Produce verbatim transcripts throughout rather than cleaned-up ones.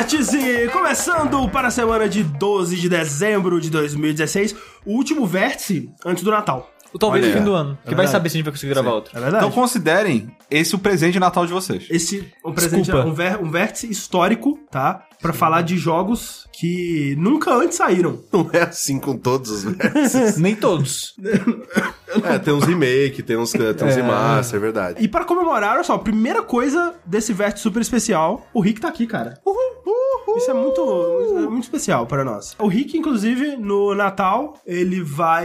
Vértice! Começando para a semana de doze de dezembro de dois mil e dezesseis, o último vértice antes do Natal. Ou talvez Olha, no fim do ano. é Que vai verdade. saber se a gente vai conseguir gravar Sim. outro. É verdade. Então considerem esse o presente de Natal de vocês. Esse um presente, Desculpa. um, ver, um vértice histórico, tá? Pra falar de jogos que nunca antes saíram. Não é assim com todos os vértices. Nem todos. É, tem uns remake, tem uns, tem uns É. remaster, é verdade. E pra comemorar, olha só, a primeira coisa desse vértice super especial, o Rick tá aqui, cara. Isso é muito, é muito especial para nós. O Rick, inclusive, no Natal, ele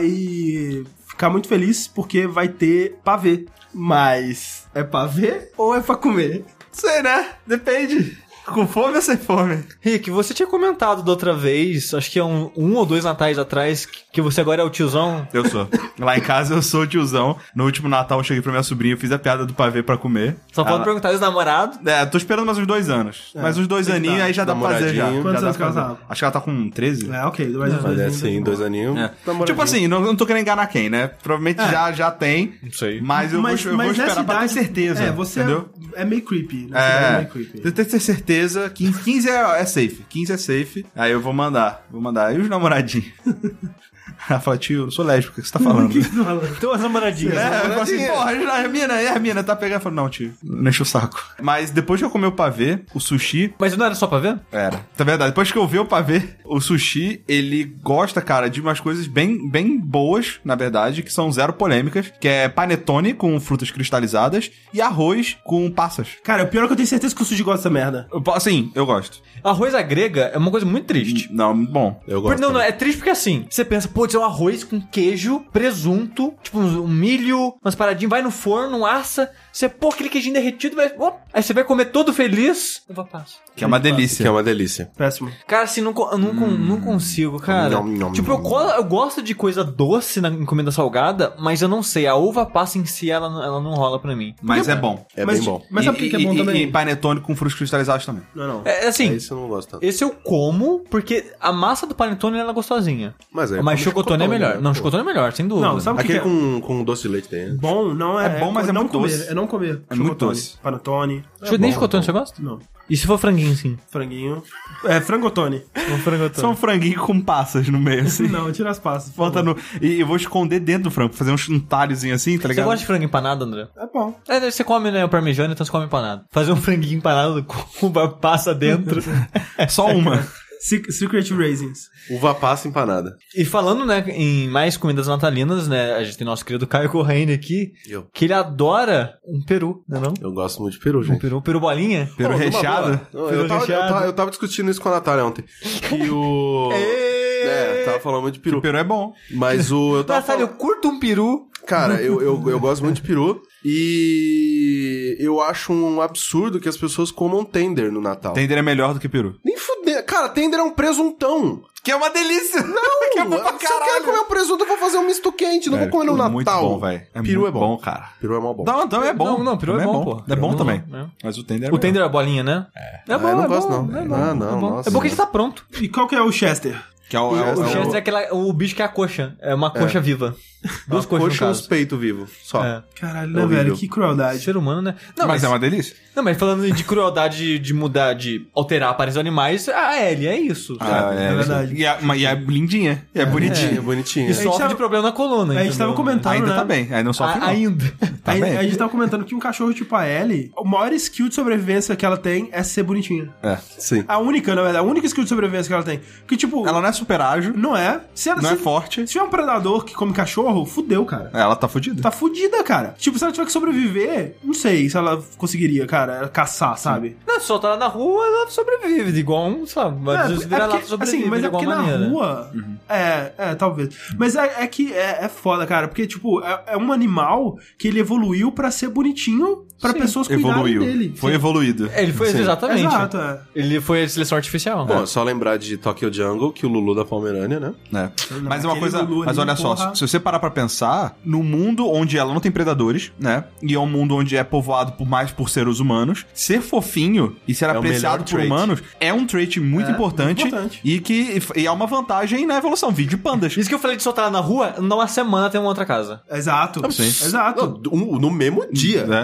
vai ficar muito feliz porque vai ter pavê. Mas é pavê ou é pra comer? Sei, né? Depende. Com fome ou sem fome? Rick, você tinha comentado da outra vez, acho que é um, um ou dois natais atrás, que você agora é o tiozão. Eu sou. Lá em casa eu sou o tiozão. No último Natal eu cheguei pra minha sobrinha, eu fiz a piada do pavê pra comer. Só pode Ela- perguntar dos namorados. É, tô esperando mais uns dois anos. Mais uns dois tem que aninhos, dar. aí já dá pra fazer já. Namoradinho. Já Quantos dá anos pra que ela fazer. tá? Acho que ela tá com treze. É, ok. Dois, dois, Mas é dois, assim, dois aninhos. É. namoradinho. Tipo assim, não, não tô querendo enganar quem, né? Provavelmente É. já, já tem. Não sei. Mas eu mas, vou, eu mas vou esperar nessa pra ter idade, certeza. É, você entendeu? é, é meio creepy. Nessa idade é É, meio creepy. eu tenho que ter certeza que quinze é, é safe. quinze é safe. Aí eu vou mandar. Vou mandar. E os namoradinhos? Ela fala, tio, eu sou lésbica, o que você tá falando? Então as namoradinhas. É, eu falo assim, namoradinha. porra, a mina, e a mina tá pegando? Eu falo, não, tio, não enche o saco. Mas depois que eu comi o pavê, o sushi, Mas não era só pra ver? era. Tá verdade, depois que eu vi o pavê, o sushi, ele gosta, cara, de umas coisas bem, bem boas, na verdade, que são zero polêmicas, que é panetone com frutas cristalizadas e arroz com passas. Cara, o pior é que eu tenho certeza que o Sushi gosta dessa merda. Eu, assim, eu gosto. Arroz à grega é uma coisa muito triste. Não, bom. Eu Por- gosto. não, não, também. é triste porque assim, você pensa, putz, é um arroz com queijo, presunto, tipo um, um milho, umas paradinhas, vai no forno, assa, você pô aquele queijinho derretido, vai, ó, aí você vai comer todo feliz, eu vou passar. Que é uma delícia. Que é uma delícia. Péssimo. Cara, assim, não, co- eu não, con- não consigo, cara. Nham, nham, tipo, eu, nham. go- eu gosto de coisa doce na encomenda salgada, mas eu não sei, a uva passa em si, ela, não- ela não rola pra mim. Mas é bom. É mas, bem bom. Mas sabe o que, que é bom e, também? E panetone com frutas cristalizadas também. Não, não. É assim, Esse eu não gosto tanto. esse eu como, porque a massa do panetone ela é gostosinha. Mas, aí eu Mas como chocotone é melhor. né? Não, Pô. chocotone é melhor, sem dúvida. Não, sabe o que, que Aquele é com, com doce de leite tem. bom? Não é. É bom, mas é não muito comer, doce. É não comer. É muito Chocotone, doce. Panetone. Deixa eu- Nem chocotone você gosta? Não. E se for franguinho, sim? Franguinho. É, frangotone. Um frangotone. Só um franguinho com passas no meio, assim. Não, tira as passas. por Bota favor. no... E eu vou esconder dentro do frango, fazer um talhozinho assim, tá Você ligado? gosta de frango empanado, André? É bom. É, você come, né, o parmegiana, então você come empanado. Fazer um franguinho empanado com uva passa dentro. Só uma. Se- Secret Raisins. Uva passa empanada. E falando, né, em mais comidas natalinas, né, a gente tem nosso querido Caio Correia aqui, Eu. que ele adora um peru, né não? Eu gosto muito de peru, Um gente. peru, peru bolinha. Peru Pô, numa recheado. boa. Não, Peru eu, tava, eu, recheado. tava, eu tava discutindo isso com a Natália ontem. E o... É, tava falando muito de peru. Peru é bom. Mas o... Eu tava Natália, eu falando... curto um peru. Cara, eu, eu, eu gosto muito de peru. E eu acho um absurdo que as pessoas comam tender no Natal. Tender é melhor do que peru. Nem fuder. Cara, tender é um presuntão. Que é uma delícia. Não, que é bom pra se eu quero comer um presunto, eu vou fazer um misto quente. Não Velho, vou comer no peru é Natal. muito bom, velho. É peru muito é bom. bom, cara. Peru é mó bom. Não, também é bom. Não, não, peru é Também bom, pô. É bom Peru também. não, é. Mas o tender é O melhor. tender é a bolinha, né? É, Ah, bom, eu não é gosto, bom, não. É bom, Ah, é não, bom. nossa. É bom que já tá pronto. E qual que é o Chester? Que é o, é o- O é o- chester é aquela, o bicho que é a coxa. É uma coxa viva. Duas Uma coxas, coxa e no uns caso. peitos vivos. Só. É. Caralho, É né, horrível. velho? Que crueldade. Ser humano, né? Não, mas, é uma delícia. Não, mas falando de crueldade de, de mudar, de alterar a aparência dos animais, a Ellie é isso. Ah, sabe? é, é verdade. E é, mas- e é lindinha. E é, bonitinha. Bonitinho, bonitinho. E gente sofre tava- de problema na coluna. A gente tava entendeu? comentando, Ainda né? tá bem. Aí não sofre A- não. ainda. Tá a, bem. a gente tava comentando que um cachorro tipo a Ellie, o maior skill de sobrevivência que ela tem é ser bonitinha. É. Sim. A única, na verdade, a única skill de sobrevivência que ela tem. Que tipo, Ela não é super ágil, não é. Se ela não se, é forte. se tiver um predador que come cachorro, fudeu, cara. Ela tá fudida. Tá fudida, cara. Tipo, se ela tiver que sobreviver, não sei se ela conseguiria, cara, caçar, sabe? Não, se soltar ela na rua, ela sobrevive, de igual um, sabe? Mas É, os é vira-lata porque, sobrevive assim, mas de é igual porque maneira. na rua... É, é, talvez. Mas é, é que é, é foda, cara. Porque, tipo, é, é um animal que ele evoluiu pra ser bonitinho pra Sim. pessoas cuidarem Evoluiu. dele. Foi Sim. evoluído. É, ele foi Sim. exatamente. Exato, é. Ele foi seleção artificial. Bom, só lembrar de Tokyo Jungle, que o Lulu da Pomerânia, né? É. Mas é uma aquele coisa. Lulu Mas ali, olha só, porra. se você parar pra pensar, no mundo onde ela não tem predadores, né? E é um mundo onde é povoado por mais por seres humanos, ser fofinho e ser É o apreciado melhor por trait. humanos é um trait muito É, importante, muito importante. e que e é uma vantagem na evolução. Vídeo pandas. Isso que eu falei de soltar ela na rua, numa semana tem uma outra casa. Exato. Sim. Exato. Não, um- no mesmo dia. Né? No mesmo dia.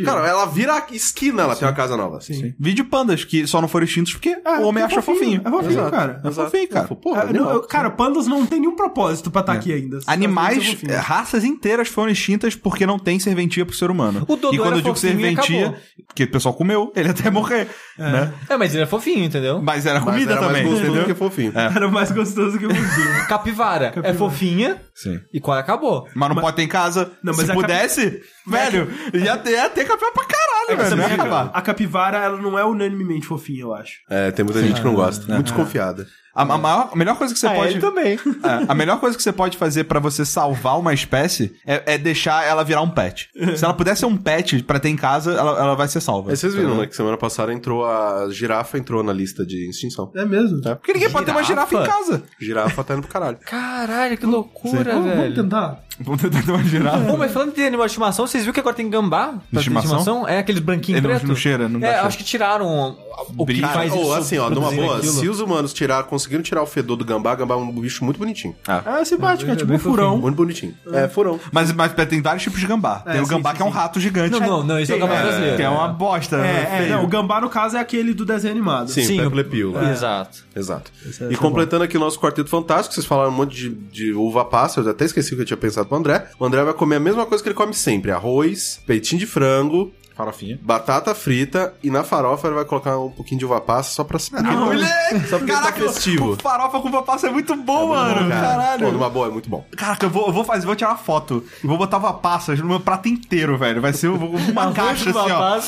Cara, ela vira a esquina, ela tem uma casa nova. Sim. Sim. Vídeo pandas, que só não foram extintos porque É, o homem é acha fofinho. É fofinho, Exato. cara. É Exato. fofinho, cara. Porra, É, não, animal. eu- cara, pandas não tem nenhum propósito pra estar aqui ainda. Animais, São fofinhos. eh, raças inteiras foram extintas porque não tem serventia pro ser humano. O Dodô e quando era eu digo fofinho e serventia, acabou. que o pessoal comeu, ele até morrer, né? É, mas ele é fofinho, entendeu? Mas era Mas comida era também, mais gostoso entendeu? que fofinho. Era mais gostoso que o fofinho. Capivara, é fofinha Sim. e quase acabou. Mas não pode ter em casa. Não, mas Se a capi- pudesse, velho, ia ter, ia ter capivara pra caralho, velho. Também Não ia a- acabar. a capivara, ela não é unanimemente fofinha, eu acho. É, tem muita gente que não gosta. Muito desconfiada. A, a maior- a melhor coisa que você Ah, pode. ele também. É, a melhor coisa que você pode fazer pra você salvar uma espécie é, é deixar ela virar um pet. Se ela puder ser um pet pra ter em casa, ela, ela vai ser salva. Aí vocês viram, né, que semana passada entrou a girafa entrou na lista de extinção. É mesmo? Porque ninguém pode ter uma girafa em Girafa? casa. Girafa tá indo pro caralho. Caralho, que loucura, Vamos, vamos velho. tentar. Vamos tentar ter uma girafa. Pô, mas falando de animal de estimação, vocês viram que agora tem gambá? pra ter estimação? É aqueles branquinhos Ele não- preto? não cheira, não dá É, cheiro. acho que tiraram o que Brilho. faz Ou isso. assim, ó, numa produzindo boa, aquilo. se os humanos tirar, conseguiram tirar o fedor do gambá, gambá é um bicho muito bonitinho. É simpático, é, É tipo bem um furão. Muito bonitinho. É, furão. Mas, mas tem vários tipos de gambá. É, tem o sim, gambá sim, que é um sim. rato gigante. Não, não, não, esse é o gambá É, brasileiro. Que é uma bosta. É, é, feio. não, o gambá, no caso, é aquele do desenho animado. Sim, Sim, Pepe o- Le Pew lá. Exato. Exato. Esse é- E esse é completando aqui o nosso quarteto fantástico, vocês falaram um monte de, de uva passa, eu até esqueci o que eu tinha pensado pro André. O André vai comer a mesma coisa que ele come sempre: arroz, peitinho de frango, Farofinha. batata frita e na farofa ele vai colocar um pouquinho de uva passa só pra... Não, moleque! Só porque Caraca, tá festivo. o farofa com uva passa é muito bom, mano. Caralho. Pô, numa boa, é muito bom. Caraca, eu vou, eu vou fazer, vou tirar uma foto. E vou botar uva passa no meu prato inteiro, velho. Vai ser uma, uma caixa assim, ó.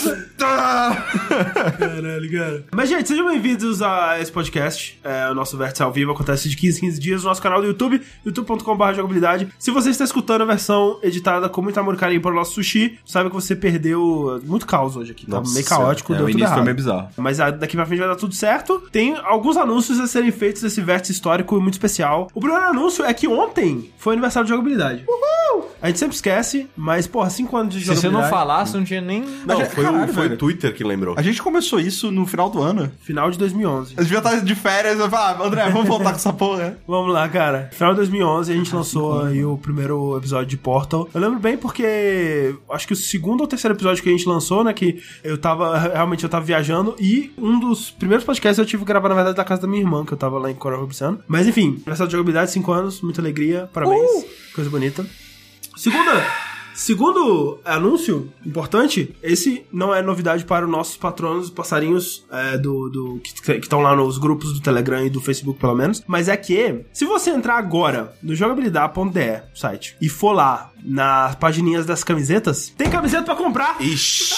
Caralho, cara. Mas, gente, sejam bem-vindos a esse podcast. É, o nosso Vértice ao vivo acontece de quinze em quinze dias no nosso canal do YouTube, youtube ponto com ponto b r jogabilidade. Se você está escutando a versão editada com muito amor e carinho para o nosso sushi, saiba que você perdeu muito caos hoje aqui. Tá Nossa meio caótico, É, deu o tudo início errado. foi meio bizarro. Mas ah, daqui pra frente vai dar tudo certo. Tem alguns anúncios a serem feitos desse vértice histórico muito especial. O primeiro anúncio é que ontem foi aniversário de jogabilidade. Uhul! A gente sempre esquece, mas, porra, cinco anos de Se você jogabilidade. não falasse, não tinha nem... Não, gente- foi, caralho, o, foi velho. o Twitter que lembrou. A gente começou isso no final do ano. Final de dois mil e onze. A gente já tá de férias. Eu falo, ah, André, vamos voltar com essa porra, né? Vamos lá, cara. Final de dois mil e onze a gente lançou aí o primeiro episódio de Portal. Eu lembro bem porque acho que o segundo ou terceiro episódio que a gente lançou, né, que eu tava, realmente eu tava viajando e um dos primeiros podcasts eu tive que gravar, na verdade, da casa da minha irmã, que eu tava lá em Coral Robson. Mas enfim, aniversário de jogabilidade, cinco anos, muita alegria, parabéns, coisa bonita. Segunda... Segundo anúncio importante, esse não é novidade para os nossos patronos, passarinhos é, do, do, que estão lá nos grupos do Telegram e do Facebook, pelo menos. Mas é que, se você entrar agora no jogabilidade ponto d e, site, e for lá nas pagininhas das camisetas, tem camiseta pra comprar! Ixi.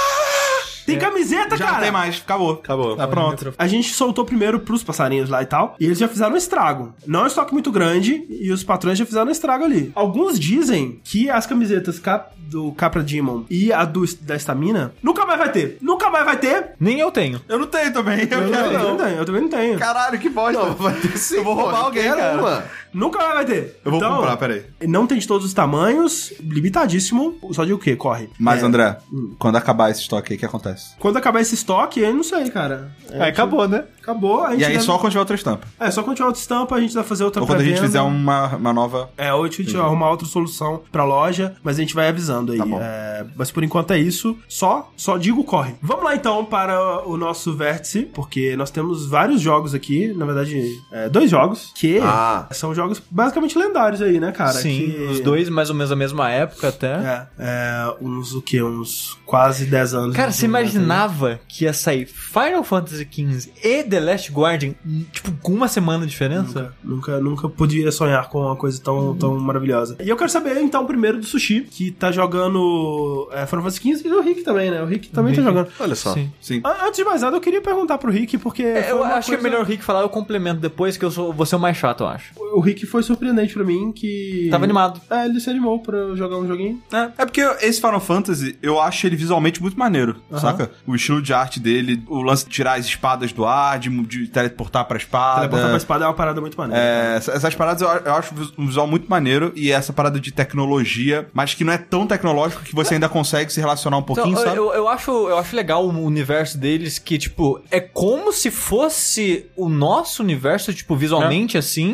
Tem camiseta, Já cara! não tem mais. Acabou. Acabou. Tá pronto. A gente soltou primeiro pros passarinhos lá e tal, e eles já fizeram um estrago. Não é um estoque muito grande, e os patrões já fizeram um estrago ali. Alguns dizem que as camisetas cap- do Capra Demon e a do, da Stamina nunca mais vai ter. Nunca mais vai ter. Nem eu tenho. Eu não tenho também. Eu, Eu, quero, não tenho, eu também não tenho. Caralho, que bosta. Não, vai ter sim. Eu vou roubar pô, alguém, quero cara. uma. Nunca mais vai ter. Eu vou Então, comprar, peraí. Não tem de todos os tamanhos, limitadíssimo. Só de o quê? Corre. Mas, É, André, quando acabar esse estoque aí, o que acontece? Quando acabar esse estoque, eu não sei, cara. É, Aí acabou, né? Acabou. A gente E aí deve- só quando tiver outra estampa. É, só quando tiver outra estampa, a gente vai fazer outra Ou quando a gente pré-venda. fizer uma, uma nova... É, ou a gente vai arrumar outra solução pra loja, mas a gente vai avisando aí. Tá bom. É, mas por enquanto é isso. Só, só digo corre. Vamos lá então para o nosso vértice, porque nós temos vários jogos aqui, na verdade, é, dois jogos, que Ah. são jogos basicamente lendários aí, né, cara? Sim, Que- os dois mais ou menos a mesma época até. É, é, uns o quê? Uns quase dez anos. Cara, de você desenvolvimento. imaginava que ia sair Final Fantasy quinze e The Last Guardian, tipo, com uma semana de diferença? Nunca, nunca, nunca podia sonhar com uma coisa tão, tão maravilhosa. E eu quero saber, então, primeiro do Sushi, que tá jogando é, Final Fantasy quinze, e o Rick também, né? O Rick também O tá Rick. jogando. Olha só. Sim. Sim. An- Antes de mais nada, eu queria perguntar pro Rick, porque. É, foi eu uma acho que é coisa- melhor o Rick falar, eu complemento depois, que eu sou, vou ser o mais chato, eu acho. O Rick foi surpreendente pra mim que. Tava animado. É, ele se animou pra jogar um joguinho. É, é porque esse Final Fantasy, eu acho ele visualmente muito maneiro, saca? O estilo de arte dele, o lance de tirar as espadas do ar, de, de teleportar pra espada. Teleportar pra espada é uma parada muito maneira. É, essa- essas paradas eu, eu acho um visual muito maneiro, e essa parada de tecnologia, mas que não é tão tecnológico que você ainda consegue se relacionar um pouquinho, Então, sabe? eu, eu, acho, eu acho legal o universo deles, que, tipo, é como se fosse o nosso universo, tipo, visualmente assim. Tipo,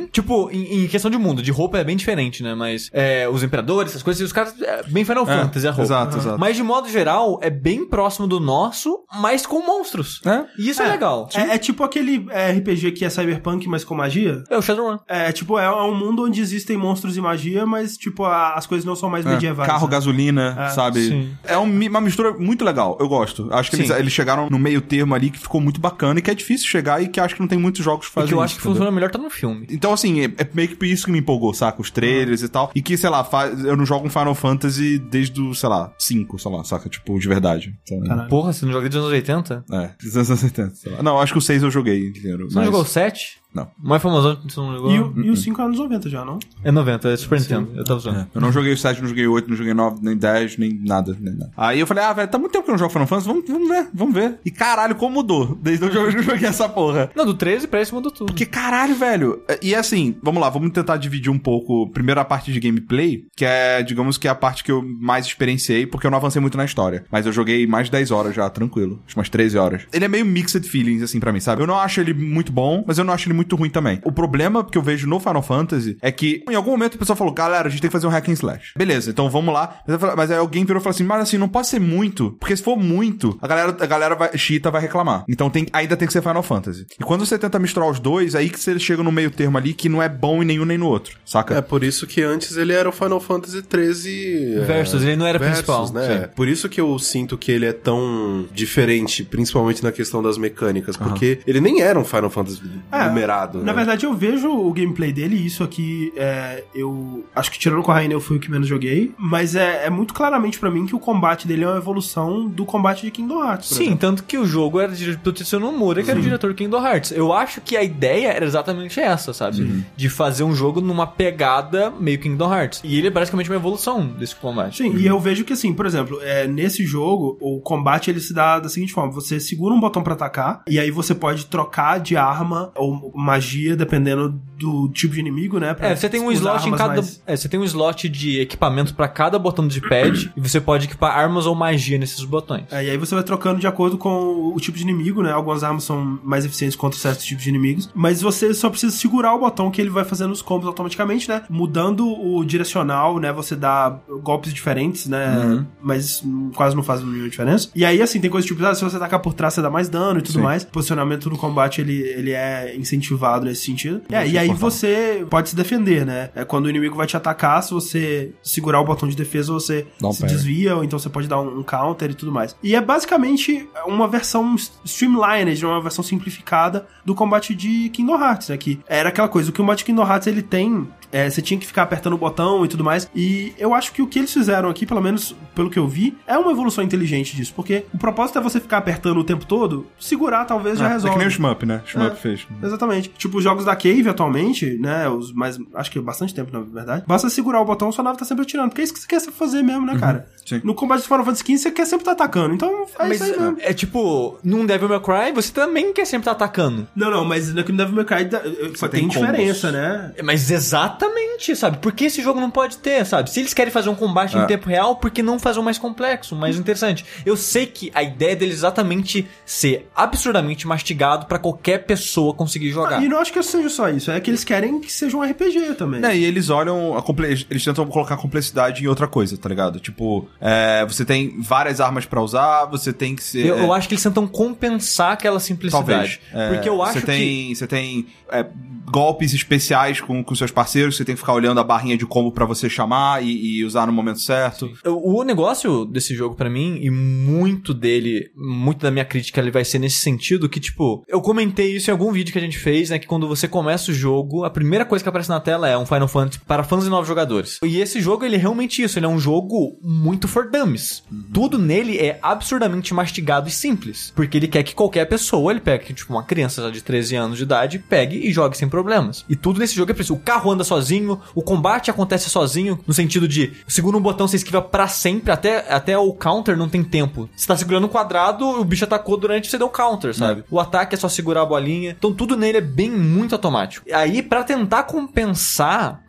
mundo, em, em questão de mundo, de roupa é bem diferente, né? Mas é, os imperadores, essas coisas, os caras, é bem Final É, Fantasy a roupa. exato, Uhum. exato. Mas de modo geral, é bem próximo do nosso, mas com monstros. É. E isso é, legal. É, é tipo aquele é, R P G que é cyberpunk, mas com magia. É o Shadowrun. É, tipo, é um mundo onde existem monstros e magia, mas, tipo, a- as coisas não são mais É, medievais. carro, né? gasolina, É, sabe? sim. É um mi- uma mistura muito legal, eu gosto. Acho que eles, Sim. eles chegaram no meio termo ali que ficou muito bacana e que é difícil chegar e que acho que não tem muitos jogos que E fazem que eu isso, acho que entendeu? funciona melhor tá no filme. Então, assim, é, é meio que por isso que me empolgou, saca? Os trailers e tal. E que, sei lá, faz, eu não jogo um Final Fantasy desde o, sei lá, cinco, sei lá, saca? Tipo, de verdade. Então, Caralho. Porra, você não joga desde os anos oitenta? é, dos anos oitenta, sei lá. Não, acho que o seis eu joguei inteiro. Você não jogou o sete? Não. O mais famosão que você não jogou? E, o- e os cinco anos noventa já, não? É noventa, é Super Nintendo. Eu tava usando. É, eu não joguei o sete, não joguei o oito, não joguei nove, nem dez, nem nada, nem nada. Aí eu falei, ah, velho, tá muito tempo que eu não jogo Final Fantasy, vamos, vamos ver, vamos ver. E caralho, como mudou desde o jogo que eu joguei essa porra. Não, do treze pra esse mudou tudo. Porque caralho, velho. E assim, vamos lá, vamos tentar dividir um pouco. Primeiro a parte de gameplay, que é, digamos que é a parte que eu mais experienciei, porque eu não avancei muito na história. Mas eu joguei mais de dez horas já, tranquilo. Acho umas treze horas. Ele é meio mixed feelings, assim, pra mim, sabe? Eu não acho ele muito bom, mas eu não acho ele muito ruim também. O problema que eu vejo no Final Fantasy é que, em algum momento, a pessoa falou, galera, a gente tem que fazer um hack and slash. Beleza, então vamos lá. Mas, eu falo- mas aí alguém virou e falou assim, mas assim, não pode ser muito, porque se for muito, a galera, a galera vai, Cheetah vai reclamar. Então tem, ainda tem que ser Final Fantasy. E quando você tenta misturar os dois, aí que você chega no meio termo ali que não é bom em nenhum nem no outro, saca? É por isso que antes ele era o Final Fantasy treze... é, Versus, ele não era Versus, principal. né? Sim. Por isso que eu sinto que ele é tão diferente, principalmente na questão das mecânicas, porque ele nem era um Final Fantasy É, numerado, Na né? verdade, eu vejo o gameplay dele, e isso aqui, é, eu acho que tirando com a Rainha eu fui o que menos joguei, mas é, é muito claramente pra mim que o combate dele é uma evolução do combate de Kingdom Hearts. por Sim, exemplo. tanto que o jogo era dirigido pelo Tetsuya Nomura, que era o diretor do Kingdom Hearts. Eu acho que a ideia era exatamente essa, sabe? De fazer um jogo numa pegada meio Kingdom Hearts. E ele é basicamente uma evolução desse combate. Sim, e eu vejo que assim, por exemplo, é, nesse jogo, o combate ele se dá da seguinte forma: você segura um botão pra atacar, e aí você pode trocar de arma ou magia, dependendo do tipo de inimigo, né? pra É, você tem um usar slot em armas cada. mais- É, você tem um slot de equipamento pra cada botão de pad e você pode equipar armas ou magia nesses botões. É, e aí você vai trocando de acordo com o tipo de inimigo, né? Algumas armas são mais eficientes contra certos tipos de inimigos, mas você só precisa segurar o botão que ele vai fazendo os combos automaticamente, né? Mudando o direcional, né? Você dá golpes diferentes, né? Mas hum, quase não faz nenhuma diferença. E aí, assim, tem coisas tipo, ah, se você atacar por trás, você dá mais dano e tudo Sim. mais. O posicionamento no combate, ele, ele é incentivado nesse sentido. É, e aí importante. você pode se defender, né? É, quando o inimigo vai te atacar, se você segurar o botão de defesa, você Dá um se parry. desvia, ou então você pode dar um, um counter e tudo mais. E é basicamente uma versão streamlined, uma versão simplificada do combate de Kingdom Hearts, né? Que era aquela coisa, o combate de Kingdom Hearts, ele tem... É, você tinha que ficar apertando o botão e tudo mais. E eu acho que o que eles fizeram aqui, pelo menos pelo que eu vi, é uma evolução inteligente disso. Porque o propósito é você ficar apertando o tempo todo, segurar talvez já É, é resolve. que nem o Shmup, né? O Shmup É. fez. Exatamente. Tipo, os jogos da Cave atualmente, né? Os mais. Acho que há bastante tempo, na verdade. Basta segurar o botão, sua nave tá sempre atirando. Porque é isso que você quer fazer mesmo, né, cara? sim. No combate de Final Fantasy quinze, você quer sempre estar atacando. Então faz Mas isso aí mesmo. é tipo, num Devil May Cry, você também quer sempre estar atacando. Não, não, mas no Devil May Cry da- tem, tem diferença, combos. né? Mas exatamente, sabe? Por que esse jogo não pode ter, sabe? Se eles querem fazer um combate em É. tempo real, por que não fazer um mais complexo, mais interessante? Eu sei que a ideia deles é exatamente ser absurdamente mastigado pra qualquer pessoa conseguir jogar. E não acho que seja só isso. É que eles querem que seja um R P G também. Né, e eles olham, a comple... eles tentam colocar complexidade em outra coisa, tá ligado? Tipo, é, você tem várias armas pra usar, você tem que ser... Eu, é, eu acho que eles tentam compensar aquela simplicidade. Talvez. É, Porque eu acho você que... tem, Você tem é, golpes especiais com, com seus parceiros, você tem que ficar olhando a barrinha de combo pra você chamar e, e usar no momento certo. O negócio desse jogo pra mim, e muito dele, muito da minha crítica, ele vai ser nesse sentido que, tipo, eu comentei isso em algum vídeo que a gente fez, né, que quando você começa o jogo, a primeira coisa que aparece na tela é um Final Fantasy para fãs e novos jogadores. E esse jogo, ele é realmente isso, ele é um jogo muito for dummies. Uhum. Tudo nele é absurdamente mastigado e simples, porque ele quer que qualquer pessoa, ele pegue, tipo, uma criança já de treze anos de idade, pegue e jogue sem problemas. E tudo nesse jogo é preciso. O carro anda sozinho, o combate acontece sozinho, no sentido de, segura um botão, você esquiva pra sempre, até, até o counter não tem tempo. Você tá segurando um quadrado, o bicho atacou durante, você deu counter, sabe? É. O ataque é só segurar a bolinha. Então tudo nele é bem, muito automático. E aí, pra tentar compensar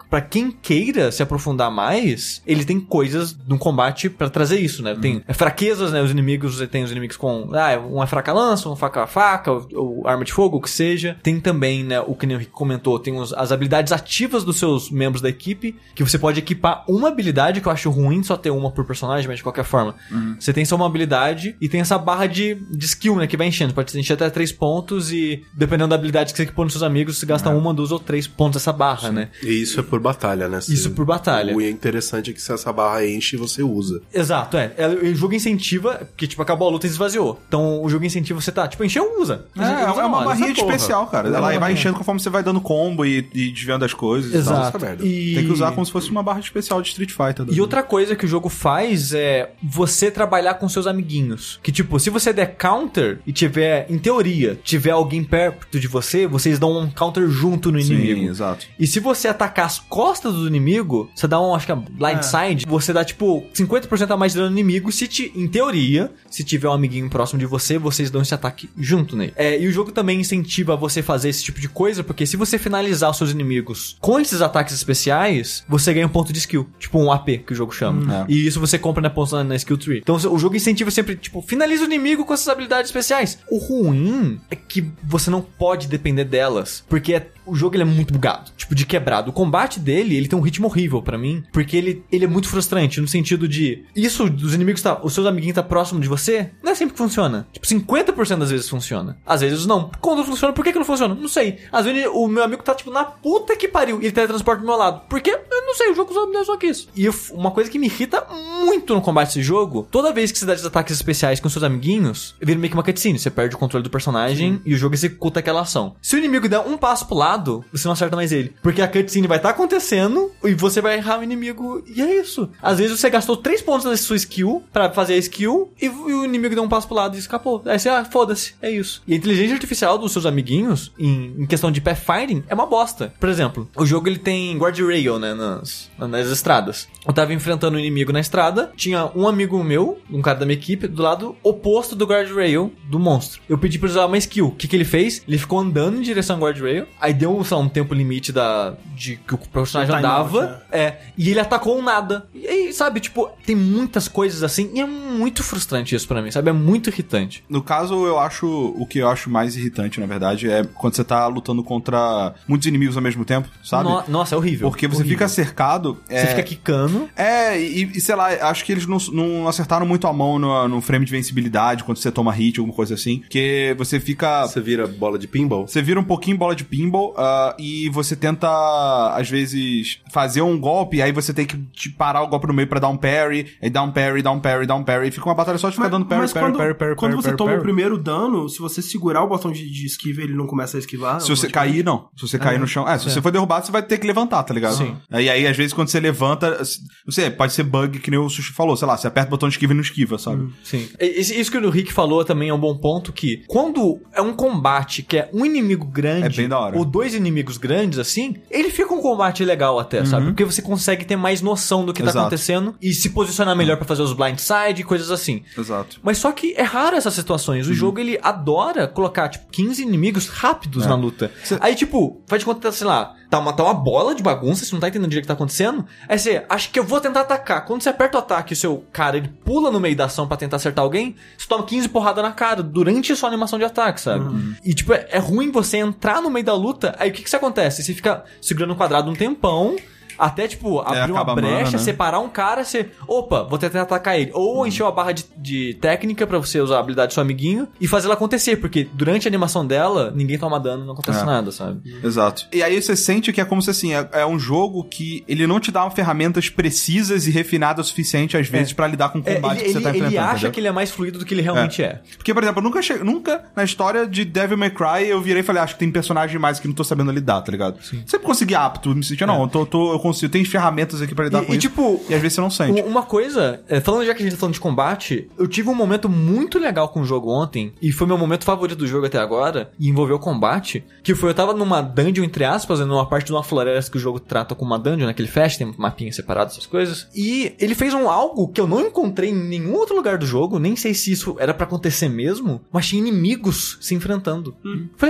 pra quem queira se aprofundar mais, ele tem coisas no combate pra trazer isso, né? Tem uhum. fraquezas, né? Os inimigos, você tem os inimigos com, ah, um é fraca lança, um faca faca, ou, ou arma de fogo, o que seja. Tem também, né, o que o Rick comentou, tem os, as habilidades ativas dos seus membros da equipe, que você pode equipar uma habilidade, que eu acho ruim só ter uma por personagem, mas de qualquer forma. Uhum. Você tem só uma habilidade e tem essa barra de, de skill, né, que vai enchendo. Pode encher até três pontos e, dependendo da habilidade que você equipou nos seus amigos, você gasta uhum. uma, duas ou três pontos dessa barra, Sim. né? E isso é por batalha, né? Se isso por batalha. O interessante é que se essa barra enche, você usa. Exato, é. O jogo incentiva, porque, tipo, acabou a luta e esvaziou. Então, o jogo incentiva você tá, tipo, encheu, usa. É, usa, é uma barrinha de especial, cara. Ela vai barrinha. enchendo conforme você vai dando combo e, e desviando as coisas. Exato. E tal, e... Tem que usar como se fosse uma barra especial de Street Fighter. E outra coisa que o jogo faz é você trabalhar com seus amiguinhos. Que, tipo, se você der counter e tiver, em teoria, tiver alguém perto de você, vocês dão um counter junto no inimigo. Sim, exato. E se você atacar as costas do inimigo, você dá um, acho que é blindside, é. você dá, tipo, cinquenta por cento a mais de dano no inimigo. Se, te, em teoria, se tiver um amiguinho próximo de você, vocês dão esse ataque junto nele. É, e o jogo também incentiva você fazer esse tipo de coisa, porque se você finalizar os seus inimigos com esses ataques especiais, você ganha um ponto de skill. Tipo um A P, que o jogo chama. Hum, é. E isso você compra na ponta na skill tree. Então o jogo incentiva sempre, tipo, finaliza o inimigo com essas habilidades especiais. O ruim é que você não pode depender delas, porque é, o jogo ele é muito bugado, tipo, de quebrado. O combate dele, ele tem um ritmo horrível pra mim, porque ele, ele é muito frustrante, no sentido de, isso dos inimigos, tá, os seus amiguinhos tá próximo de você, não é sempre que funciona. Tipo, cinquenta por cento das vezes funciona. Às vezes não. Quando funciona, por que que não funciona? Não sei. Às vezes o meu amigo tá, tipo, na puta que pariu, e ele teletransporta do meu lado. Por quê? Eu não sei, o jogo só me deu só que isso. E eu, uma coisa que me irrita muito no combate desse jogo, toda vez que você dá esses ataques especiais com seus amiguinhos, vira meio que uma cutscene. Você perde o controle do personagem Sim. e o jogo executa aquela ação. Se o inimigo der um passo pro lado, você não acerta mais ele. Porque a cutscene vai estar tá acontecendo e você vai errar o inimigo. E é isso. Às vezes você gastou três pontos da sua skill pra fazer a skill e o inimigo deu um passo pro lado e escapou. Aí você, ah, foda-se. É isso. E a inteligência artificial dos seus amiguinhos, em, em questão de pathfinding, é uma bosta. Por exemplo, o jogo ele tem guardrail, né, nas, nas estradas. Eu tava enfrentando um inimigo na estrada, tinha um amigo meu, um cara da minha equipe, do lado oposto do guardrail do monstro. Eu pedi pra ele usar uma skill. O que que ele fez? Ele ficou andando em direção ao guardrail, aí deu, sei lá, um tempo limite da, de que o personagem andava, é, e ele atacou um nada. E aí, sabe, tipo, tem muitas coisas assim, e é muito frustrante isso pra mim, sabe? É muito irritante. No caso, eu acho, o que eu acho mais irritante, na verdade, é quando você tá lutando contra muitos inimigos ao mesmo tempo, sabe? No, nossa, é horrível. Porque você horrível. fica cercado... É, você fica quicando. É, e, e sei lá, acho que eles não, não acertaram muito a mão no, no frame de vencibilidade quando você toma hit, alguma coisa assim, porque você fica... Você vira bola de pinball? Você vira um pouquinho bola de pinball, uh, e você tenta, às vezes, fazer um golpe, e aí você tem que te parar o golpe no meio pra dar um parry, aí dá um parry, dá um parry, dá um parry, e fica uma batalha só de ficar mas, dando parry, mas parry, quando, parry, parry, quando parry, você parry, toma parry. o primeiro dano, se você segurar o botão de, de esquiva, ele não começa a esquivar? Se você cair, não. Se você cair é. no chão... É, se é. você for derrubado, você vai ter que levantar, tá ligado? Sim. E aí, às vezes, quando você levanta, não sei, pode ser bug, que nem o Sushi falou, sei lá, você aperta o botão de esquiva e não esquiva, sabe? Hum, sim. Isso que o Rick falou também é um bom ponto, que quando é um combate que é um inimigo grande, é bem da hora. ou dois inimigos grandes, assim, ele fica um combate legal até, uhum. sabe? Porque você consegue ter mais noção do que Exato. tá acontecendo e se posicionar melhor pra fazer os blindside e coisas assim. Exato. Mas só que é raro essas situações. O uhum. jogo, ele adora colocar, tipo, quinze inimigos rápidos é. na luta. Cê... Aí, tipo, faz de conta, sei lá, tá uma, tá uma bola de bagunça, você não tá entendendo direito o que tá acontecendo. Aí você, acha que eu vou tentar atacar. Quando você aperta o ataque e o seu cara, ele pula no meio da ação pra tentar acertar alguém, você toma quinze porradas na cara durante a sua animação de ataque, sabe? Uhum. E, tipo, é, é ruim você entrar no meio da luta, aí o que que acontece? Você fica segurando o quadrado um tempão, até, tipo, abrir é, uma brecha, mana, né? separar um cara, você... Opa, vou tentar atacar ele. Ou uhum. encher uma barra de, de técnica pra você usar a habilidade do seu amiguinho e fazer ela acontecer, porque durante a animação dela, ninguém toma dano, não acontece é. nada, sabe? Exato. E aí você sente que é como se, assim, é, é um jogo que ele não te dá ferramentas precisas e refinadas o suficiente, às vezes, é. pra lidar com o combate é, ele, que você ele, tá enfrentando. Ele acha entendeu? que ele é mais fluido do que ele realmente é. é. Porque, por exemplo, eu nunca, che... nunca na história de Devil May Cry eu virei e falei, acho que tem personagem demais que não tô sabendo lidar, tá ligado? Sim. Sempre consegui apto, me sentia, é. não, eu, tô, tô, eu consigo, tem ferramentas aqui pra lidar e, com e, isso. Tipo, e às vezes você não sente. Uma coisa, é, falando já que a gente tá falando de combate, eu tive um momento muito legal com o jogo ontem, e foi meu momento favorito do jogo até agora, e envolveu combate, que foi, eu tava numa dungeon, entre aspas, numa parte de uma floresta que o jogo trata como uma dungeon, naquele fast, tem um mapinha separado, essas coisas, e ele fez um algo que eu não encontrei em nenhum outro lugar do jogo, nem sei se isso era pra acontecer mesmo, mas tinha inimigos se enfrentando. Hum. Falei, ah,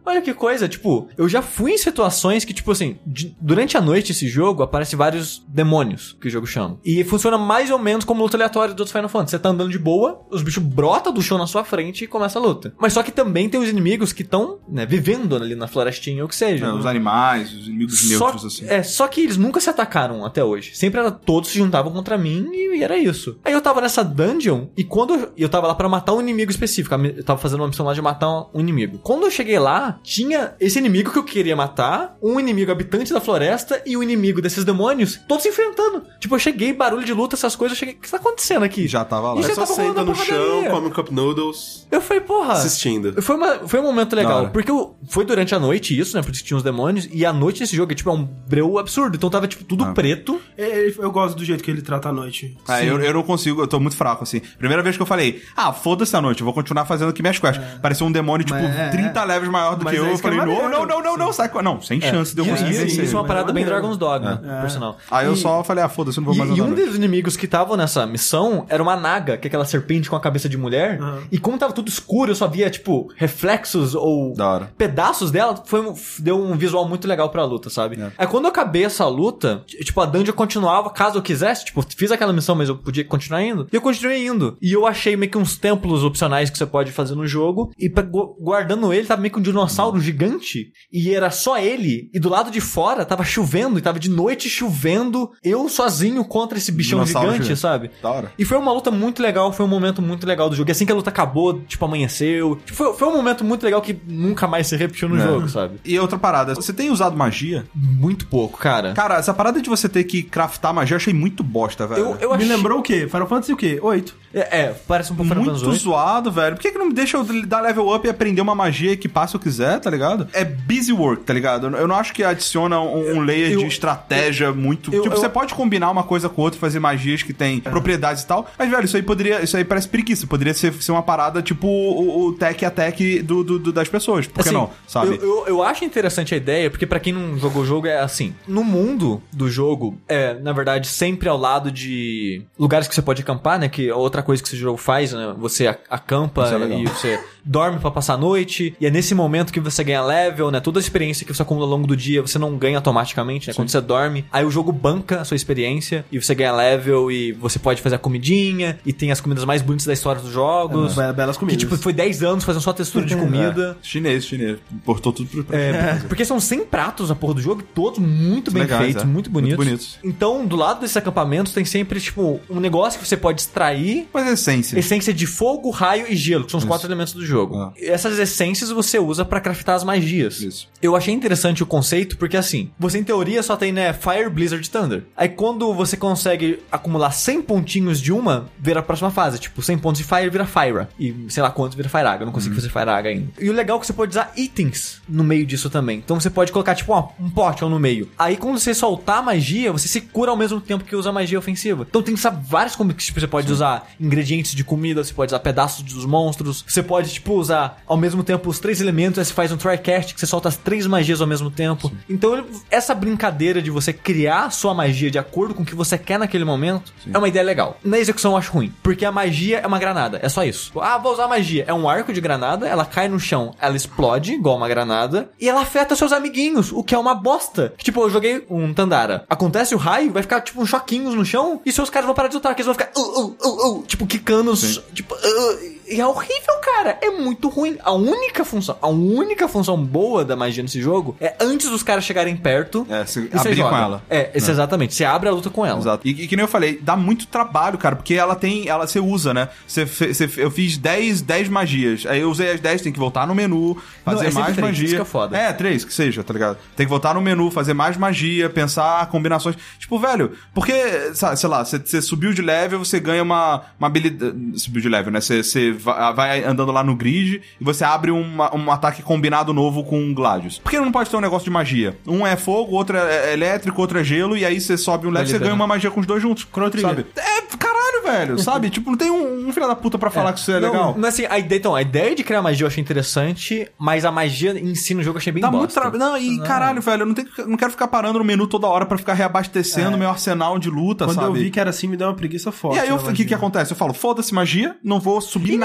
Olha que coisa, tipo, eu já fui em situações que, tipo assim, de, durante a noite esse jogo aparece vários demônios, que o jogo chama. E funciona mais ou menos como luta aleatória do outros Final Fantasy. Você tá andando de boa, os bichos brotam do chão na sua frente e começa a luta. Mas só que também tem os inimigos que estão, né, vivendo ali na florestinha ou o que seja. É, os animais, os inimigos só, neutros, assim. É, só que eles nunca se atacaram até hoje. Sempre era, todos se juntavam contra mim e, e era isso. Aí eu tava nessa dungeon e quando eu, eu tava lá pra matar um inimigo específico, eu tava fazendo uma missão lá de matar um, um inimigo. Quando eu cheguei lá, tinha esse inimigo que eu queria matar, um inimigo habitante da floresta e um inimigo desses demônios, todos se enfrentando. Tipo, eu cheguei, barulho de luta, essas coisas, eu cheguei, o que tá acontecendo aqui? Já tava lá. Aí só senta no chão, porradaria. come um cup noodles. Eu falei, porra. Assistindo. Foi, uma, foi um momento Da legal. hora. Porque eu, foi durante a noite isso, né? Porque tinha os demônios. E a noite nesse jogo é tipo é um breu absurdo. Então tava tipo tudo Ah. preto. É, Eu gosto do jeito que ele trata a noite. Ah, eu, eu não consigo, eu tô muito fraco, assim. Primeira vez que eu falei, ah, foda-se a noite, eu vou continuar fazendo aqui minhas quests. Pareceu um demônio, tipo, Mas é, trinta levels maior do Mas que eu. é Eu isso que é falei, não, maneiro. não, não, não, não, sai com... Não, sem chance de eu E- conseguir e- vencer. Isso é uma mas parada é bem maneiro. Dragon's Dogma, por sinal. Aí eu E- só falei, ah, foda-se, eu não vou mais E, e andar um à noite. dos inimigos que estavam nessa missão era uma naga, que é aquela serpente com a cabeça de mulher. Uhum. E como tava tudo escuro, eu só via, tipo, reflexos ou Da hora. pedaços dela. Foi, um- deu um visual muito legal pra luta, sabe? É. Aí quando eu acabei essa luta, t- tipo, a dungeon continuava caso eu quisesse. Tipo, fiz aquela missão, mas eu podia continuar indo. E eu continuei indo. E eu achei meio que uns templos opcionais que você pode fazer no jogo. E pra- gu- guardando ele, tava meio que um dinossauro gigante. E era só ele. E do lado de fora tava chovendo. E tava de noite chovendo. Eu sozinho contra esse bichão Dinossauro gigante, gigante. sabe? Da hora. E foi uma luta muito legal, foi um momento muito legal do jogo. E assim que a luta acabou, tipo, amanheceu. Tipo, foi, foi um momento muito legal que nunca mais se repetiu no É. jogo, sabe? E outra parada, você tem usado magia? Muito pouco, cara. Cara, essa parada de você ter que craftar magia, eu achei muito bosta, velho. Eu, eu Me achei... lembrou o quê? Final Fantasy o quê? Oito. É, é, parece um pouco Final Muito Fantasy oito. zoado, velho. Por que, que não me deixa eu dar level up e aprender uma magia que passa o que quiser, tá ligado? É busy work, tá ligado? Eu não acho que adiciona um, um layer eu- de estratégia muito... eu- tipo, eu- você pode combinar uma coisa com outra, fazer magias que tem propriedades e tal, mas, velho, isso aí poderia... Isso aí parece preguiça. Poderia ser, ser uma parada tipo o, o tech attack do, do, do- das pessoas. Por que Assim, não, sabe? Eu, eu, eu acho interessante a ideia, porque pra quem não jogou o jogo, é assim. No mundo do jogo, é, na verdade, sempre ao lado de lugares que você pode acampar, né? Que é outra coisa que esse jogo faz, né? Você a- acampa Isso é legal. e você dorme pra passar a noite. E é nesse momento que você ganha level, né? Toda a experiência que você acumula ao longo do dia, você não ganha automaticamente, né? Quando você dorme, aí o jogo banca a sua experiência e você ganha level e você pode fazer a comidinha e tem as comidas mais bonitas da história dos jogos. Be- Belas Que, comidas. tipo, foi dez anos fazendo só textura de comida. É. Chinês, chinês. Portou tudo pro... É, porque são cem pratos a porra do jogo, todos muito bem Legais, feitos, é. muito bonitos. Muito bonitos. Então, do lado desses acampamentos, tem sempre, tipo, um negócio que você pode extrair. Mas é essência. Essência de fogo, raio e gelo, que são os Isso. quatro elementos do jogo. Ah. Essas essências você usa pra craftar as magias. Isso. Eu achei interessante o conceito, porque assim, você em teoria só tem, né, Fire, Blizzard e Thunder. Aí quando você consegue acumular cem pontinhos de uma, vira a próxima fase. Tipo, cem pontos de Fire vira Fyra. E sei lá quantos vira Fyraga. Eu não consigo fazer Fyraga ainda. E o legal é que você pode usar itens no meio disso também. Então você pode colocar, tipo, ó, um potion no meio. Aí quando você soltar a magia, você se cura ao mesmo tempo que usa a magia ofensiva. Então tem várias combos que tipo, você pode usar ingredientes de comida, você pode usar pedaços dos monstros, você pode, tipo, usar ao mesmo tempo os três elementos, aí você faz um tricast que você solta as três magias ao mesmo tempo. Sim. Então essa brincadeira de você criar a sua magia de acordo com o que você quer naquele momento Sim. é uma ideia legal. Na execução eu acho ruim, porque a magia é uma granada, é só isso. Ah, vou usar magia. É um arco de granada, ela cai no chão, ela explode igual uma granada e ela afeta seus amiguinhos, o que é uma bosta. Tipo, eu joguei um Tandara. Acontece o raio, vai ficar tipo uns choquinhos no chão e seus caras vão parar de lutar, que eles vão ficar uh, uh, uh, uh, tipo, quicando, Sim. tipo, uh, e é horrível, cara. É muito ruim. A única função, a única função boa da magia nesse jogo é antes dos caras chegarem perto. É, você você abrir joga. com ela. É, esse, exatamente. Você abre a luta com ela. Exato. E, e que nem eu falei, dá muito trabalho, cara, porque ela tem, ela você usa, né? Você, fe- você, eu fiz dez, dez magias. Aí eu usei as dez, tem que voltar no menu, fazer Não, é sempre mais três, magia. isso que é foda. É, três, que seja, tá ligado? Tem que voltar no menu, fazer mais magia, pensar combinações. Tipo, velho, porque, sabe, sei lá, você, você subiu de level, você ganha uma, uma habilidade. Subiu de level, né? Você, você vai, vai andando lá no grid e você abre uma, um ataque combinado novo com um Gladius. Por que não pode ter um negócio de magia? Um é fogo, outro é elétrico, outro é gelo, e aí você sobe um level e você ganha uma magia com os dois juntos. Chrono Trigger. Sabe? É, caralho, velho, sabe? Tipo, não tem um, um filho da puta pra falar que isso é não, legal. Não, assim, a ideia, então, a ideia de criar magia eu achei interessante, mas a magia em si no jogo eu achei bem Dá bosta. muito trabalho. Não, e Não. caralho, velho, eu não, tenho, eu não quero ficar parando no menu toda hora pra ficar reabastecendo meu arsenal de luta, Quando sabe? eu vi que era assim, me deu uma preguiça forte. E aí, o na que magia. que acontece? Eu falo, foda-se magia, não vou subir E nem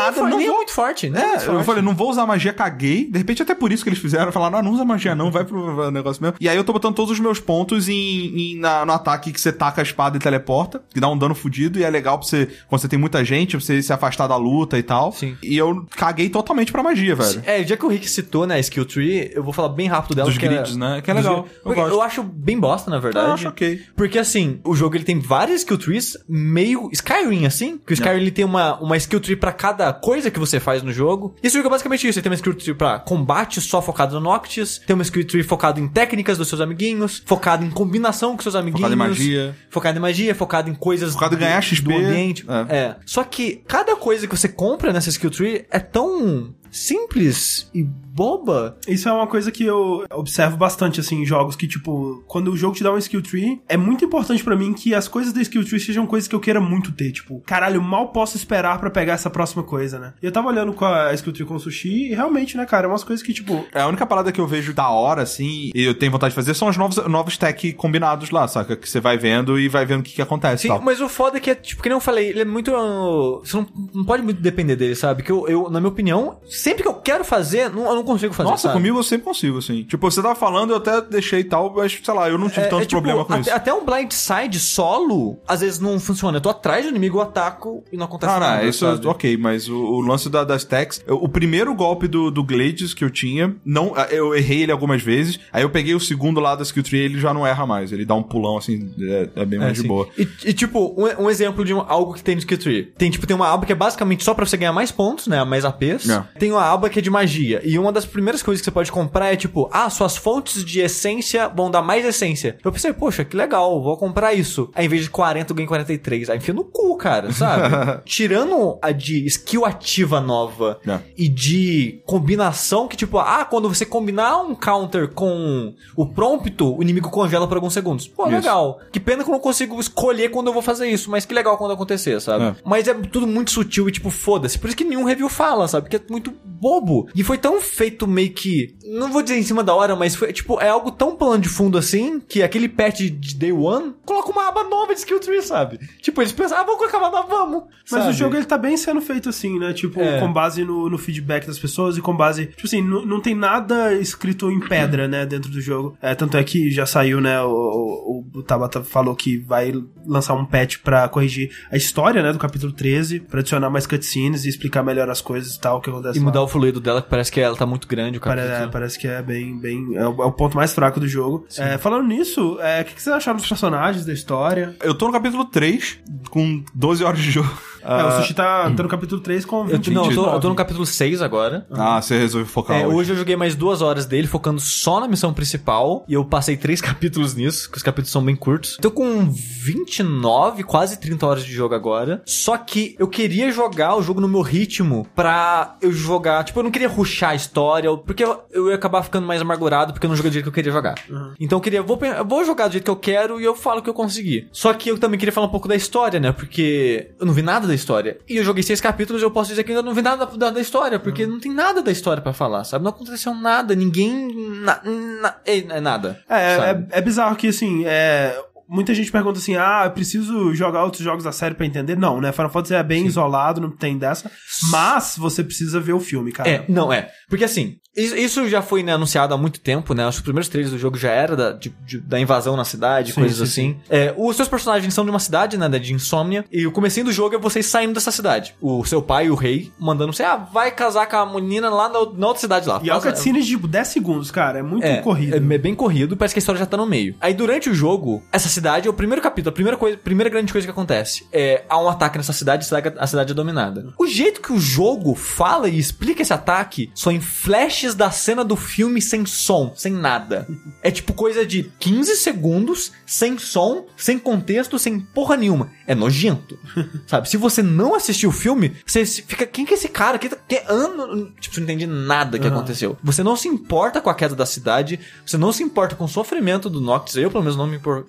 nada, nem, não nem vou... é muito forte, né? É, eu falei, não vou usar magia, caguei. De repente, até por isso que eles fizeram, falaram, ah, não usa magia não, vai pro negócio mesmo. E aí eu tô botando todos os meus pontos em, em, na, no ataque que você taca a espada e teleporta, que dá um dano fudido, e é legal pra você, quando você tem muita gente, você se afastar da luta e tal. Sim. E eu caguei totalmente pra magia, velho. É, já que o Rick citou, né, a skill tree, eu vou falar bem rápido dela. Dos porque grids, é, né? Que é legal. Eu, Eu, eu acho bem bosta, na verdade. Eu acho ok. Porque, assim, o jogo ele tem várias skill trees, meio Skyrim, assim. Que o Skyrim ele tem uma, uma skill tree pra cada coisa que você faz no jogo. E esse jogo é basicamente isso. Você tem uma skill tree pra combate só focado no Noctis. Tem uma skill tree focado em técnicas dos seus amiguinhos. Focado em combinação com seus amiguinhos. Focado em magia. Focado em magia, focado em coisas... Focado em ganhar do, X P. do ambiente. É. é. Só que cada coisa que você compra nessa skill tree é tão... simples e boba. Isso é uma coisa que eu observo bastante, assim, em jogos que, tipo, quando o jogo te dá uma skill tree, é muito importante pra mim que as coisas da skill tree sejam coisas que eu queira muito ter, tipo, caralho, mal posso esperar pra pegar essa próxima coisa, né? E eu tava olhando com a skill tree com o Sushi e realmente, né, cara, é umas coisas que, tipo... É, a única parada que eu vejo da hora, assim, e eu tenho vontade de fazer, são os novos, novos tech combinados lá, saca? Que você vai vendo e vai vendo o que, que acontece. Sim, tal. mas o foda é que, é, tipo, que nem eu falei, ele é muito... Uh, você não, não pode muito depender dele, sabe? Que eu, eu, na minha opinião, sempre que eu quero fazer, não, eu não consigo fazer, Nossa, sabe? comigo eu sempre consigo, assim. Tipo, você tava falando, eu até deixei e tal, mas, sei lá, eu não tive É, tanto é, tipo, problema com até, isso. até um blindside solo, às vezes não funciona. Eu tô atrás do inimigo, eu ataco e não acontece Ah, não, nada, isso sabe? ok, mas o, o lance da, das techs, eu- o primeiro golpe do, do Glades que eu tinha, não, eu errei ele algumas vezes, aí eu peguei o segundo lá da skill tree, ele já não erra mais, ele dá um pulão assim, é, é bem mais É, de sim. boa. E, e, tipo, um, um exemplo de um- algo que tem no skill tree. Tem, tipo, tem uma aba que é basicamente só pra você ganhar mais pontos, né? Mais A Ps. É. Tem uma aba que é de magia. E uma das primeiras coisas que você pode comprar é, tipo, ah, suas fontes de essência vão dar mais essência. Eu pensei, poxa, que legal, vou comprar isso. Aí, em vez de quarenta, eu ganho quarenta e três. Aí enfia no cu, cara, sabe? Tirando a de skill ativa nova É. e de combinação que, tipo, ah, quando você combinar um counter com o prompto, o inimigo congela por alguns segundos. Pô, Isso. legal. Que pena que eu não consigo escolher quando eu vou fazer isso, mas que legal quando acontecer, sabe? É. Mas é tudo muito sutil e, tipo, foda-se. Por isso que nenhum review fala, sabe? Porque é muito bobo. E foi tão feito meio que... Não vou dizer em cima da hora, mas foi, tipo, é algo tão plano de fundo assim, que aquele patch de Day One coloca uma aba nova de skill tree, sabe? Tipo, eles pensam, ah, vamos colocar uma nova, vamos. Mas sabe? o jogo, ele tá bem sendo feito assim, né? Tipo, É. com base no, no feedback das pessoas e com base... Tipo assim, não, não tem nada escrito em pedra, né? Dentro do jogo. É, tanto é que já saiu, né? O, o, o Tabata falou que vai lançar um patch pra corrigir a história, né? Do capítulo treze, pra adicionar mais cutscenes e explicar melhor as coisas e tal, o que acontece E lá. mudar o fluido dela, que parece que ela tá muito grande, o Pare- capítulo. é, parece que é bem... bem é, o, é o ponto mais fraco do jogo. É, falando nisso, é, o que, que vocês acharam dos personagens, da história? Eu tô no capítulo três, com doze horas de jogo. É, o Sushi tá, tá no capítulo três com Eu, vinte não, eu tô, vinte e eu tô no nove. capítulo seis agora. Ah, você resolveu focar É, hoje. hoje eu joguei mais duas horas dele, focando só na missão principal. E eu passei três capítulos nisso, que os capítulos são bem curtos. Tô com vinte e nove, quase trinta horas de jogo agora. Só que eu queria jogar o jogo no meu ritmo pra eu jogar. Tipo, eu não queria rushar a história, porque eu, eu ia acabar ficando mais amargurado porque eu não joguei do jeito que eu queria jogar. Uhum. Então eu queria, vou, pe- eu vou jogar do jeito que eu quero e eu falo que eu consegui. Só que eu também queria falar um pouco da história, né? Porque eu não vi nada da história. E eu joguei seis capítulos e eu posso dizer que ainda não vi nada da, da, da história, porque não tem nada da história pra falar, sabe? Não aconteceu nada, ninguém... Na, na, é, é nada. É, sabe? é, é bizarro que, assim, é... Muita gente pergunta assim, ah, eu preciso jogar outros jogos da série pra entender. Não, né? Final Fantasy é bem isolado, não tem dessa. Mas você precisa ver o filme, cara. É, não, é. Porque assim, isso, isso já foi, né, anunciado há muito tempo, né? Os primeiros trailers do jogo já era da, de, de- da invasão na cidade, Sim, coisas sim, assim. É, os seus personagens são de uma cidade, né, de Insomnia, e o comecinho do jogo é vocês saindo dessa cidade. O seu pai, o rei, mandando você, ah, vai casar com a menina lá na, na outra cidade lá. E é uma Faz- cutscene de, tipo, dez segundos, cara. É muito É, corrido. é bem corrido, parece que a história já tá no meio. Aí durante o jogo, essa cidade é o primeiro capítulo, a primeira coisa, primeira grande coisa que acontece. É, há um ataque nessa cidade, a cidade- a cidade é dominada. O jeito que o jogo fala e explica esse ataque são em flashes da cena do filme sem som, sem nada. É tipo coisa de quinze segundos, sem som, sem contexto, sem porra nenhuma. É nojento. Sabe? Se você não assistiu o filme, você fica, quem que é esse cara? Que, que ano... Tipo, você não entende nada que Uhum. aconteceu. Você não se importa com a queda da cidade, você não se importa com o sofrimento do Noctis, eu pelo menos não me importei.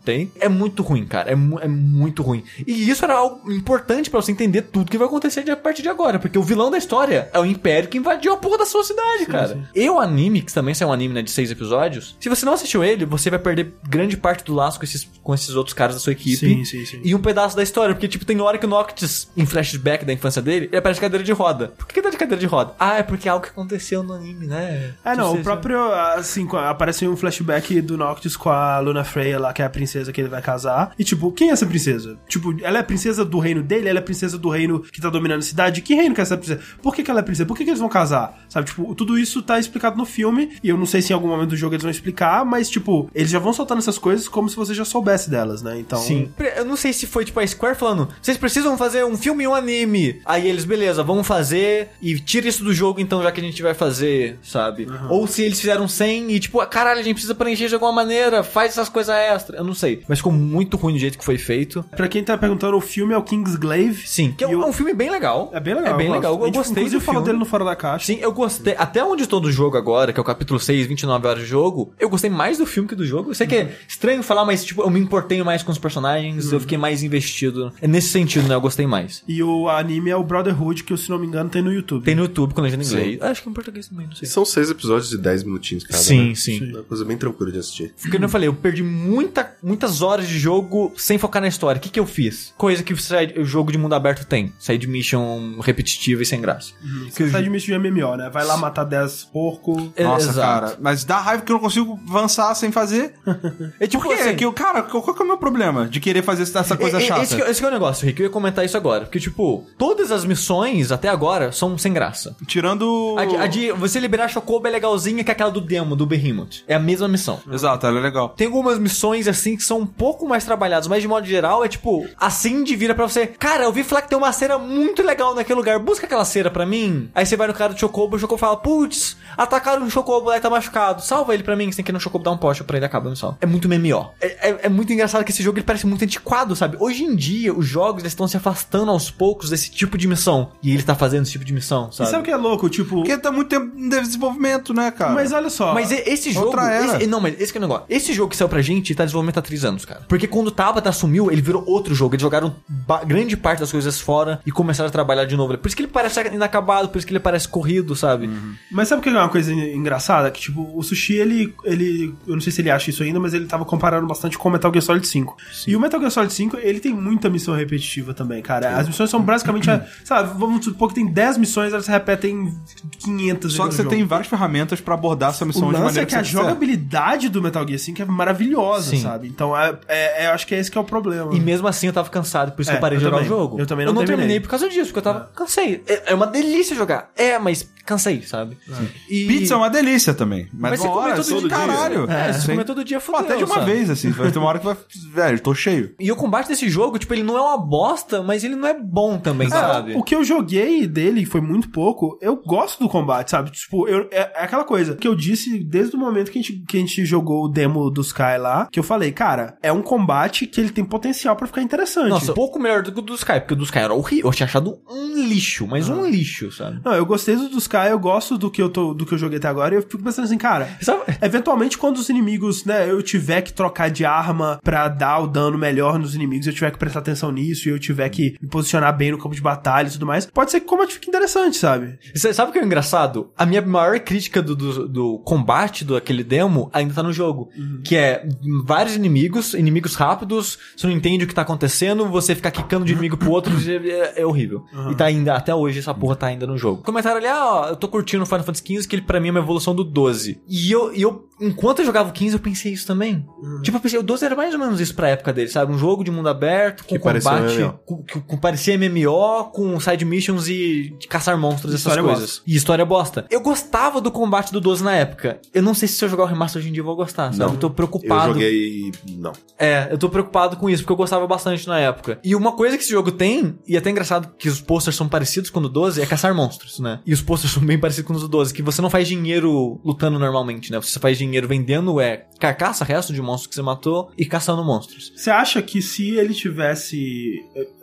é muito ruim, cara. É, mu- é muito ruim. E isso era algo importante pra você entender tudo que vai acontecer a partir de agora. Porque o vilão da história é o Império que invadiu a porra da sua cidade, cara. sim. E o anime, que também é um anime, né, de seis episódios, se você não assistiu ele, você vai perder grande parte do laço com esses, com esses outros caras da sua equipe. Sim, sim, sim. E um pedaço da história. Porque, tipo, tem hora que o Noctis, em flashback da infância dele, ele aparece de cadeira de roda. Por que ele tá de cadeira de roda? Ah, é porque é algo que aconteceu no anime, né? É, não, Tipo, o próprio, assim, aparece um flashback do Noctis com a Luna Freya lá, que é a princesa que ele vai casar. E, tipo, quem é essa princesa? Tipo, ela é princesa do reino dele? Ela é princesa do reino que tá dominando a cidade? Que reino que é essa princesa? Por que que ela é princesa? Por que que eles vão casar? Sabe, tipo, tudo isso tá explicado no filme, e eu não sei se em algum momento do jogo eles vão explicar, mas, tipo, eles já vão soltando essas coisas como se você já soubesse delas, né? Então... Sim. Eu não sei se foi, tipo, a Square falando, vocês precisam fazer um filme e um anime. Aí eles, beleza, vamos fazer e tira isso do jogo, então, já que a gente vai fazer, sabe? Uhum. Ou se eles fizeram sem e, tipo, caralho, a gente precisa preencher de alguma maneira, faz essas coisas extras. Eu não sei. Mas ficou muito ruim do jeito que foi feito. Pra quem tá perguntando, o filme é o Kingsglaive. Sim, que é um, eu... um filme bem legal. É bem legal. É bem eu legal. Eu gente, gostei inclusive do falou filme. dele no Fora da Caixa. Sim, eu gostei. Até onde estou do jogo agora, que é o capítulo seis, vinte e nove horas de jogo, eu gostei mais do filme que do jogo. Eu sei que é estranho falar, mas, tipo, eu me importei mais com os personagens, uhum. eu fiquei mais investido. É nesse sentido, né? Eu gostei mais. E o anime é o Brotherhood, que, se não me engano, tem no YouTube. Tem no YouTube, com legenda em inglês. Acho que em português também, não sei. E são seis episódios de dez minutinhos cada, sim, né? Sim, sim. É uma coisa bem tranquila de assistir. Porque como eu falei, eu perdi muita, muitas horas de jogo sem focar na história. O que que eu fiz? Coisa que o jogo de mundo aberto tem. Side mission repetitiva e sem graça. Uhum. Que side mission de M M O, né? Vai lá matar dez porcos. Nossa, Exato. cara. Mas dá raiva que eu não consigo avançar sem fazer. É tipo Por quê? assim, que eu, cara, qual, qual que é o meu problema de querer fazer essa coisa é, chata? Esse, que, esse que é o negócio, Rick. Eu ia comentar isso agora. Porque, tipo, todas as missões até agora são sem graça. Tirando... A de, a de você liberar a Chocobo é legalzinha, que é aquela do demo, do Behemoth. É a mesma missão. Exato, ela é legal. Tem algumas missões, assim, que são um pouco mais trabalhadas, mas de modo geral é, tipo, assim de vira pra você. Cara, eu vi falar que tem uma cera muito legal naquele lugar. Busca aquela cera pra mim. Aí você vai no cara do Chocobo, o Chocobo fala, putz, atacaram um Chocobo lá e tá machucado. Salva ele pra mim, que você tem que ir no Chocobo dar um poste pra ele, acaba no sal. É muito M M O. É, é, é muito engraçado que esse jogo ele parece muito antiquado, sabe? Hoje em dia, os jogos eles estão se afastando aos poucos desse tipo de missão. E ele tá fazendo esse tipo de missão, sabe? E sabe o que é louco? Tipo... Porque tá muito tempo em desenvolvimento, né, cara? Mas olha só... Mas esse jogo... Outra era. Esse, não, mas esse que é o negócio. Esse jogo que saiu pra gente tá em desenvolvimento há três anos, cara. Porque quando o Tabata assumiu, ele virou outro jogo. Eles jogaram grande parte das coisas fora e começaram a trabalhar de novo. Por isso que ele parece inacabado, por isso que ele parece corrido, sabe? Uhum. Mas sabe o que é uma coisa engraçada? Que, tipo, o Sushi, ele, ele... Eu não sei se ele acha isso ainda, mas ele tava comparando bastante com o Metal Gear Solid cinco. Sim. E o Metal Gear Solid cinco, ele tem muita missão repetitiva também, cara. Sim. As missões são basicamente... sabe, vamos supor que tem dez missões, elas se repetem quinhentas. Só que você jogo. tem várias ferramentas pra abordar essa missão o de maneira é que, que a jogabilidade do Metal Gear cinco é maravilhosa, Sim. sabe? Então, é, é, é, eu acho que é esse que é o problema. E mesmo assim eu tava cansado, por isso é, que eu parei de jogar também. o jogo. Eu também não Eu não terminei. terminei por causa disso, porque eu tava... É. Cansei. É, é uma delícia jogar. É, mas cansei, sabe? É. E... Pizza é uma delícia também. Mas, mas você uma come hora, todo todo dia. Caralho. É, É, você come todo dia, fudeu, até de uma sabe? vez, assim. Vai ter uma hora que vai... Velho, tô cheio. E o combate desse jogo, tipo, ele não é uma bosta, mas ele não é bom também, é, sabe? O que eu joguei dele foi muito pouco. Eu gosto do combate, sabe? Tipo, eu, é, é aquela coisa que eu disse desde o momento que a, gente, que a gente jogou o demo do Sky lá, que eu falei, cara, é um combate que ele tem potencial pra ficar interessante. Nossa, um pouco melhor do que o do Sky, porque o do Sky era horrível. Eu tinha achado um lixo, mas ah. um lixo, sabe? Não, eu gostei do, do Sky, eu gosto do que eu, tô, do que eu joguei até agora, e eu fico pensando assim, cara, sabe? Eventualmente quando os inimigos, né, eu tiver que trocar de arma pra dar o dano melhor nos inimigos, eu tiver que prestar atenção nisso, e eu tiver que me posicionar bem no campo de batalha e tudo mais, pode ser que o combate fique interessante, sabe? Você sabe o que é engraçado? A minha maior crítica do, do, do combate do aquele demo ainda tá no jogo, uhum. que é vários inimigos, inimigos rápidos, você não entende o que tá acontecendo, você ficar quicando de inimigo pro outro, é, é horrível. Uhum. E tá ainda, até hoje, essa porra tá ainda no jogo. Comentaram ali, ah, ó, eu tô curtindo o Final Fantasy quinze, que ele pra mim é uma evolução do doze. E eu, e eu enquanto eu jogava o quinze, eu pensei isso também. Uhum. Tipo, eu pensei, o doze era mais ou menos isso pra época dele, sabe? Um jogo de mundo aberto, com que combate, com, com, com parecia M M O, com side missions e de caçar monstros, essas história coisas. Bosta. E história bosta. Eu gostava do combate do doze na época. Eu não sei se eu jogar o remaster hoje em dia eu vou gostar, sabe? Não. Eu tô preocupado. Eu joguei... Não. É, eu tô preocupado com isso, porque eu gostava bastante na época. E uma coisa que esse jogo tem, e é até engraçado que os posters são parecidos com o do doze, é caçar monstros, né? E os posters são bem parecidos com os do doze, que você não faz dinheiro lutando normalmente, né? Você faz dinheiro vendendo, é, carcaça, resto de monstros que você matou, e caçando monstros. Você acha que se ele tivesse...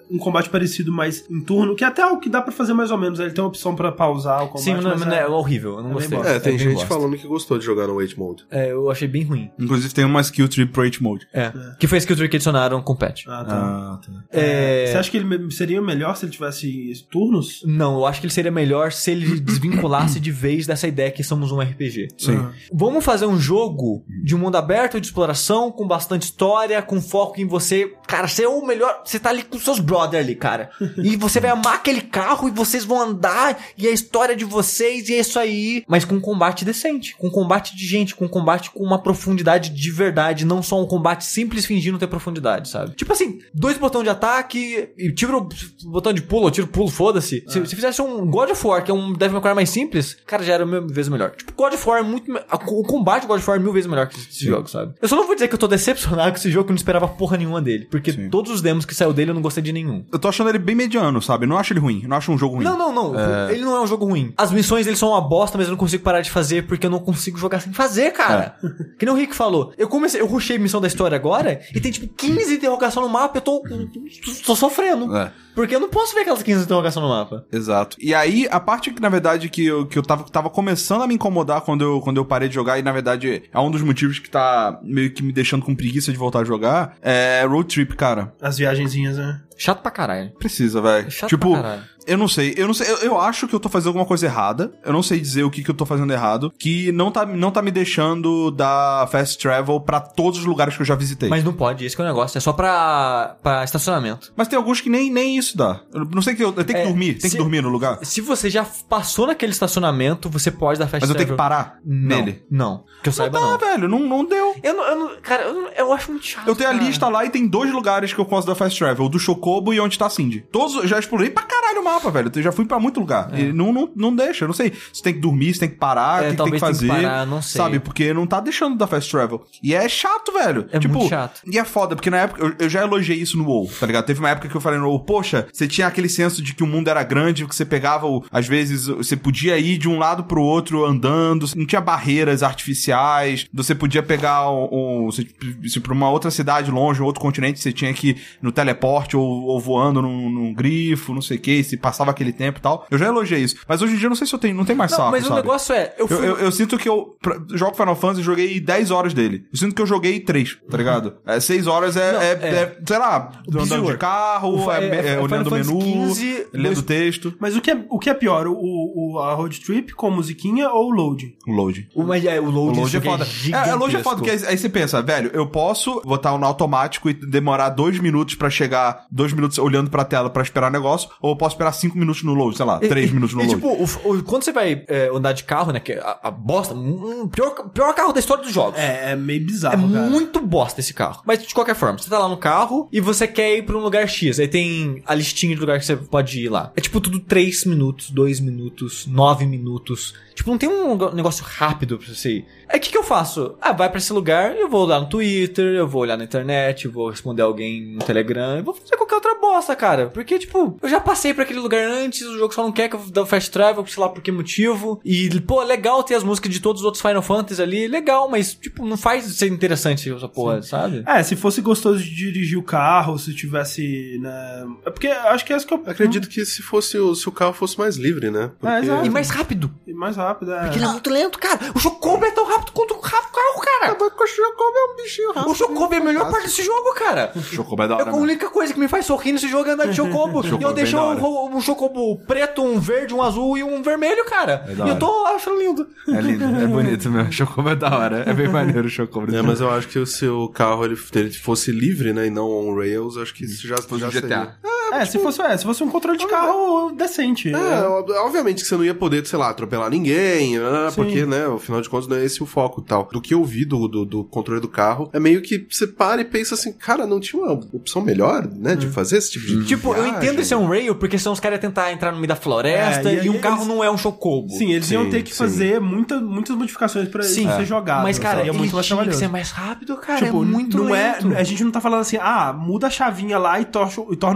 um combate parecido, mas em turno, que até é o que dá pra fazer mais ou menos. Ele tem uma opção pra pausar o combate. Sim, não, mas não é... é horrível, eu não é gostei. bem É, tem é gente bosta. falando que gostou de jogar no Wait Mode. É, eu achei bem ruim. Inclusive tem uma skill tree pro H Mode. É. Que foi a skill tree que adicionaram com o patch. Ah, tá. Ah, tá. É... Você acha que ele me- seria melhor se ele tivesse turnos? Não, eu acho que ele seria melhor se ele desvinculasse de vez dessa ideia que somos um R P G. Sim. Ah. Vamos fazer um jogo de mundo aberto, de exploração, com bastante história, com foco em você. Cara, você é o melhor. Você tá ali com seus brother ali, cara. E você vai amar aquele carro e vocês vão andar e a história de vocês e é isso aí. Mas com um combate decente, com um combate de gente, com um combate com uma profundidade de verdade, não só um combate simples fingindo ter profundidade, sabe? Tipo assim, dois botões de ataque e tiro o botão de pulo, tiro pulo, foda-se. Se, se fizesse um God of War, que é um Devil May Cry mais simples, cara, já era mil vezes melhor. Tipo, God of War é muito... me- O combate do God of War é mil vezes melhor que esse jogo, sabe? Eu só não vou dizer que eu tô decepcionado com esse jogo, que eu não esperava porra nenhuma dele. Porque Sim. todos os demos que saiu dele eu não gostei de nenhum. Eu tô achando ele bem mediano, sabe? Eu não acho ele ruim. Eu não acho um jogo ruim. Não, não, não. Ele não é um jogo ruim. As missões dele são uma bosta, mas eu não consigo parar de fazer porque eu não consigo jogar sem fazer, cara. Que nem o Rick falou. Eu comecei, eu rushei a missão da história agora e tem tipo quinze interrogações no mapa e eu tô, tô sofrendo. É. Porque eu não posso ver aquelas quinze interrogações no mapa. Exato. E aí, a parte que, na verdade, que eu, que eu tava, tava começando a me incomodar quando eu, quando eu parei de jogar, e na verdade é um dos motivos que tá meio que me deixando com preguiça de voltar a jogar, é road trip, cara. As viagenzinhas, né? Chato pra caralho. Precisa, velho. Chato Tipo, pra caralho. eu não sei, eu não sei, eu, eu acho que eu tô fazendo alguma coisa errada, eu não sei dizer o que que eu tô fazendo errado, que não tá, não tá me deixando dar fast travel pra todos os lugares que eu já visitei. Mas não pode, esse que é o negócio. É só pra, pra estacionamento. Mas tem alguns que nem, nem isso dá. Eu não sei que eu, eu tenho que É, dormir, tem se- que dormir no lugar. Se você já passou naquele estacionamento, você pode dar fast Mas eu travel. tenho que parar Não, nele. Não. Que eu saiba, Ah, não. velho, não, não deu. Eu não, eu não... Cara, eu, não- eu acho muito chato, Eu tenho a cara. lista lá e tem dois lugares que eu posso dar fast travel, o do Chocobo e onde tá a Cindy. Todos, eu já explorei pra caralho o mapa, velho. Eu já fui pra muito lugar. E não, não, não deixa, eu não sei. Você tem que dormir, você tem que parar, o É, que, que tem que talvez tenha fazer. que parar, não sei. Sabe, porque não tá deixando dar fast travel. E é chato, velho. É tipo, muito chato. E é foda, porque na época, eu, eu já elogiei isso no WoW, tá ligado? Teve uma época que eu falei no WoW, poxa, você tinha aquele senso de que o mundo era grande, que você pegava, o- às vezes, você podia ir de um lado pro outro andando, não tinha barreiras artificiais, você podia pegar um, um se, se pra uma outra cidade longe, um outro continente, você tinha que ir no teleporte ou, ou voando num, num grifo, não sei o que, se passava aquele tempo e tal. Eu já elogiei isso. Mas hoje em dia eu não sei se eu tenho, não tem mais Não, saco, mas sabe? o negócio é... Eu, fui... Eu, eu, eu sinto que eu pra- jogo Final Fantasy e joguei dez horas dele. Eu sinto que eu joguei três, tá ligado? É, seis horas é, Não, é, é. é, sei lá, andando de Bezier. carro, O- é, é- é, é olhando o Final Fantasy menu, quinze, lendo dois- texto. Mas o que é, o que é pior? O, o, a road trip com musiquinha ou o load? O load. O, mas é, o O load, load é foda. É, é, load é foda, porque aí, aí você pensa, velho, eu posso botar no automático e demorar dois minutos pra chegar, dois minutos olhando pra tela pra esperar o negócio, ou eu posso esperar cinco minutos no load, sei lá, três minutos no e, load. tipo, o, o- quando você vai é, andar de carro, né, que é a, a bosta, um, pior, pior carro da história dos jogos. É, é meio É bizarro, cara. muito bosta esse carro. Mas de qualquer forma, você tá lá no carro e você quer ir pra um lugar X. Aí tem a listinha de lugar que você pode ir lá. É tipo tudo três minutos, dois minutos, nove minutos. Tipo, não tem um negócio rápido pra você ir. Aí o que, que eu faço? Ah, vai pra esse lugar, eu vou olhar no Twitter, eu vou olhar na internet, eu vou responder alguém no Telegram, eu vou fazer qualquer outra bosta, cara. Porque, tipo, eu já passei pra aquele lugar antes, o jogo só não quer que eu dê fast travel, sei lá por que motivo. E, pô, legal ter as músicas de todos os outros Final Fantasy ali, legal, mas, tipo, não faz ser interessante essa porra, sabe? É, se fosse gostoso de dirigir o carro, se tivesse, né... É porque acho que é isso que eu... Acredito que se fosse o, se o carro fosse mais livre, né? Porque... É, exato. E mais rápido. E mais rápido, é. Porque ele é muito lento, cara. O Chocobo é tão rápido quanto o carro, cara. o Chocobo é um bichinho rápido. O Chocobo é a melhor parte desse jogo, cara. Chocobo é da hora, A mano. única coisa que me faz sorrir nesse jogo é andar de Chocobo. Chocobo E eu é bem deixo da hora. um, um Chocobo preto, um verde, um azul e um vermelho, cara. É da E eu hora. tô achando lindo. É lindo, é bonito mesmo. Chocobo é da hora. É bem maneiro o Chocobo. É, mas eu acho que se o carro ele, ele fosse livre, né, e não on rails, acho que isso já, Fosse já um G T A. seria. É, se fosse, é, se fosse um controle de carro decente. É, ob- obviamente que você não ia poder, sei lá, atropelar ninguém, né, Sim. porque, né, afinal de contas não é esse o foco e tal. Do que eu vi do, do, do controle do carro, é meio que você para e pensa assim, cara, não tinha uma opção melhor, né, de fazer esse tipo de Tipo, eu viagem? entendo esse é um rail, porque senão os caras iam tentar entrar no meio da floresta É, e, e um aí carro eles- não é um Chocobo. Sim, eles Sim, iam ter que sim. fazer muita, muitas modificações pra Sim. isso ser jogado. Mas, cara, seria ele muito mais tinha que trabalhoso. ser mais rápido, cara. Tipo, é muito não lento. é, a gente não tá falando assim, ah, muda a chavinha lá e torna, e torna o carro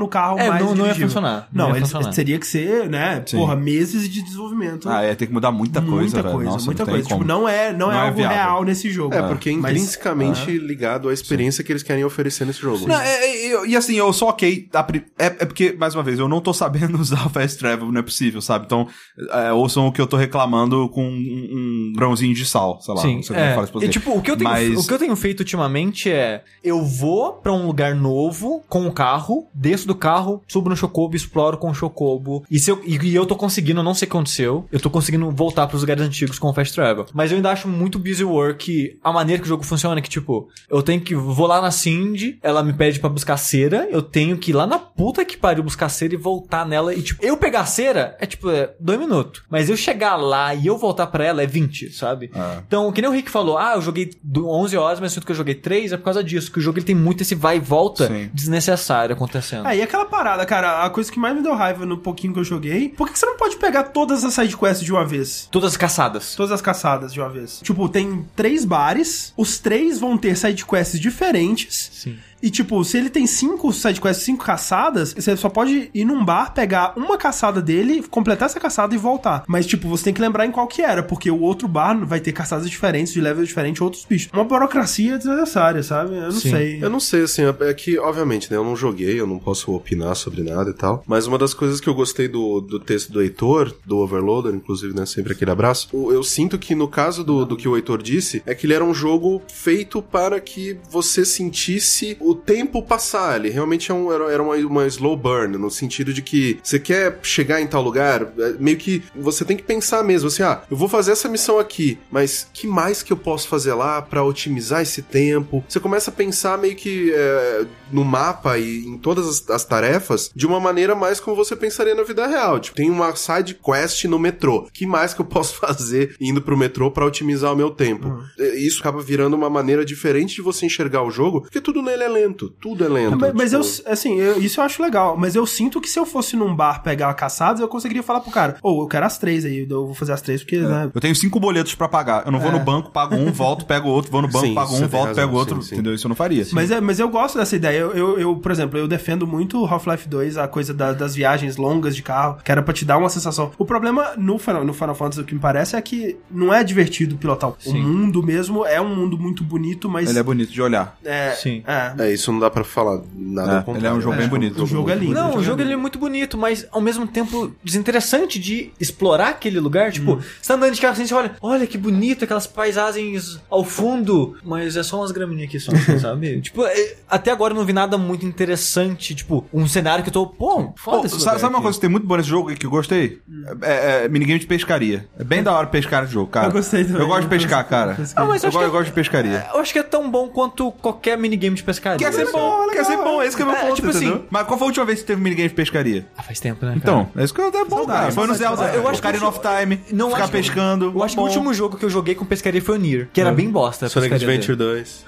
É, mais não, não ia dirigível. funcionar. Não, Não ia ele funcionar. teria que ser, né, Sim. porra, meses de desenvolvimento. Ah, ia ter que mudar muita coisa, muita velho. coisa, Nossa, muita não tem coisa. Tipo, como. não é, não é Não é algo viável. real nesse jogo. É, porque é Mas- intrinsecamente ligado à experiência que eles querem oferecer nesse jogo. Não, é, é, eu- e assim, eu sou ok. a pri- É, é porque, mais uma vez, eu não tô sabendo usar o Fast Travel, não é possível, sabe? Então, é, ouçam o que eu tô reclamando com um, um grãozinho de sal, sei lá. Sim, não sei como é. fala isso pra E você. tipo, o que, eu tenho, Mas- o que eu tenho feito ultimamente é... Eu vou pra um lugar novo com o carro, desço do carro, subo no Chocobo, exploro com o Chocobo. E, se eu, e, e eu tô conseguindo, eu não sei o que aconteceu, eu tô conseguindo voltar pros lugares antigos com o Fast Travel. Mas eu ainda acho muito busy work a maneira que o jogo funciona, que tipo... Eu tenho que... Vou lá na Cindy, ela me pede pra buscar cera, eu tenho que ir lá na puta que pariu buscar cera e voltar nela. E tipo, eu pegar cera é tipo, é dois minutos. Mas eu chegar lá e eu voltar pra ela é vinte, sabe? É. Então, que nem o Rick falou, ah, eu joguei do- onze horas, mas sinto que eu joguei três, é por causa disso, que o jogo ele tem muito esse vai e volta Sim. desnecessário acontecendo. É, e aquela parada, cara, a coisa que mais me deu raiva no pouquinho que eu joguei, por que que você não pode pegar todas as sidequests de uma vez? Todas as caçadas. Todas as caçadas de uma vez. Tipo, tem três bares, os três vão ter sidequests diferentes. Sim. E, tipo, se ele tem cinco sidequests, cinco caçadas, você só pode ir num bar, pegar uma caçada dele, completar essa caçada e voltar. Mas, tipo, você tem que lembrar em qual que era, porque o outro bar vai ter caçadas diferentes, de level diferente, outros bichos. Uma burocracia desnecessária, sabe? Eu não Sim. sei. Eu não sei, assim, é que, obviamente, né, eu não joguei, eu não posso opinar sobre nada e tal, mas uma das coisas que eu gostei do, do texto do Heitor, do Overloader, inclusive, né, sempre aquele abraço, o- eu sinto que no caso do, do que o Heitor disse, é que ele era um jogo feito para que você sentisse o tempo passar, ele realmente é um, era, era uma, uma slow burn, no sentido de que você quer chegar em tal lugar, é, meio que você tem que pensar mesmo, assim, ah, eu vou fazer essa missão aqui, mas que mais que eu posso fazer lá pra otimizar esse tempo? Você começa a pensar meio que é, no mapa e em todas as, as tarefas de uma maneira mais como você pensaria na vida real. Tipo, tem uma side quest no metrô. Que mais que eu posso fazer indo pro metrô pra otimizar o meu tempo? Uhum. É, Isso acaba virando uma maneira diferente de você enxergar o jogo, porque tudo nele é lento. Tudo é lento. Mas, mas tipo... eu, assim, eu- isso eu acho legal. Mas eu sinto que se eu fosse num bar pegar caçadas, eu conseguiria falar pro cara, ô, eu quero as três aí, eu vou fazer as três, porque, né? Eu tenho cinco boletos pra pagar. Eu não vou É. no banco, pago um, volto, pego outro, vou no banco, Sim, pago você um, tem volto, razão, pego outro. sim, sim. Entendeu? Isso eu não faria. Mas, é, mas eu gosto dessa ideia. Eu, eu, eu, por exemplo, eu defendo muito Half-Life dois, a coisa da- das viagens longas de carro, que era pra te dar uma sensação. O problema no Final, no Final Fantasy, o que me parece, é que não é divertido pilotar. O Sim. mundo mesmo é um mundo muito bonito, mas... Ele é bonito de olhar. é, Sim. é. É, isso não dá pra falar nada É, ao contrário. ele é um jogo Eu bem acho bonito. O jogo é lindo. Não, jogo o jogo é ele é muito bonito, mas ao mesmo tempo desinteressante de explorar aquele lugar. Tipo, você tá andando de carro assim, você olha, olha que bonito, aquelas paisagens ao fundo, mas é só umas graminhas aqui só, sabe? Tipo, é, até agora eu não vi nada muito interessante, tipo, um cenário que eu tô, pô, foda Pô, esse sabe, lugar sabe uma aqui. coisa que tem muito boa nesse jogo e que eu gostei? É, é minigame de pescaria. É bem da hora pescar esse jogo, cara. Eu gostei também. Eu gosto de pescar, cara. Ah, mas eu, acho go- que eu é- gosto de pescaria. Eu acho que é tão bom quanto qualquer minigame de pescaria. Quer ser bom, quer ser bom, esse que é o meu É, ponto, tipo assim- entendeu? Mas qual foi a última vez que teve minigame de pescaria? Ah, faz tempo, né, cara? Então, é isso que é bom, Saudade, cara. Foi no saudade, Zelda, eu acho que Ocarina o of Time, Não ficar acho que- pescando. Eu acho que o bom. último jogo que eu joguei com pescaria foi o Nier, que era bem bosta. a Sonic pescaria Adventure dele. dois.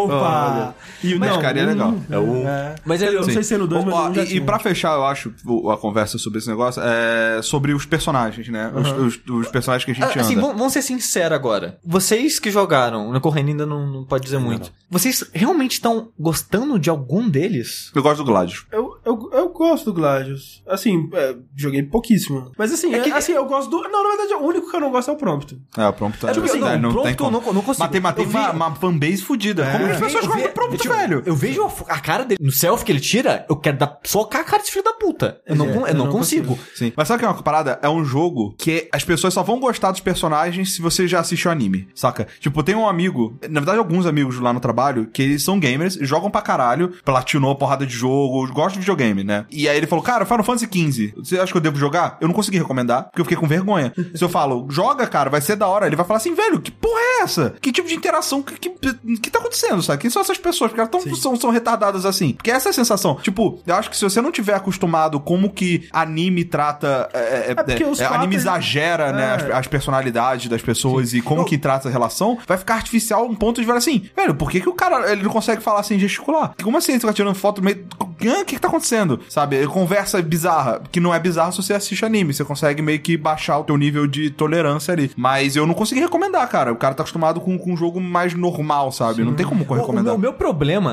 Opa! E, Mas pescaria é legal. É um... É. Mas ele, Eu não sei se é no dois, mas Ó, no um já e, e tinha. pra fechar, eu acho, o- a conversa sobre esse negócio, é sobre os personagens, né? Os, os- os personagens que a gente assim, anda. vamos, vamos ser sinceros agora. Vocês que jogaram, no Correndo ainda não, não pode dizer muito. Vocês realmente estão gostando de algum deles? Eu gosto do Gladius. Eu, eu, eu gosto do Gladius. Assim, é, joguei pouquíssimo. Mas assim, É que- é- assim, eu gosto do... Não, na verdade, o único que eu não gosto é o Prompto. É, o Prompto É tipo assim, né, não, tem Prompto como. eu não- não consigo. Mas tem, mas tem Eu uma, vi- uma fanbase fodida. Como que as pessoas Eu jogam ve- Prompto, tipo, velho? Eu vejo a, a cara dele no selfie que ele tira, eu quero dar, socar a cara desse filho da puta. Eu não, É, eu eu não não consigo. Sim. Mas sabe o que é uma parada? É um jogo que as pessoas só vão gostar dos personagens se você já assistiu o anime, saca? Tipo, tem um amigo, na verdade alguns amigos lá no trabalho, que eles são gamers, jogam pra caralho, platinou a porrada de jogo, gostam de videogame, né? E aí ele falou, cara, Final Fantasy quinze, você acha que eu devo jogar? Eu não consegui recomendar, porque eu fiquei com vergonha. Se eu falo, joga, cara, vai ser da hora, ele vai falar assim, velho, que porra é essa? Que tipo de interação, que, que, que tá acontecendo, sabe? Quem são essas pessoas? Porque elas tão, são, são retardadas assim. Porque essa é a sensação. Tipo, eu acho que se você não tiver acostumado como que anime trata... É, é, É porque os é, anime quatro- exagera, É. né, as, as personalidades das pessoas e como que trata a relação, vai ficar artificial um ponto de ver assim, velho, por que que o cara, ele não consegue falar sem gesticular? Como assim ele tá tirando foto meio... O que que tá acontecendo? Sabe? Ele conversa bizarra, que não é bizarro se você assiste anime, você consegue meio que baixar o teu nível de tolerância ali. Mas eu não consegui recomendar, cara. O cara tá acostumado com, com um jogo mais normal, sabe? Não tem como O, o, recomendar. meu, o meu problema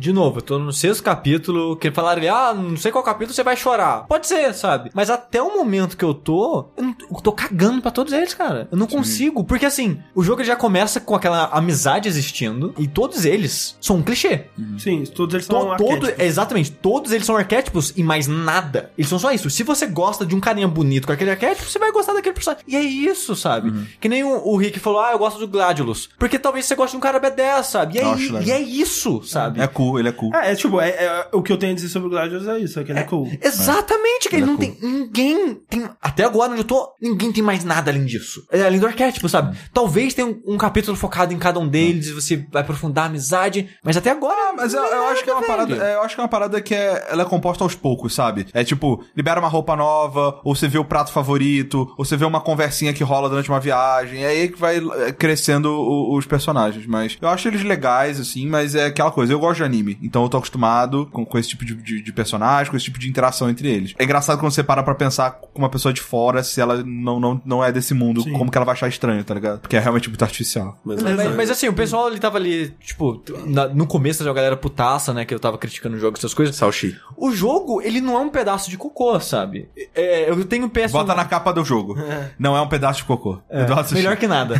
de novo, eu tô no sexto capítulo, que falaram ali, ah, não sei qual capítulo você vai chorar. Pode ser, sabe? Mas até o momento que eu tô, eu, não, eu tô cagando pra todos eles, cara. Eu não Sim. consigo, porque assim, o jogo já começa com aquela amizade existindo, e todos eles são um clichê. Sim, todos eles são to, arquétipos. Todo, exatamente, todos eles são arquétipos e mais nada. Eles são só isso. Se você gosta de um carinha bonito com aquele arquétipo, você vai gostar daquele personagem. E é isso, sabe? Uhum. Que nem o, o Rick falou, ah, eu gosto do Gladiolus. Porque talvez você goste de um cara B dez, sabe? E é, e, e é isso, sabe? É cool, ele é cool. É, é tipo, é, é, o que eu tenho a dizer sobre o Gladiolus é isso, é que ele é, é cool. Exatamente, que ele, ele não é cool. tem... Ninguém tem... Até agora onde eu tô, ninguém tem mais nada além disso. É, além do arquétipo, sabe? Talvez tenha um, um capítulo focado em cada um deles e você vai aprofundar a amizade, mas até agora... Ah, mas eu, eu acho que é uma parada... É, eu acho que é uma parada que é, ela é composta aos poucos, sabe? É tipo, libera uma roupa nova, ou você vê o prato favorito, ou você vê uma conversinha que rola durante uma viagem, é aí que vai crescendo o, os personagens, mas eu acho eles legais, assim, mas é aquela coisa, eu gosto de anime, então eu tô acostumado com, com esse tipo de, de, de personagem, com esse tipo de interação entre eles. É engraçado quando você para pra pensar com uma pessoa de fora, se ela não, não, não é desse mundo, Sim. como que ela vai achar estranho, tá ligado? Porque é realmente muito artificial. Mas, mas, mas, mas assim, o pessoal, ele tava ali, tipo, na, no começo da galera putaça, né, que eu tava criticando o jogo, essas coisas. Salchi. O jogo, ele não é um pedaço de cocô, sabe? É, eu tenho P S um... Bota na capa do jogo. É. Não é um pedaço de cocô. É. Melhor que nada.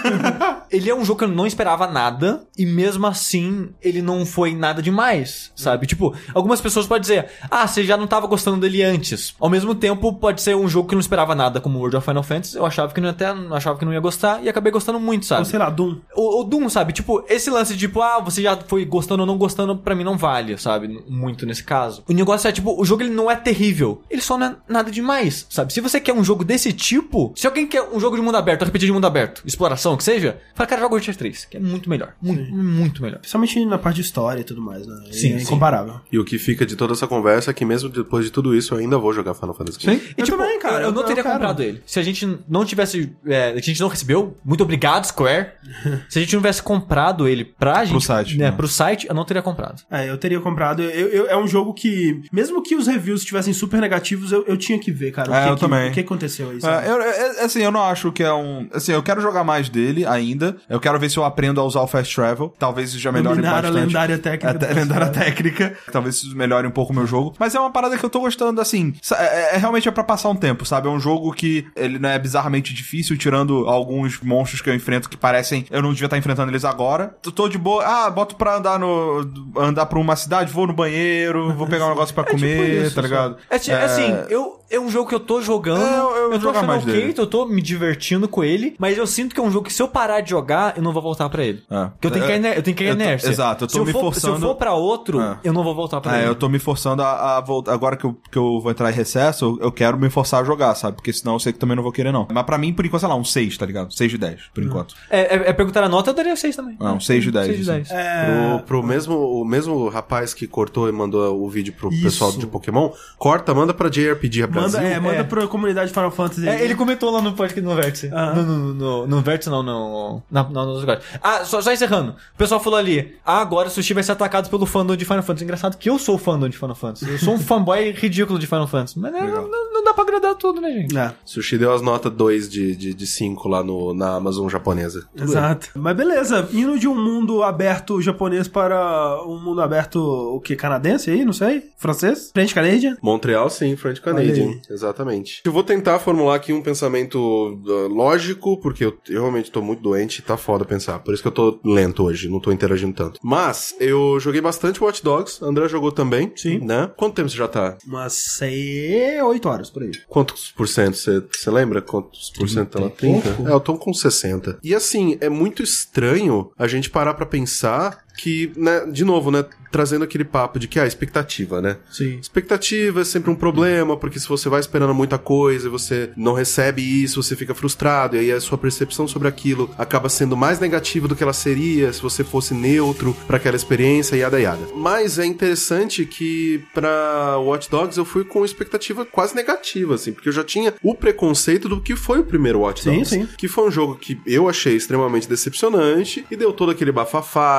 Ele é um jogo que eu não esperava nada, e mesmo assim, ele não foi nada demais, sabe? Tipo, algumas pessoas podem dizer, ah, você já não tava gostando dele antes. Ao mesmo tempo, pode ser um jogo que eu não esperava nada, como World of Final Fantasy. Eu achava que não ia, até, achava que não ia gostar, e acabei gostando muito, sabe? Ou sei lá, Doom. O, o Doom, sabe? Tipo, esse lance de, tipo, ah, você já foi gostando ou não gostando, pra mim não vale, sabe? Muito nesse caso. O negócio é, tipo, o jogo ele não é terrível. Ele só não é nada demais, sabe? Se você quer um jogo desse tipo, se alguém quer um jogo de mundo aberto, repetir de mundo aberto, exploração, que seja, fala, cara, joga o Witcher três, que é muito melhor. Muito, sim. muito melhor. Principalmente na parte de história e tudo mais, né? Sim, é incomparável. Sim. E o que fica de toda essa conversa é que mesmo depois de tudo isso, eu ainda vou jogar Final Fantasy quinze. Sim. E, eu tipo, também, cara. Eu, eu não eu teria quero. comprado ele. Se a gente não tivesse... É, a gente não recebeu, muito obrigado, Square. Se a gente não tivesse comprado ele pra gente... Pro site. Né, pro site, eu não teria comprado. É, eu teria comprado. Eu, eu, é um jogo que, mesmo que os reviews estivessem super negativos, eu, eu tinha que ver, cara. O é, que, eu que, também. O que aconteceu aí, é, eu, é, Assim, eu não acho que é um... Assim, eu quero jogar mais dele ainda. Eu quero ver se eu aprendo a usar o Fast Travel. Talvez isso já melhore Dominar bastante. a lendária técnica. A lendária técnica. Talvez isso melhore um pouco o meu jogo. Mas é uma parada que eu tô gostando, assim... É, é realmente é pra passar um tempo, sabe? É um jogo que ele não é bizarramente difícil, tirando alguns monstros que eu enfrento que parecem... Eu não devia estar enfrentando eles agora. Eu tô de boa... Ah, boto pra andar no... Andar pra uma cidade, vou no banheiro, vou pegar um negócio pra é comer, tipo isso, tá ligado? É, é assim, eu... É um jogo que eu tô jogando, é, eu, eu, eu tô achando mais ok, dele. eu tô me divertindo com ele, mas eu sinto que é um jogo que se eu parar de jogar, eu não vou voltar pra ele. É. Porque eu tenho que ir, eu tenho que ir inércia. Exato, eu tô se eu me for, forçando... Se eu for pra outro, é. eu não vou voltar pra é, ele. É, eu tô me forçando a, a voltar... Agora que eu, que eu vou entrar em recesso, eu, eu quero me forçar a jogar, sabe? Porque senão eu sei que também não vou querer, não. Mas pra mim, por enquanto, sei lá, um seis, tá ligado? seis de dez, por hum. enquanto. É, é, é perguntar a nota, eu daria seis também. Não, seis de dez. seis de dez. É... Pro, pro mesmo, o mesmo rapaz que cortou e mandou o vídeo pro Isso. pessoal de Pokémon, corta, manda pra J R P G Brasil. Manda, é, manda é. pra comunidade Final Fantasy. É, ele comentou lá no podcast no Vértice. Ah. No, no, no, no Vértice não, no, na, no, no, no Ah, só, só encerrando. O pessoal falou ali, ah, agora o Sushi vai ser atacado pelo fandom de Final Fantasy. Engraçado que eu sou fandom de Final Fantasy. Eu sou um fanboy ridículo de Final Fantasy. Mas é, não, não dá pra agradar tudo, né, gente? É. Sushi deu as notas dois de, de, de cinco lá no, na Amazon japonesa. Tudo Exato. Bem. Mas beleza, indo de um mundo aberto japonês para um mundo aberto, o que, canadense aí? Não sei? Francês? French Canadian? Montreal, sim, French Canadian. Exatamente. Eu vou tentar formular aqui um pensamento uh, lógico, porque eu, eu realmente tô muito doente e tá foda pensar. Por isso que eu tô lento hoje, não tô interagindo tanto. Mas, eu joguei bastante Watch Dogs, a André jogou também. Sim. Né? Quanto tempo você já tá? Umas seis, oito horas, por aí. Quantos por cento? Você lembra quantos por cento ela tem? É, eu tô com sessenta. E assim, é muito estranho a gente parar pra pensar que, né, de novo, né, trazendo aquele papo de que, ah, expectativa, né? Sim. Expectativa é sempre um problema, porque se você vai esperando muita coisa e você não recebe isso, você fica frustrado, e aí a sua percepção sobre aquilo acaba sendo mais negativa do que ela seria se você fosse neutro pra aquela experiência, yada yada. Mas é interessante que pra Watch Dogs eu fui com expectativa quase negativa, assim, porque eu já tinha o preconceito do que foi o primeiro Watch Dogs. Sim, sim. Que foi um jogo que eu achei extremamente decepcionante e deu todo aquele bafafá de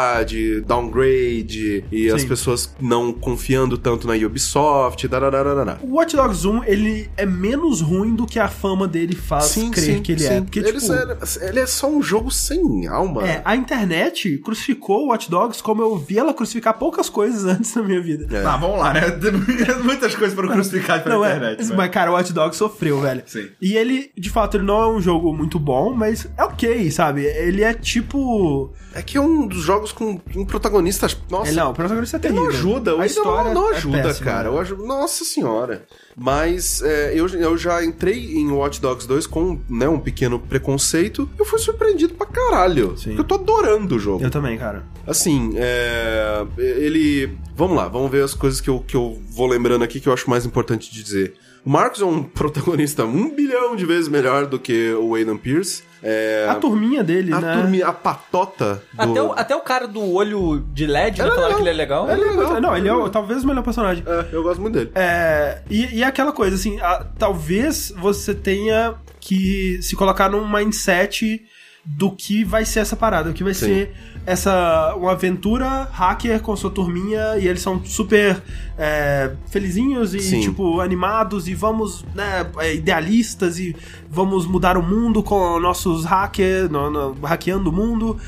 de downgrade e Sim. as pessoas não confiando tanto na Ubisoft, darararara. O Watch Dogs um, ele é menos ruim do que a fama dele faz Sim, crer sim, que ele sim. é. Porque, ele, tipo, é, ele é só um jogo sem alma. é, a internet crucificou o Watch Dogs como eu vi ela crucificar poucas coisas antes na minha vida. É. Tá, vamos lá, né? Tem muitas coisas para crucificar pela Não, internet. é, né? mas, cara, o Watch Dogs sofreu, velho. Sim. E ele, de fato, ele não é um jogo muito bom, mas é ok, sabe? Ele é tipo... É que é um dos jogos com um protagonista. Nossa, Ele, não, o protagonista é ele terrível. não ajuda. A A história não, não é ajuda, péssima, cara. né? Eu ajudo, nossa senhora. Mas é, eu, eu já entrei em Watch Dogs dois com, né, um pequeno preconceito. Eu fui surpreendido pra caralho. Sim. Porque eu tô adorando o jogo. Eu também, cara. Assim, é, ele... Vamos lá, vamos ver as coisas que eu, que eu vou lembrando aqui que eu acho mais importante de dizer. O Marcus é um protagonista um bilhão de vezes melhor do que o Aidan Pierce. É, A turminha dele, a, né? turminha, a patota do... Até o, até o cara do olho de L E D, né? É Falaram legal. que ele é legal. É legal. Não, ele é o- talvez o melhor personagem. É, eu gosto muito dele. É, e, e aquela coisa, assim, a- talvez você tenha que se colocar num mindset do que vai ser essa parada, o que vai Sim. ser essa uma aventura hacker com sua turminha e eles são super é, felizinhos e Sim. tipo animados e vamos, né, é, idealistas e vamos mudar o mundo com nossos hackers, no, no, hackeando o mundo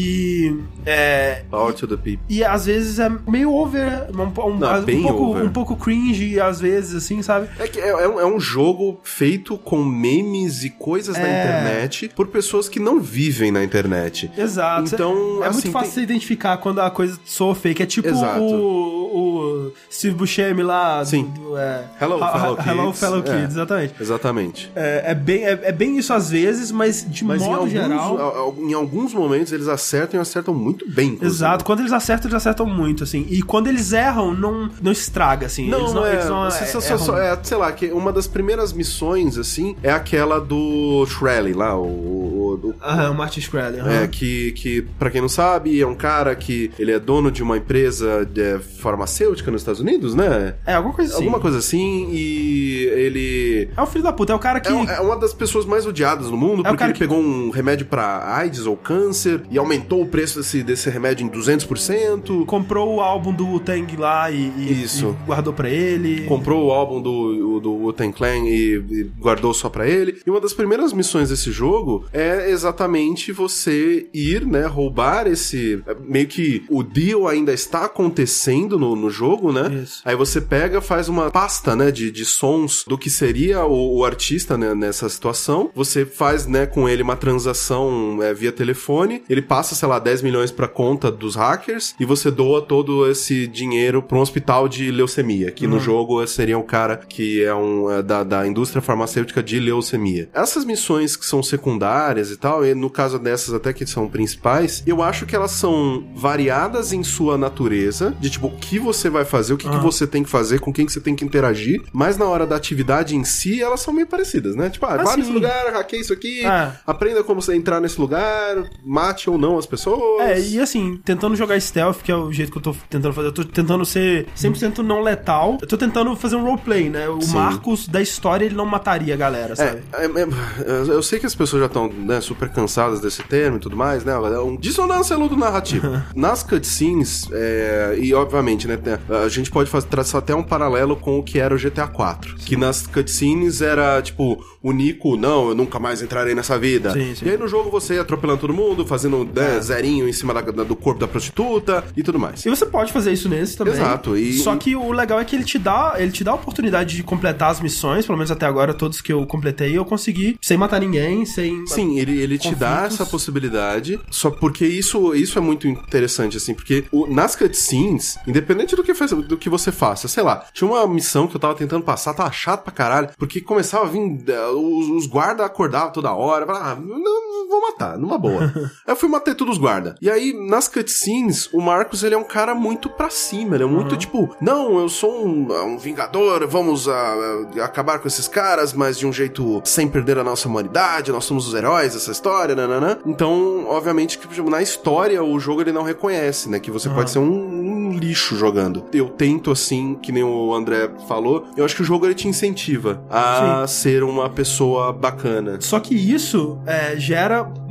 e é, Power to the people. e às vezes é meio over, um, um, Não, é um bem pouco, over. um pouco cringe às vezes, assim, sabe? É que é, é um, é um jogo feito com memes e coisas na É. internet por pessoas que não vivem na internet. Exato. Então, é assim, muito fácil tem- você identificar quando a coisa soa fake. É tipo Exato. o, o Steve Buscemi lá. Sim. Do, é, Hello, Ha- fellow ha- Hello, kids. fellow É. kids, exatamente. Exatamente. É, é bem, é, é bem isso às vezes, mas de Mas em modo alguns, geral... a- a- em alguns momentos eles acertam e acertam muito bem. inclusive. Exato, quando eles acertam, eles acertam muito, assim. E quando eles erram, não, não estraga, assim. Não, eles não, é, eles não só- é, só- erram. só- é, sei lá, que uma das primeiras missões, assim, é aquela do Shkreli lá, o... o, o Aham, o Martin Shkreli. aham. É, que, que, pra quem não sabe, é um cara que ele é dono de uma empresa de farmacêutica nos Estados Unidos, né? É, alguma coisa assim. Alguma coisa assim, e ele... É o filho da puta, é o cara que... É, um- é uma das pessoas mais odiadas no mundo, É o porque cara ele que- pegou um remédio pra AIDS ou câncer e aumentou o preço desse, desse remédio em duzentos por cento. comprou o álbum do Wu-Tang lá e, e- Isso. e guardou pra ele. Comprou o álbum do, do Wu-Tang Clan e, e guardou só pra ele. E uma das primeiras missões desse jogo é exatamente você ir, né, roubar esse... Meio que o deal ainda está acontecendo no, no jogo, né? Isso. Aí você pega, faz uma pasta, né, de, de sons do que seria o, o artista, né, nessa situação. Você faz, né, com ele uma transação é, via telefone. Ele passa, sei lá, dez milhões pra conta dos hackers e você doa todo esse dinheiro pra um hospital de leucemia, que no jogo seria um cara que é um é, da, da indústria farmacêutica de leucemia. Essas missões que são secundárias e tal, e no caso dessas até que são principais, eu acho que elas são variadas em sua natureza, de tipo, o que você vai fazer, o que, que você tem que fazer, com quem que você tem que interagir, mas na hora da atividade em si, elas são meio parecidas, né? Tipo, ah, Ah, vá sim. nesse lugar, hackeia isso aqui, Ah. aprenda como você entrar nesse lugar, mate ou não as pessoas. É, e assim, tentando jogar stealth, que é o jeito que eu tô tentando fazer, eu tô tentando ser cem por cento não letal. Eu tô tentando fazer um roleplay, né? O Sim. Marcos da história, ele não mataria a galera, sabe? É, é, é, eu sei que as pessoas já estão, né, super cansadas desse termo e tudo mais, né? É um dissonância ludo narrativo. Nas cutscenes, é, e obviamente, né, tem- a gente pode fazer, traçar até um paralelo com o que era o G T A quatro. Que nas cutscenes era, tipo, o Nico, não, eu nunca mais entrarei nessa vida. Sim, sim. E aí no jogo você ia atropelando todo mundo, fazendo né, zerinho em cima da- da- do corpo da prostituta e tudo mais. E você pode fazer isso nesse também. Exato, e- Só que o legal é que ele te dá, ele te dá a oportunidade de completar as missões, pelo menos até agora, todos que eu completei, eu consegui sem matar ninguém, sem... Sim, ele, ele te dá conflitos. essa possibilidade, só porque isso, isso é muito interessante, assim, porque o- nas cutscenes, independente do que, faz, do que você faça, sei lá, tinha uma missão que eu tava tentando passar, tava chato pra caralho, porque começava a vir, eh, os, os guardas acordavam toda hora, eu falava, ah, não, não vou matar, numa boa. Aí eu fui matar todos os guardas. E aí, nas cutscenes, o Marcos, ele é um cara muito pra cima, ele é muito tipo, não, eu sou um, um vingador, vamos ah, ah, acabar com esses caras, mas de um jeito sem perder a nossa humanidade, nós somos os heróis dessa história, nananã. Então, obviamente, que tipo, na história, o jogo ele não reconhece, né, que você pode ser um, um lixo jogando. Eu tento, assim, que nem o André falou, eu acho que o jogo ele te incentiva a ser uma pessoa bacana. Só que isso é, gera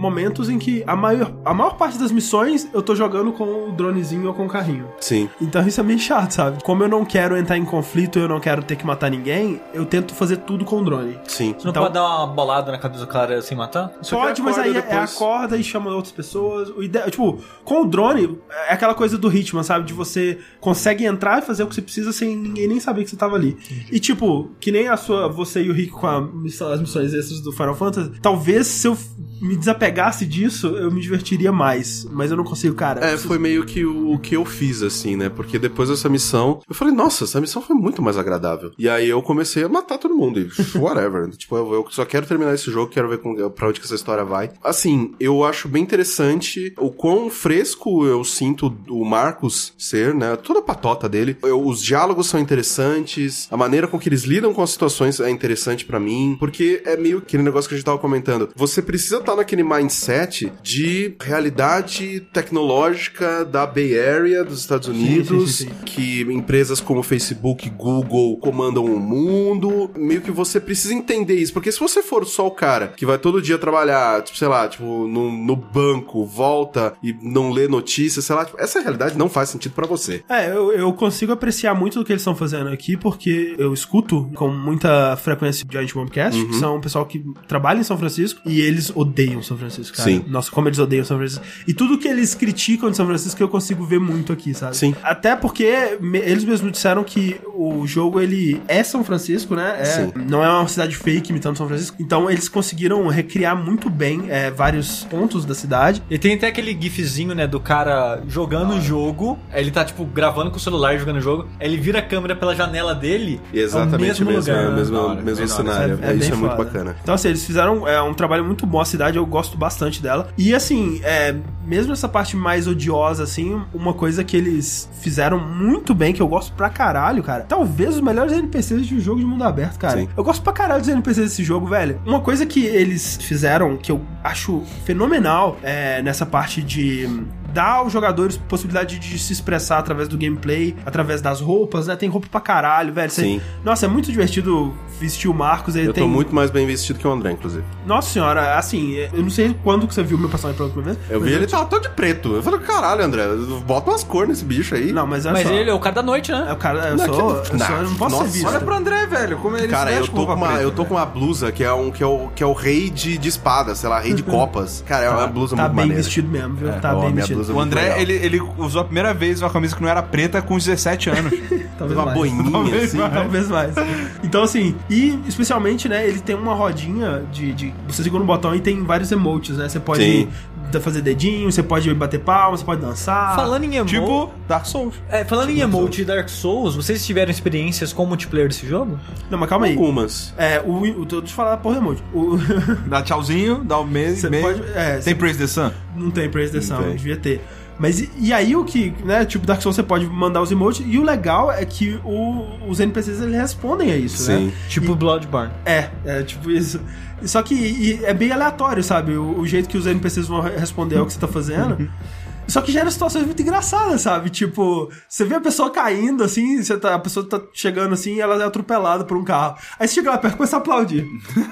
momentos em que a maior, a maior parte das missões eu tô jogando com o dronezinho ou com o carrinho. Sim. Então isso é meio chato, sabe? Como eu não quero entrar em conflito, eu não quero ter que matar ninguém, eu tento fazer tudo com o drone. Sim. Você não Então- pode dar uma bolada na cabeça do cara sem matar? Só Pode, que mas aí acorda é depois. acorda e chama outras pessoas. O ide... Tipo, com o drone, é aquela coisa do Hitman, sabe? De você consegue entrar e fazer o que você precisa sem ninguém nem saber que você tava ali. E tipo, que nem a sua, você e o Rick com a missão, as missões extras do Final Fantasy, talvez se eu me desapegasse disso, eu me divertiria mais. Mas eu não consigo, cara. É, foi meio que o, o que eu fiz, assim, né? Porque depois dessa missão, eu falei, nossa, essa missão foi muito mais agradável. E aí eu comecei a matar todo mundo, e whatever. Tipo, eu, eu só quero terminar esse jogo, quero ver com, pra onde que essa história vai. Assim, eu acho bem interessante o quão fresco eu sinto o Marcus ser, né? Toda a patota dele. Eu, os diálogos são interessantes, a maneira com que eles lidam com as situações é interessante pra mim, porque é meio aquele negócio que a gente tava comentando. Você precisa estar naquele mindset de realidade tecnológica da Bay Area dos Estados Unidos, sim, sim, sim. que empresas como Facebook, Google comandam o mundo. Meio que você precisa entender isso, porque se você for só o cara que vai todo dia trabalhar, tipo, sei lá, tipo, no, no banco, volta e não lê notícias, sei lá, tipo, essa realidade não faz sentido pra você. É, eu, eu consigo apreciar muito do que eles estão fazendo aqui, porque eu escuto com muita frequência o Giant Bombcast, Uhum. que são um pessoal que trabalha em São Francisco, e eles odeiam São Francisco, cara. Sim. Nossa, como eles odeiam São Francisco. E tudo que eles criticam de São Francisco eu consigo ver muito aqui, sabe? Sim. Até porque me- eles mesmos disseram que o jogo, ele é São Francisco, né? É, Sim. não é uma cidade fake imitando São Francisco. Então eles conseguiram recriar muito bem é, vários pontos da cidade. E tem até aquele gifzinho, né, do cara jogando o jogo. Aí ele tá, tipo, gravando com o celular, jogando o jogo. Aí ele vira a câmera pela janela dele. Exatamente é o mesmo o mesmo, lugar. é o mesmo, Da hora, mesmo bem da hora. cenário. É- é isso bem é muito foda. bacana. Então, assim, eles fizeram é, um trabalho muito bom. A cidade, eu gosto bastante dela. E, assim, é, mesmo essa parte mais odiosa, assim, uma coisa que eles fizeram muito bem, que eu gosto pra caralho, cara. Talvez os melhores N P Cs de um jogo de mundo aberto, cara. Sim. Eu gosto pra caralho dos N P Cs desse jogo, velho. Uma coisa que eles fizeram, que eu acho fenomenal, é nessa parte de dar aos jogadores possibilidade de se expressar através do gameplay, através das roupas, né? Tem roupa pra caralho, velho. Você- Sim. Nossa, é muito divertido vestir o Marcos. Ele Eu tem... tô muito mais bem vestido que o André, inclusive. Nossa senhora, assim, eu não sei quando que você viu meu personagem pela última vez. Eu mas vi ele tava todo de preto. Eu falei, caralho, André, bota umas cores nesse bicho aí. Não, mas olha Mas só. ele é o cara da noite, É né? o cara, eu Não, sou, que- eu, sou, eu não posso Nossa, ser visto. Olha pro André, velho, como ele Cara, se eu veste tô, com roupa uma, preta, eu tô velho. com uma blusa que é um que é o, que é o rei de, de espada, sei lá, rei de copas. Cara, é uma blusa Tá muito bem maneira. vestido mesmo, viu? tá ó, bem minha vestido. blusa- O muito André, legal. ele, ele usou a primeira vez uma camisa que não era preta com uns dezessete anos. Talvez Uma mais. boininha, Talvez assim. mais. Talvez mais. Então, assim, e especialmente, né, ele tem uma rodinha de, de. Você segura um botão e tem vários emotes, né? Você pode Sim. da- fazer dedinho, você pode bater palma, você pode dançar. Falando em emote... Tipo Dark Souls. É, falando em emote de Dark Souls, vocês tiveram experiências com o multiplayer desse jogo? Não, mas calma aí. Algumas. É, o. o deixa eu falar da porra do emote. O, Dá tchauzinho, dá o mês, você meio. pode. É, Tem Praise the Sun? Não tem Praise the Sun, tem. devia ter. Mas e, e aí o que, né, tipo, Dark Souls você pode mandar os emotes, e o legal é que o- os N P Cs eles respondem a isso, Sim. né? Tipo Bloodborne. É, é tipo isso. Só que e é bem aleatório, sabe? O, o jeito que os N P Cs vão re- responder ao que você tá fazendo. Só que gera situações muito engraçadas, sabe? Tipo, você vê a pessoa caindo, assim, você tá, a pessoa tá chegando assim e ela é atropelada por um carro. Aí você chega lá perto e começa a aplaudir.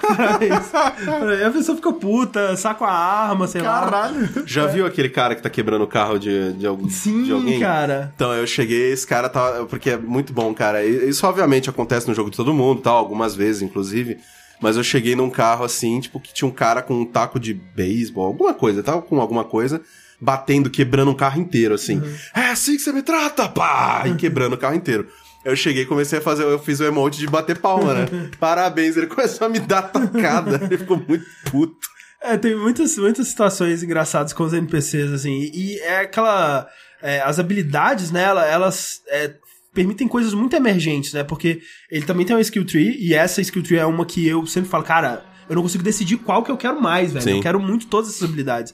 É isso. Aí a pessoa fica puta, saca a arma, sei lá. Já viu aquele cara que tá quebrando o carro de, de, algum, Sim, de alguém? cara. Então, eu cheguei, esse cara tá... Porque é muito bom, cara. E- Isso, obviamente, acontece no jogo de todo mundo, tal, algumas vezes, inclusive. Mas eu cheguei num carro, assim, tipo, que tinha um cara com um taco de beisebol, alguma coisa, tava com alguma coisa, batendo, quebrando um carro inteiro, assim. É assim que você me trata, pá! E quebrando o carro inteiro. Eu cheguei e comecei a fazer, eu fiz o emote de bater palma, né? Parabéns, ele começou a me dar tacada. Ele ficou muito puto. É, tem muitas, muitas situações engraçadas com os N P Cs, assim, e, e é aquela... é, as habilidades, né, ela- elas é, permitem coisas muito emergentes, né, porque ele também tem uma skill tree, e essa skill tree é uma que eu sempre falo, cara, eu não consigo decidir qual que eu quero mais, velho, Sim. eu quero muito todas essas habilidades.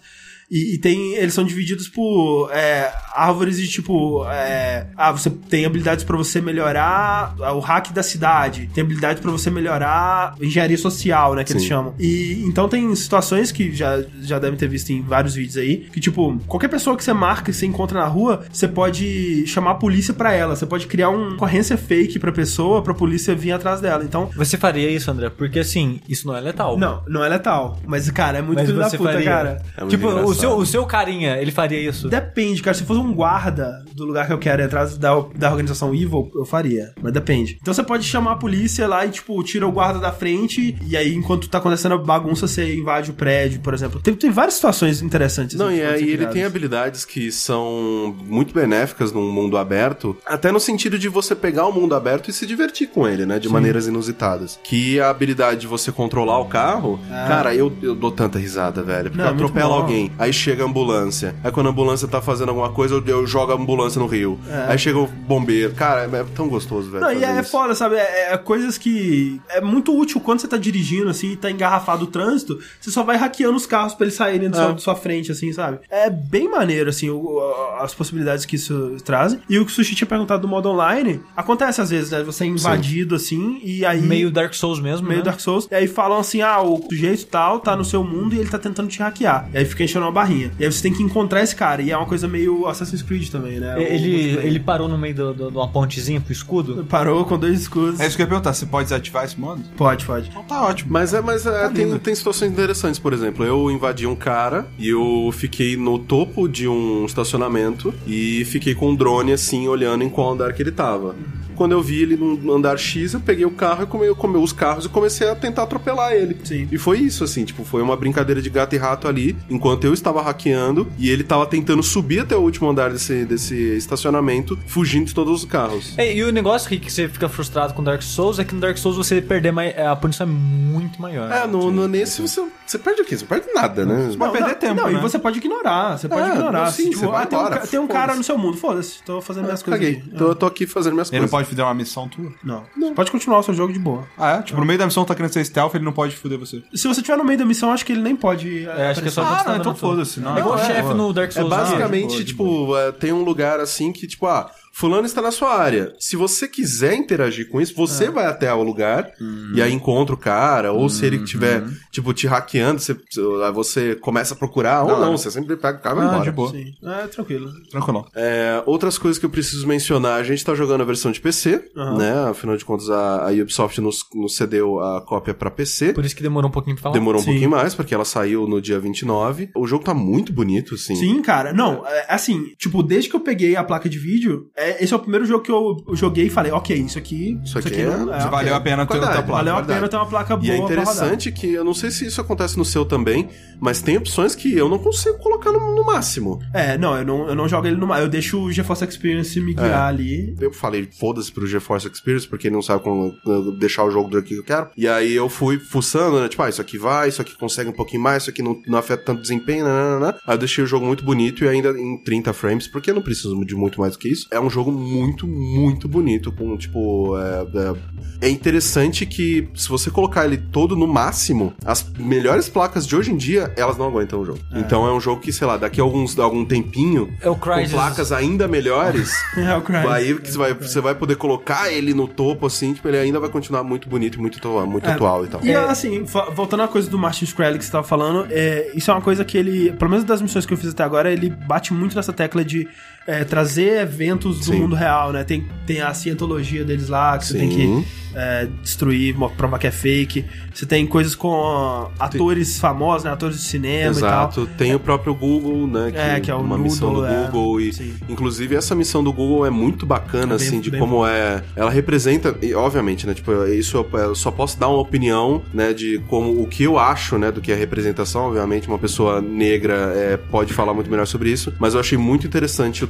E, e tem, eles são divididos por é, árvores de tipo, é, ah, você tem habilidades pra você melhorar o hack da cidade, tem habilidade pra você melhorar engenharia social, né, que Sim. eles chamam. E então tem situações que já, já devem ter visto em vários vídeos aí, que tipo, qualquer pessoa que você marca e você encontra na rua, você pode chamar a polícia pra ela, você pode criar uma ocorrência fake pra pessoa, pra polícia vir atrás dela. Então, Você faria isso, André? Porque assim, isso não é letal. não, não é letal. Mas, cara, é muito Mas filho da você puta, faria. cara. É muito Tipo, o engraçado. seu, o seu carinha, ele faria isso? Depende, cara. Se fosse um guarda do lugar que eu quero ir atrás da, da organização Evil, eu faria. Mas depende. Então você pode chamar a polícia lá e, tipo, tira o guarda da frente e aí, enquanto tá acontecendo a bagunça, você invade o prédio, por exemplo. Tem, tem várias situações interessantes. Não, assim, e que podem aí ser ele criadas. tem habilidades que são muito benéficas num mundo aberto, até no sentido de você pegar o mundo aberto e se divertir com ele, né? De maneiras inusitadas. Que a habilidade de você controlar o carro, cara, eu, eu dou tanta risada, velho. Porque Não, é muito atropela bom. alguém, aí chega a ambulância. Aí quando a ambulância tá fazendo alguma coisa, eu, eu jogo a ambulância no rio. Aí chega o bombeiro. Cara, é tão gostoso, velho. Não, e fazer é isso. foda, sabe? É, é coisas que... É muito útil quando você tá dirigindo, assim, e tá engarrafado o trânsito, você só vai hackeando os carros pra eles saírem da sua, É. da sua frente, assim, sabe? É bem maneiro, assim, o- as possibilidades que isso traz. E o que o Sushi tinha perguntado do modo online, acontece às vezes, né? Você é invadido, assim, e aí... Meio Dark Souls mesmo, meio né? Dark Souls. E aí falam assim, ah, o sujeito tal tá no seu mundo e ele tá tentando te hackear. E aí fica enchendo uma barrinha. E aí você tem que encontrar esse cara. E é uma coisa meio Assassin's Creed também, né? O Ele, multiplayer. ele parou no meio do- do- de uma pontezinha pro escudo? Parou com dois escudos. É isso que eu ia perguntar, você pode desativar esse modo? Pode, pode. Então tá ótimo. Mas é, mas é, Tá tem, lindo. tem situações interessantes, por exemplo, eu invadi um cara e eu fiquei no topo de um estacionamento e fiquei com um drone assim, olhando em qual andar que ele tava. Quando eu vi ele no andar X, eu peguei o carro e comei, comei os carros e comecei a tentar atropelar ele. Sim. E foi isso, assim, tipo, foi uma brincadeira de gato e rato ali, enquanto eu estava hackeando e ele tava tentando subir até o último andar desse, desse estacionamento, fugindo de todos os carros. É, e o negócio, Rick, que você fica frustrado com Dark Souls é que no Dark Souls você perder mais, a punição é muito maior. É, no, no, nesse você, você perde o quê? Você perde nada, né? Vai perder tempo, não, né? e você pode ignorar, você pode É, ignorar. não, sim, Assim, tipo, você vai ah, tem, um, embora, ca- tem um foda-se. cara no seu mundo, foda-se, tô fazendo minhas coisas Caguei. aqui. Então eu tô aqui fazendo minhas Ele não coisas. pode fazer uma missão tua? Não. Você pode continuar o seu jogo de boa. Ah, é? Tipo, no meio da missão tá querendo ser stealth, ele não pode foder você. Se você estiver no meio da missão, acho que ele nem pode. É, acho que é só Ah, quando você tá não, dando então tudo. foda-se. Não, É igual o não, chefe é, no Dark É Souls. basicamente, boa, de tipo, é, tem um lugar assim que, tipo, ah, fulano está na sua área. Se você quiser interagir com isso, você vai até o lugar e aí encontra o cara, ou se ele estiver, tipo, te hackeando, você, aí você começa a procurar, ou Não, não, é. você sempre pega o cara e vai Ah, embora. de boa. Sim. É, tranquilo. Tranquilo. É, outras coisas que eu preciso mencionar, a gente tá jogando a versão de P C, Aham. né? Afinal de contas, a, a Ubisoft nos, nos cedeu a cópia pra P C. Por isso que demorou um pouquinho pra falar. Demorou um Sim. pouquinho mais, porque ela saiu no dia vinte e nove. O jogo tá muito bonito, assim. Sim, cara. Não, é, assim, tipo, desde que eu peguei a placa de vídeo, é, esse é o primeiro jogo que eu joguei e falei, ok, isso aqui. Isso aqui não é- ok. Valeu a pena ter Qualidade, outra placa. Valeu a qualidade. pena ter uma placa boa. E é pra rodar. interessante que, eu não sei se isso acontece no seu também, mas tem opções que eu não consigo colocar no, no máximo. É, não eu, não, eu não jogo ele no mar. Eu deixo o GeForce Experience me guiar É. ali. Eu falei, foda-se pro GeForce Experience, porque ele não sabe como uh, deixar o jogo do que eu quero. E aí eu fui fuçando, né? Tipo, ah, isso aqui vai, isso aqui consegue um pouquinho mais, isso aqui não, não afeta tanto desempenho, nananana. Aí eu deixei o jogo muito bonito e ainda em trinta frames, porque eu não preciso de muito mais do que isso. É um jogo muito, muito bonito, com, tipo, é, é, é interessante que se você colocar ele todo no máximo, as melhores placas de hoje em dia, elas não aguentam o jogo. Então é um jogo que, sei lá, daqui a alguns, algum tempinho, É o com Crysis. placas ainda melhores, É o Crysis. aí que você vai, você vai poder colocar ele no topo, assim, tipo, ele ainda vai continuar muito bonito e muito, atual- muito É. atual e tal. E assim, fa- voltando à coisa do Martin Shkreli que você tava falando, é, isso é uma coisa que ele, pelo menos das missões que eu fiz até agora, ele bate muito nessa tecla de é, trazer eventos do Sim. mundo real, né? Tem, tem a cientologia deles lá, que você tem Sim. que é, destruir, mo- provar que é fake. Você tem coisas com ó, atores famosos, né? Atores de cinema e tal. Exato, tem o próprio Google, né? É, que é o uma missão do Noodle, é. Google. E, Sim. inclusive, essa missão do Google é muito bacana, É bem- assim, de bem como é. Ela representa, e obviamente, né? Tipo, isso eu, eu só posso dar uma opinião, né? De como o que eu acho, né? Do que é representação. Obviamente, uma pessoa negra é, pode falar muito melhor sobre isso. Mas eu achei muito interessante o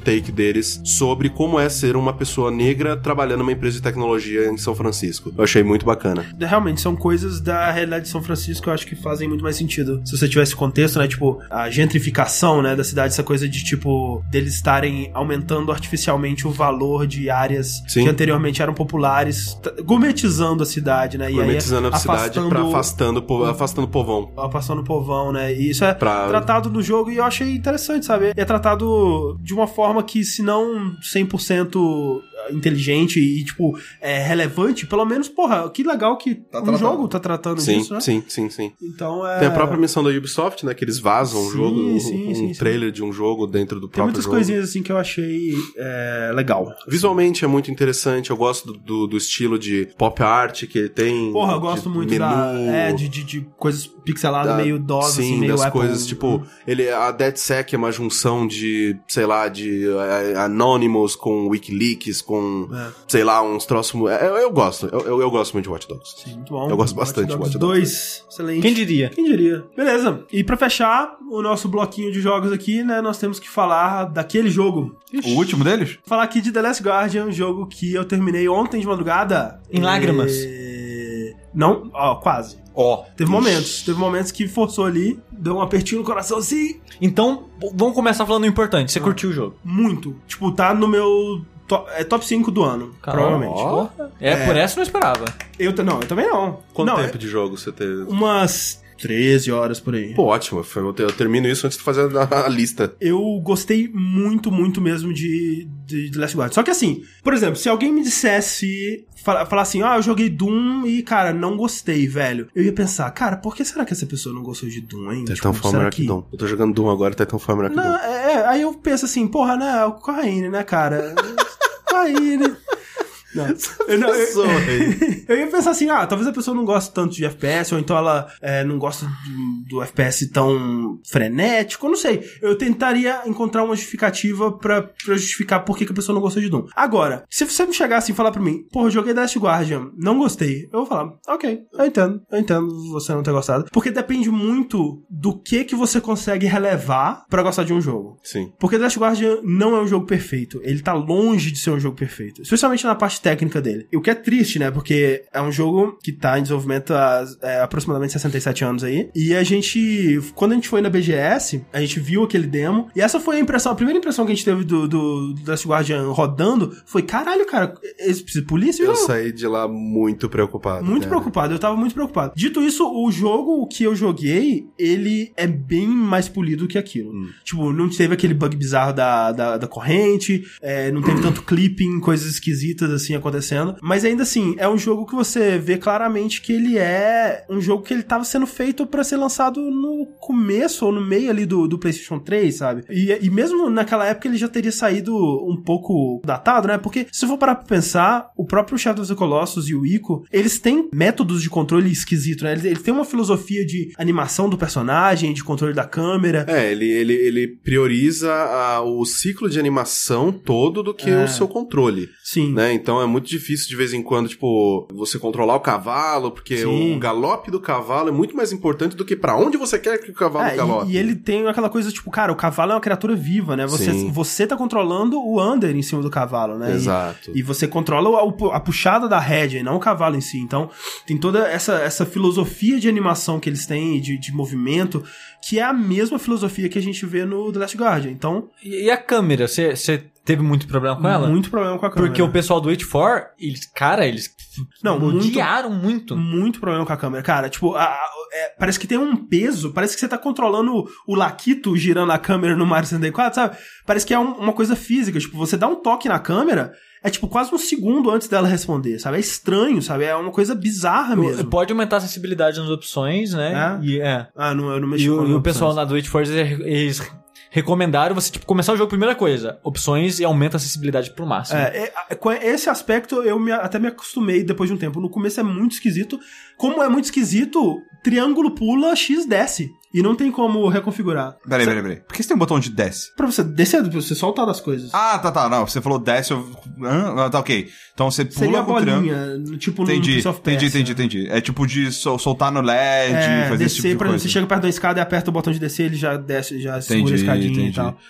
take deles sobre como é ser uma pessoa negra trabalhando numa empresa de tecnologia em São Francisco. Eu achei muito bacana. Realmente, são coisas da realidade de São Francisco que eu acho que fazem muito mais sentido. Se você tivesse contexto, né, tipo, a gentrificação, né, da cidade, essa coisa de, tipo, deles estarem aumentando artificialmente o valor de áreas Sim. que anteriormente eram populares, t- gourmetizando a cidade, né, e gourmetizando aí a cidade pra afastando, po- afastando o povão. Afastando o povão, né, e isso é pra... tratado no jogo e eu achei interessante, sabe? E é tratado de uma forma que, se não cem por cento inteligente e, tipo, é relevante, pelo menos, porra, que legal que tá um jogo tá tratando sim, disso, né? Sim, sim, sim. Então, é... Tem a própria missão da Ubisoft, né, que eles vazam um sim, jogo, um, sim, um sim, trailer sim. de um jogo dentro do Tem próprio muitas jogo. coisinhas, assim, que eu achei é, legal. Visualmente é muito interessante, eu gosto do, do, do estilo de pop art que ele tem. Porra, eu gosto muito menu, da... É, de, de, de coisas pixeladas, da, meio dosas, sim, assim, meio das Apple. coisas, tipo, ele, a DeadSec é uma junção de, sei lá, de uh, Anonymous com Wikileaks, com, é. sei lá, uns troços... Eu, eu gosto, eu, eu, eu gosto muito de Watch Dogs. Sim, muito bom. Eu gosto bastante Watch de Watch Dogs. dois, excelente. Quem diria? Quem diria? Beleza. E pra fechar o nosso bloquinho de jogos aqui, né, nós temos que falar daquele jogo. Ixi. O último deles? Falar aqui de The Last Guardian, um jogo que eu terminei ontem de madrugada. Em lágrimas. E... Não, ó, quase. Ó. Oh. Teve Ixi. momentos, teve momentos que forçou ali, deu um apertinho no coração assim. Então, vamos começar falando o importante. Você ah. curtiu o jogo? Muito. Tipo, tá no meu... To- é top cinco do ano, Caramba, provavelmente. Ó. É, é, por essa eu não esperava. Eu, t- não, eu também não. Quanto não, tempo é... de jogo você teve? Umas treze horas por aí. Pô, ótimo. Eu termino isso antes de fazer a lista. Eu gostei muito, muito mesmo de, de, de Last Guardian. Só que assim, por exemplo, se alguém me dissesse... Falar fala assim, ah, eu joguei Doom e, cara, não gostei, velho. Eu ia pensar, cara, por que será que essa pessoa não gostou de Doom, hein? Titanfall melhor que Doom. Eu tô jogando Doom agora, Titanfall melhor que Doom. É, é, aí eu penso assim, porra, né, o Corraine, né, cara? Corraine... Não. Eu, não eu, eu ia pensar assim, ah, talvez a pessoa não goste tanto de F P S, ou então ela é, não gosta do, do F P S tão frenético, eu não sei. Eu tentaria encontrar uma justificativa pra, pra justificar por que, que a pessoa não gostou de Doom. Agora, se você me chegar assim e falar pra mim, porra, eu joguei The Last Guardian, não gostei, eu vou falar, ok, eu entendo, eu entendo você não ter gostado. Porque depende muito do que que você consegue relevar pra gostar de um jogo. Sim. Porque The Last Guardian não é um jogo perfeito, ele tá longe de ser um jogo perfeito, especialmente na parte técnica dele. E o que é triste, né? Porque é um jogo que tá em desenvolvimento há é, aproximadamente sessenta e sete anos aí. E a gente, quando a gente foi na B G S, a gente viu aquele demo. E essa foi a impressão, a primeira impressão que a gente teve do, do, do Last Guardian rodando foi, caralho, cara, eles precisam de polícia? Eu saí de lá muito preocupado. Muito cara. preocupado, eu tava muito preocupado. Dito isso, o jogo que eu joguei, ele é bem mais polido que aquilo. Hum. Tipo, não teve aquele bug bizarro da, da, da corrente, é, não teve tanto clipping, coisas esquisitas assim acontecendo, mas ainda assim, é um jogo que você vê claramente que ele é um jogo que ele tava sendo feito pra ser lançado no começo ou no meio ali do, do PlayStation três, sabe? E, e mesmo naquela época ele já teria saído um pouco datado, né? Porque se eu for parar pra pensar, o próprio Shadow of the Colossus e o Ico, eles têm métodos de controle esquisito, né? Eles, eles têm uma filosofia de animação do personagem, de controle da câmera. É, ele, ele, ele prioriza a, o ciclo de animação todo do que é. o seu controle. Sim. Né? Então é muito difícil de vez em quando, tipo, você controlar o cavalo, porque Sim. o galope do cavalo é muito mais importante do que pra onde você quer que o cavalo é, galope. E, e ele tem aquela coisa, tipo, cara, o cavalo é uma criatura viva, né? Você, você tá controlando o under em cima do cavalo, né? Exato. E, e você controla a, a puxada da rédea, e não o cavalo em si. Então, tem toda essa, essa filosofia de animação que eles têm, de, de movimento, que é a mesma filosofia que a gente vê no The Last Guardian. Então... E, e a câmera? Você... Teve muito problema com ela? Muito problema com a câmera. Porque o pessoal do Witch four, eles, cara, eles não, odiaram muito, muito. Muito problema com a câmera. Cara, tipo, a, a, é, parece que tem um peso, parece que você tá controlando o, o Laquito girando a câmera no Mario sessenta e quatro, sabe? Parece que é um, uma coisa física. Tipo, você dá um toque na câmera... É tipo quase um segundo antes dela responder, sabe? É estranho, sabe? É uma coisa bizarra mesmo. Pode aumentar a acessibilidade nas opções, né? É? E, é. Ah, não, eu não mexi e com o, e o pessoal na do Witch four, eles, eles recomendaram você, tipo, começar o jogo, primeira coisa, opções e aumenta a acessibilidade pro máximo. É, é, com esse aspecto eu me, até me acostumei depois de um tempo. No começo é muito esquisito. Como é muito esquisito, triângulo pula, X desce. E não tem como reconfigurar. Peraí, peraí, peraí. Por que você tem um botão de desce? Pra você descer, pra você soltar das coisas. Ah, tá, tá. Não, você falou desce, eu... Ah, tá, ok. Então você pula Seria a com o bolinha, triângulo. tipo entendi, no Prince of Persia. Entendi, entendi, entendi. É tipo de sol, soltar no L E D, é, fazer descer, esse tipo de por exemplo, coisa. você chega perto da escada e aperta o botão de descer, ele já desce, já entendi, segura a escadinha entendi. e tal.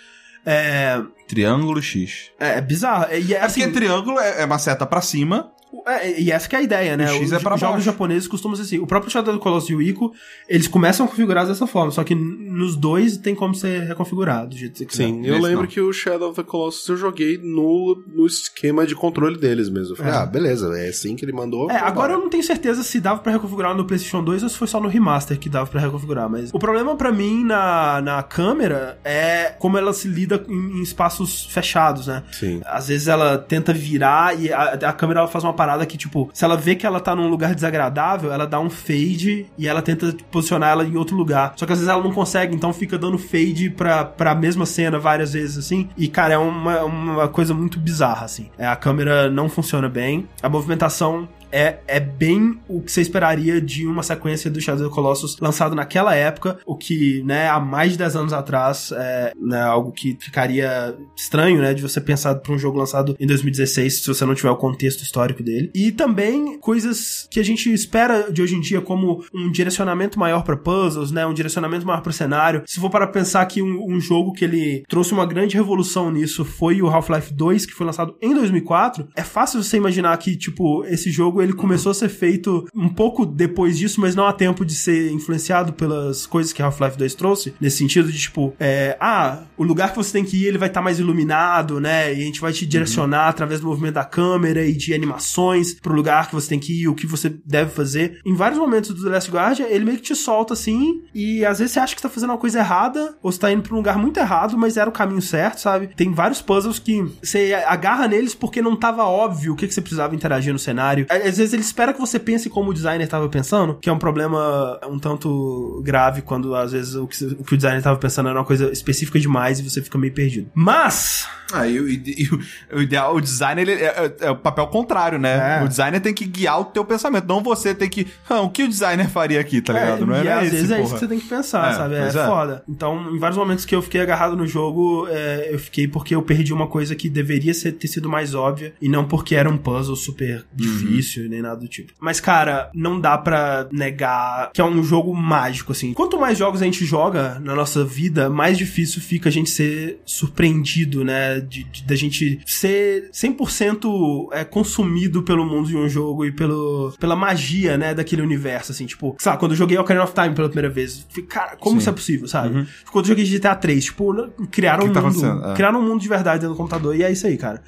É... Triângulo X. É, é bizarro. E é, É assim, porque triângulo é é uma seta pra cima. É, e essa que é a ideia, né? O X Os, é pra os jogos baixo. japoneses costumam ser assim. O próprio Shadow of the Colossus e o Ico, eles começam configurados dessa forma, só que n- nos dois tem como ser reconfigurado do jeito que você quiser. Sim, eu Nesse lembro não. que o Shadow of the Colossus eu joguei no, no esquema de controle deles mesmo. Eu falei, É. ah, beleza, é assim que ele mandou. É, agora eu não tenho certeza se dava pra reconfigurar no PlayStation dois ou se foi só no remaster que dava pra reconfigurar, mas o problema pra mim na, na câmera é como ela se lida em, em espaços fechados, né? Sim. Às vezes ela tenta virar e a, a câmera ela faz uma parada que, tipo, se ela vê que ela tá num lugar desagradável, ela dá um fade e ela tenta posicionar ela em outro lugar. Só que às vezes ela não consegue, então fica dando fade pra, pra mesma cena várias vezes, assim. E, cara, é uma, uma coisa muito bizarra, assim. É, a câmera não funciona bem, a movimentação É, é bem o que você esperaria de uma sequência do Shadow of the Colossus lançado naquela época, o que, né, há mais de dez anos atrás é, né, algo que ficaria estranho, né, de você pensar pra um jogo lançado em dois mil e dezesseis, se você não tiver o contexto histórico dele. E também coisas que a gente espera de hoje em dia, como um direcionamento maior pra puzzles, né, um direcionamento maior pro cenário. Se for para pensar que um, um jogo que ele trouxe uma grande revolução nisso foi o Half-Life dois, que foi lançado em dois mil e quatro, é fácil você imaginar que, tipo, esse jogo ele começou a ser feito um pouco depois disso, mas não há tempo de ser influenciado pelas coisas que Half-Life dois trouxe, nesse sentido de, tipo, é, ah, o lugar que você tem que ir, ele vai estar tá mais iluminado, né, e a gente vai te direcionar uhum. através do movimento da câmera e de animações pro lugar que você tem que ir, o que você deve fazer. Em vários momentos do The Last Guardian, ele meio que te solta, assim, e às vezes você acha que você tá fazendo uma coisa errada, ou você tá indo pra um lugar muito errado, mas era o caminho certo, sabe? Tem vários puzzles que você agarra neles porque não tava óbvio o que, que você precisava interagir no cenário. Às vezes ele espera que você pense como o designer tava pensando, que é um problema um tanto grave quando às vezes o que o, que o designer tava pensando era uma coisa específica demais e você fica meio perdido. Mas... Ah, e, e, e o ideal, o designer ele é, é, é o papel contrário, né? É. O designer tem que guiar o teu pensamento, não você tem que... Ah, o que o designer faria aqui, tá ligado? É, não é, e não é às esse, vezes porra. é isso que você tem que pensar, É, sabe? É, pois é. foda. Então, em vários momentos que eu fiquei agarrado no jogo, é, eu fiquei porque eu perdi uma coisa que deveria ser, ter sido mais óbvia, e não porque era um puzzle super difícil, uhum. nem nada do tipo. Mas, cara, não dá pra negar que é um jogo mágico, assim. Quanto mais jogos a gente joga na nossa vida, mais difícil fica a gente ser surpreendido, né? De, de, da gente ser cem por cento é, consumido pelo mundo de um jogo e pelo, pela magia, né, daquele universo, assim, tipo, sabe, quando eu joguei Ocarina of Time pela primeira vez, fiquei, cara, como Sim. isso é possível, sabe? Uhum. Quando eu joguei G T A três, tipo, criaram O um que tá mundo, acontecendo? É. criaram um mundo de verdade dentro do computador, e é isso aí, cara.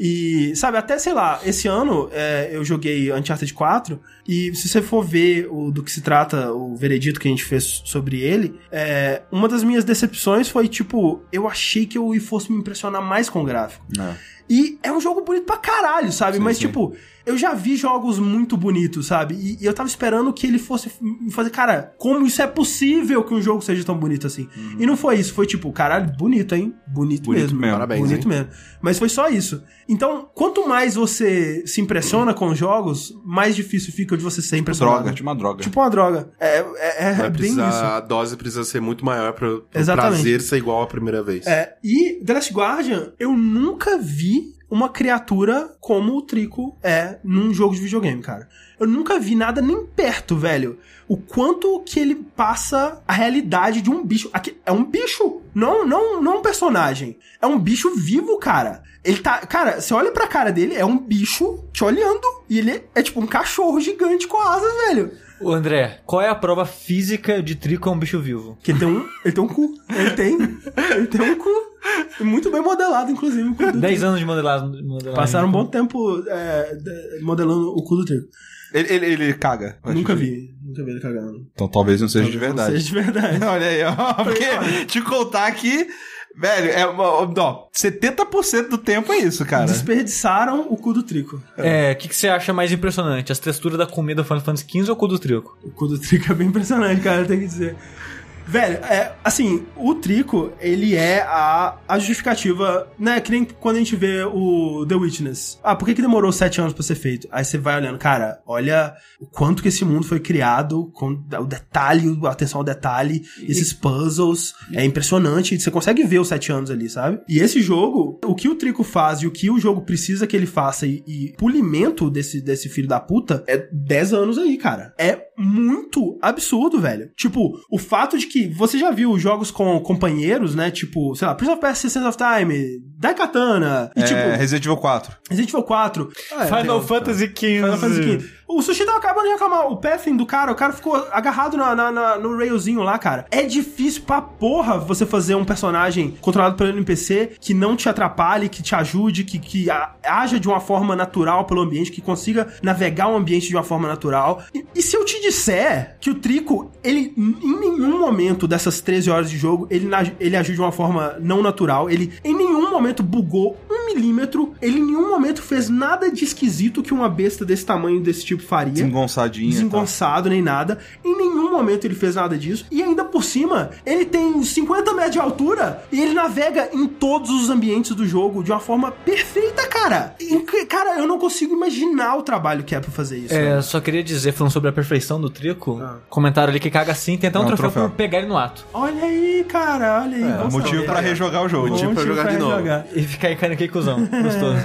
E, sabe, até, sei lá, esse ano é, eu joguei Uncharted quatro, e se você for ver o, do que se trata, o veredito que a gente fez sobre ele, é, uma das minhas decepções foi, tipo, eu achei que eu fosse me impressionar mais com o gráfico. É. E é um jogo bonito pra caralho, sabe? Sim, Mas, sim. tipo, eu já vi jogos muito bonitos, sabe? E, e eu tava esperando que ele fosse me fazer, cara, como isso é possível que um jogo seja tão bonito assim? Uhum. E não foi isso, foi tipo, caralho, bonito, hein? Bonito, Bonito mesmo. mesmo. Parabéns, Bonito hein? mesmo. Mas foi só isso. Então, quanto mais você se impressiona com os jogos, mais difícil fica de você ser impressionado. Droga, tipo uma droga. Tipo uma droga. É, é, é Vai bem precisar, isso. a dose precisa ser muito maior pra o Exatamente. prazer ser igual à primeira vez. É, e The Last Guardian, eu nunca vi uma criatura como o Trico é num jogo de videogame, cara. Eu nunca vi nada nem perto, velho. O quanto que ele passa a realidade de um bicho. Aqui, é um bicho, não, não, não um personagem. É um bicho vivo, cara. Ele tá... Cara, você olha pra cara dele, é um bicho te olhando. E ele é tipo um cachorro gigante com asas, velho. Ô André, qual é a prova física de Trico é um bicho vivo? Que ele tem um... Ele tem um cu. Ele tem... Ele tem um cu. Muito bem modelado, inclusive. O cu do dez Trico. anos de modelagem. modelagem. Passaram um bom tempo é, de- modelando o cu do Trico. Ele, ele, ele caga. Nunca vi. Nunca vi ele cagando. Então talvez não seja Talvez de verdade. Não seja de verdade. Olha aí, ó. Porque te contar que, velho, é, ó, setenta por cento do tempo é isso, cara. Desperdiçaram o cu do Trico. É, o que, que você acha mais impressionante? As texturas da comida Final Fantasy quinze ou o cu do Trico? O cu do Trico é bem impressionante, cara, tem que dizer. Velho, é, assim, o Trico, ele é a, a justificativa, né, que nem quando a gente vê o The Witness. Ah, por que que demorou sete anos pra ser feito? Aí você vai olhando, cara, olha o quanto que esse mundo foi criado, com o detalhe, a atenção ao detalhe, esses puzzles, é impressionante, você consegue ver os sete anos ali, sabe? E esse jogo, o que o Trico faz e o que o jogo precisa que ele faça e, e polimento desse, desse filho da puta é dez anos aí, cara. É muito absurdo, velho. Tipo, o fato de que você já viu jogos com companheiros, né? Tipo, sei lá, Prince of Persia: Sands of Time, Daikatana, e é, tipo... Resident Evil quatro. Resident Evil quatro. Ah, é, Final Fantasy quinze. Final Fantasy quinze. O Sushi tava acabando de reclamar. O Pathing do cara, o cara ficou agarrado na, na, na, no railzinho lá, cara. É difícil pra porra você fazer um personagem controlado pelo N P C que não te atrapalhe, que te ajude, que, que a, haja de uma forma natural pelo ambiente, que consiga navegar o ambiente de uma forma natural. E, e se eu te disser que o Trico, ele, em nenhum momento dessas treze horas de jogo, ele, ele agiu de uma forma não natural, ele em nenhum momento bugou um milímetro, ele em nenhum momento fez nada de esquisito que uma besta desse tamanho, desse tipo, faria. Desengonçadinha. Desengonçado, tá? Nem nada. Em nenhum momento ele fez nada disso. E ainda por cima, ele tem cinquenta metros de altura e ele navega em todos os ambientes do jogo de uma forma perfeita, cara. E, cara, eu não consigo imaginar o trabalho que é pra fazer isso. É, né? só queria dizer, falando sobre a perfeição do Trico, ah. comentaram ali que caga sim, tem até um, é um troféu, troféu por pegar ele no ato. Olha aí, cara, olha aí. É, Nossa, motivo tá pra aí. rejogar o jogo. Motivo pra jogar pra de novo. jogar. E ficar aí caindo cuzão. Gostoso.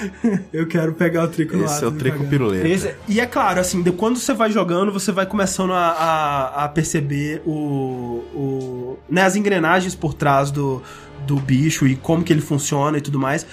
Eu quero pegar o Trico no ato. Esse é o Trico piruleta. Esse, e é claro, assim, de quando você vai jogando, você vai começando a, a, a perceber o, o, né, as engrenagens por trás do, do bicho e como que ele funciona e tudo mais.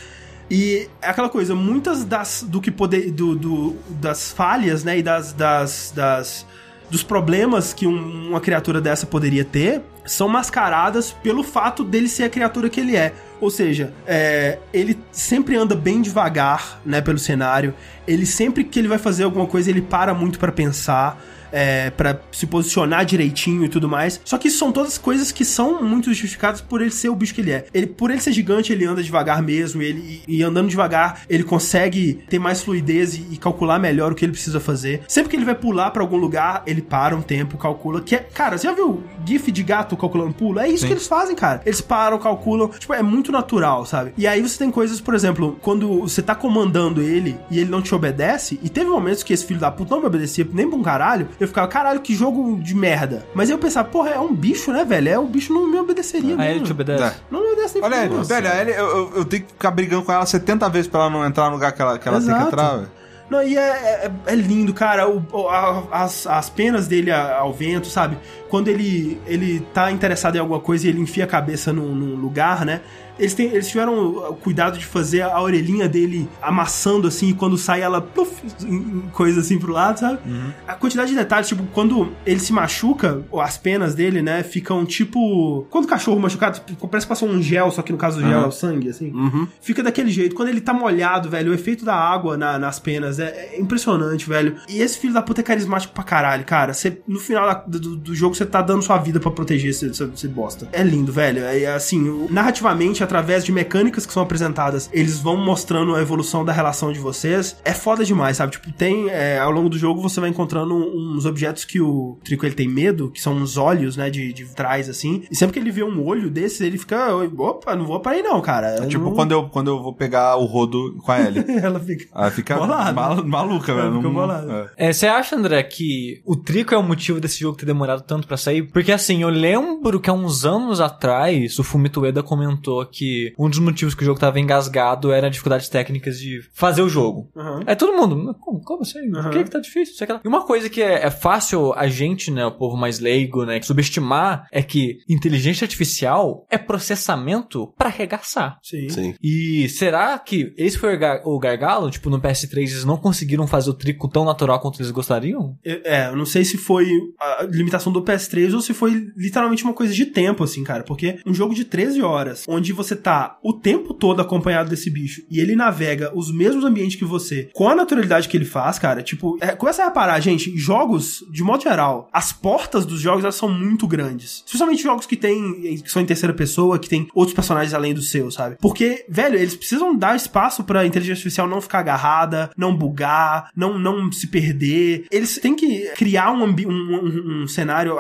E é aquela coisa, muitas das do que poder do, do das falhas, né, e das das, das dos problemas que um, uma criatura dessa poderia ter são mascaradas pelo fato dele ser a criatura que ele é. Ou seja, é, ele sempre anda bem devagar, né, pelo cenário. Ele sempre que ele vai fazer alguma coisa, ele para muito pra pensar. É, pra se posicionar direitinho e tudo mais. Só que isso são todas coisas que são muito justificadas por ele ser o bicho que ele é. Ele, por ele ser gigante, ele anda devagar mesmo. Ele, e, e andando devagar, ele consegue ter mais fluidez e, e calcular melhor o que ele precisa fazer. Sempre que ele vai pular pra algum lugar, ele para um tempo, calcula. Que é, cara, você já viu GIF de gato calculando pulo? É isso Sim. que eles fazem, cara. Eles param, calculam. Tipo, é muito natural, sabe? E aí você tem coisas, por exemplo, quando você tá comandando ele e ele não te obedece, e teve momentos que esse filho da puta não me obedecia nem pra um caralho, eu ficava, caralho, que jogo de merda. Mas aí eu pensava, porra, é um bicho, né, velho? É um bicho, não me obedeceria. Aí ele te obedece. É. Não me obedece nem Olha, por velho, ele, eu, eu, eu tenho que ficar brigando com ela setenta vezes pra ela não entrar no lugar que ela, que ela tem que entrar, velho. Não, e é, é, é lindo, cara, o, a, as, as penas dele ao vento, sabe? Quando ele, ele tá interessado em alguma coisa e ele enfia a cabeça num, num lugar, né? Eles, têm, eles tiveram cuidado de fazer a orelhinha dele amassando assim, e quando sai ela, puff, coisa assim pro lado, sabe? Uhum. A quantidade de detalhes, tipo, quando ele se machuca, as penas dele, né, ficam tipo... Quando o cachorro machucado, parece que passou um gel, só que no caso do gel uhum. é o sangue, assim. Uhum. Fica daquele jeito. Quando ele tá molhado, velho, o efeito da água na, nas penas é, é impressionante, velho. E esse filho da puta é carismático pra caralho, cara. Cê, no final da, do, do jogo, você tá dando sua vida pra proteger esse, esse, esse bosta. É lindo, velho. É, assim, narrativamente, através de mecânicas que são apresentadas, eles vão mostrando a evolução da relação de vocês. É foda demais, sabe? Tipo, tem, é, ao longo do jogo, você vai encontrando uns objetos que o Trico, ele tem medo, que são uns olhos, né, de, de trás, assim. E sempre que ele vê um olho desses, ele fica, opa, não vou pra aí não, cara. É tipo não... quando, eu, quando eu vou pegar o rodo com a Ellie. Ela fica... Ela fica mal, maluca, velho. Ela fica não... bolada. É, você acha, André, que o Trico é o motivo desse jogo ter demorado tanto pra sair? Porque, assim, eu lembro que há uns anos atrás, o Fumito Ueda comentou que um dos motivos que o jogo tava engasgado era dificuldades técnicas de fazer o jogo. Uhum. É todo mundo, como, como assim? Uhum. Por que que tá difícil? Sei lá. E uma coisa que é, é fácil a gente, né, o povo mais leigo, né, subestimar é que inteligência artificial é processamento pra arregaçar. Sim. Sim. E será que esse foi o, gar- o gargalo? Tipo, no P S três eles não conseguiram fazer o Trico tão natural quanto eles gostariam? É, eu não sei se foi a limitação do P S três ou se foi literalmente uma coisa de tempo, assim, cara. Porque um jogo de treze horas, onde você tá o tempo todo acompanhado desse bicho e ele navega os mesmos ambientes que você, com a naturalidade que ele faz, cara, tipo, é, começa a reparar, gente, jogos, de modo geral, as portas dos jogos, elas são muito grandes. Especialmente jogos que tem, que são em terceira pessoa, que tem outros personagens além do seu, sabe? Porque, velho, eles precisam dar espaço pra inteligência artificial não ficar agarrada, não bugar, não, não se perder. Eles têm que criar um, ambi- um, um, um cenário,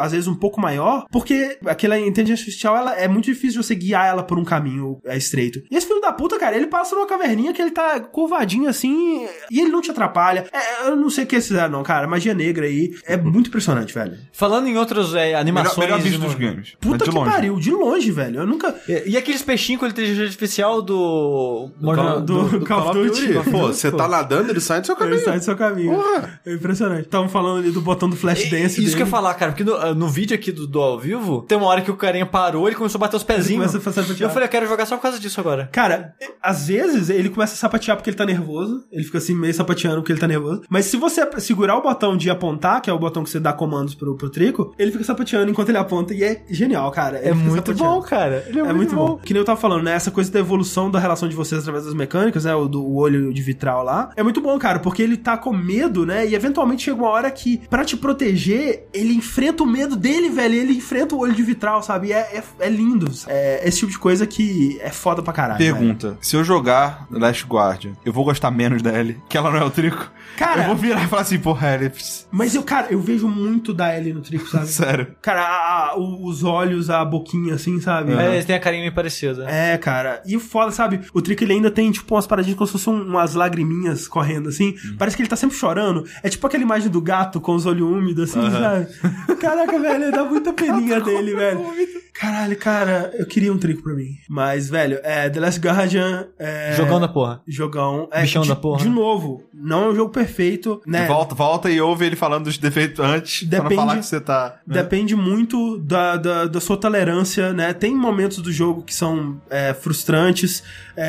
às vezes, um pouco maior, porque aquela inteligência artificial, ela, é muito difícil você guiar ela por um caminho é, estreito. E esse filho da puta, cara, ele passa numa caverninha que ele tá curvadinho assim, e ele não te atrapalha. É, eu não sei o que eles fizeram, não, cara. Magia negra aí. É muito impressionante, velho. Falando em outras é, animações... Melhor, melhor vídeo de... dos games. Puta de que longe. pariu, de longe, velho. Eu nunca... E, e aqueles peixinhos com inteligência artificial do... Do, Call- do, do Call of Duty. Pô, você tá nadando, ele sai do seu Ele caminho. sai do seu caminho. Porra. É impressionante. Estavam falando ali do botão do flash E- dance Isso dele. que eu ia falar, cara, porque no, no vídeo aqui do, do ao vivo, tem uma hora que o carinha parou, ele começou a bater os pezinhos. começa a fazer E eu sapatear. falei, eu quero jogar só por causa disso agora. Cara, às vezes ele começa a sapatear porque ele tá nervoso. Ele fica assim, meio sapateando porque ele tá nervoso. Mas se você segurar o botão de apontar, que é o botão que você dá comandos pro, pro Trico, ele fica sapateando enquanto ele aponta. E é genial, cara. Ele É fica muito sapateando. bom, cara. Ele É muito bom. Que nem eu tava falando, né? Essa coisa da evolução da relação de vocês através das mecânicas, né? O do o olho de vitral lá. É muito bom, cara, porque ele tá com medo, né? E eventualmente chega uma hora que, pra te proteger, ele enfrenta o medo dele, velho. Ele enfrenta o olho de vitral, sabe? E é, é, é lindo. É esse tipo de coisa que é foda pra caralho. Pergunta: velho. se eu jogar Last Guardian, eu vou gostar menos da Ellie? Que ela não é o Trico? Cara- eu vou virar e falar assim, porra, Ellie. Mas eu, cara, eu vejo muito da Ellie no Trico, sabe? Sério. Cara, a- a- o- os olhos, a boquinha, assim, sabe? É, eles têm a carinha meio parecida. É, cara. E o foda, sabe? O Trico, ele ainda tem, tipo, umas paradinhas como se fossem umas lagriminhas correndo, assim. Parece que ele tá sempre chorando. É tipo aquela imagem do gato com os olhos úmidos, assim, sabe? Caraca, velho, dá muita peninha dele, velho. Caralho, cara, eu queria um Trico pra mim. Mas, velho, é The Last Guardian... É... Jogão da porra. Jogão. É, Bichão de, da porra. De novo, não é um jogo perfeito, né? Volta, volta e ouve ele falando dos defeitos antes, pra Depende- não falar que você tá... né? Depende muito da, da, da sua tolerância, né? Tem momentos do jogo que são é, frustrantes.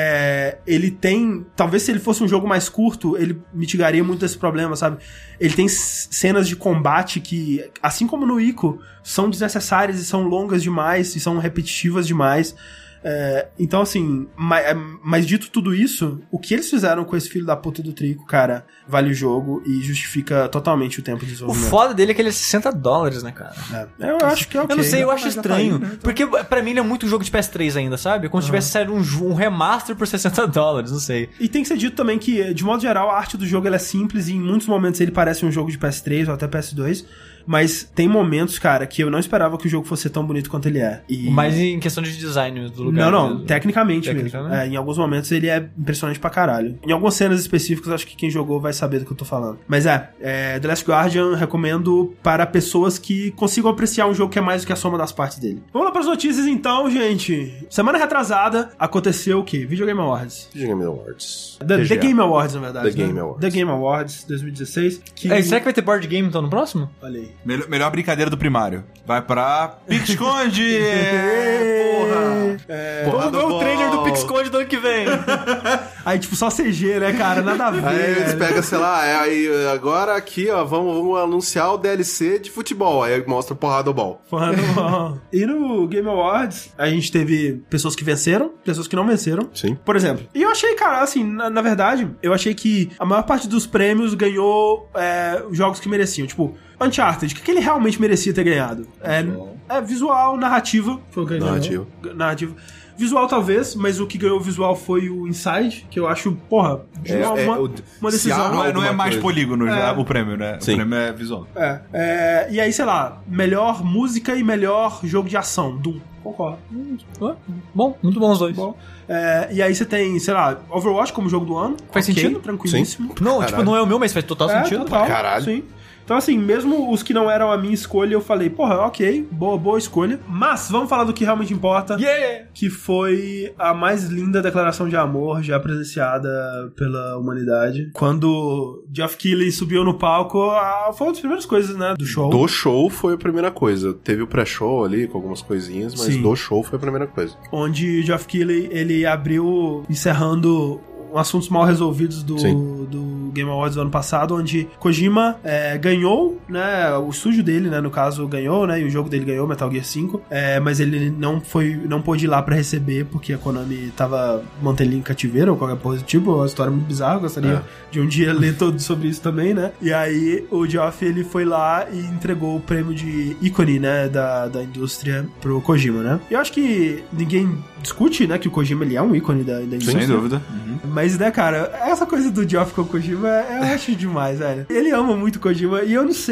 É, ele tem... Talvez se ele fosse um jogo mais curto, ele mitigaria muito esse problema, sabe? Ele tem c- cenas de combate que, assim como no Ico, são desnecessárias e são longas demais e são repetitivas demais. É, então, assim, mas, mas dito tudo isso, o que eles fizeram com esse filho da puta do Trico, cara, vale o jogo e justifica totalmente o tempo de O desenvolvimento. foda dele é que ele é sessenta dólares, né, cara? É. Eu acho que é ok. Eu não sei, eu acho Mas já tá estranho. aí, né? Porque pra mim ele é muito jogo de P S três ainda, sabe? Como se tivesse saído um, jo- um remaster por sessenta dólares, não sei. E tem que ser dito também que, de modo geral, a arte do jogo ela é simples e em muitos momentos ele parece um jogo de P S três ou até P S dois. Mas tem momentos, cara, que eu não esperava que o jogo fosse tão bonito quanto ele é. E... Mas em questão de design do lugar. Não, não, mesmo. tecnicamente, Tecnicamente? mesmo. É, em alguns momentos ele é impressionante pra caralho. Em algumas cenas específicas, acho que quem jogou vai saber do que eu tô falando. Mas é, é The Last Guardian recomendo para pessoas que consigam apreciar um jogo que é mais do que a soma das partes dele. Vamos lá pras notícias então, gente. Semana retrasada aconteceu o quê? Video Game Awards. Video Game Awards. The, T G A. The Game Awards, na verdade. The né? Game Awards. The Game Awards dois mil e dezesseis. Que... É, será que vai ter board game então no próximo? Olha aí. Melhor, melhor brincadeira do primário. Vai pra Pique-Esconde! Porra! É... Porra Vamos ver do o trailer do bol. Pique-Esconde do ano que vem. Aí, tipo, só C G, né, cara? Nada a ver. Aí eles velho. pegam, sei lá, é, aí agora aqui, ó, vamos, vamos anunciar o D L C de futebol. Aí mostra porrada do ball. Porra, não. E no Game Awards, a gente teve pessoas que venceram, pessoas que não venceram. Sim. Por exemplo. E eu achei, cara, assim, na, na verdade, eu achei que a maior parte dos prêmios ganhou é, jogos que mereciam. Tipo, Uncharted, o que, que ele realmente merecia ter ganhado? É, é visual, narrativa. Foi o que ele Narrativa. ganhou. Narrativa. Visual, talvez, mas o que ganhou visual foi o Inside, que eu acho, porra, de É, uma, é, uma, o- uma se decisão. há Não é, não é alguma mais coisa. polígono já, É. o prêmio, né? Sim. O prêmio é visual. É, é, e aí, sei lá, melhor música e melhor jogo de ação. Doom. Concordo. Bom, muito bom os dois. Bom. É, e aí você tem, sei lá, Overwatch como jogo do ano. Faz Ok, sentido? Tranquilíssimo. Não, Caralho. tipo, não é o meu, mas faz total É, sentido. total, caralho. Sim. Então, assim, mesmo os que não eram a minha escolha, eu falei, porra, ok, boa, boa escolha. Mas vamos falar do que realmente importa, Yeah! que foi a mais linda declaração de amor já presenciada pela humanidade. Quando Geoff Keighley subiu no palco, ah, foi uma das primeiras coisas, né, do show. Do show foi a primeira coisa. Teve o pré-show ali com algumas coisinhas, mas Sim. do show foi a primeira coisa. Onde Geoff Keighley, ele abriu encerrando assuntos mal resolvidos do, Sim. do Game Awards do ano passado, onde Kojima é, ganhou, né, o estúdio dele, né, no caso, ganhou, né, e o jogo dele ganhou, Metal Gear cinco, é, mas ele não foi, não pôde ir lá pra receber, porque a Konami tava mantendo ele em cativeiro, ou qualquer coisa do tipo, uma história muito bizarra, eu gostaria É. de um dia ler todo sobre isso também, né, e aí o Geoff, ele foi lá e entregou o prêmio de ícone, né, da, da indústria pro Kojima, né, e eu acho que ninguém discute, né, que o Kojima, ele é um ícone da, da indústria. Sem dúvida. Uhum. Mas, né, cara, essa coisa do Geoff com o Kojima, eu acho demais, velho. Ele ama muito o Kojima, e eu não sei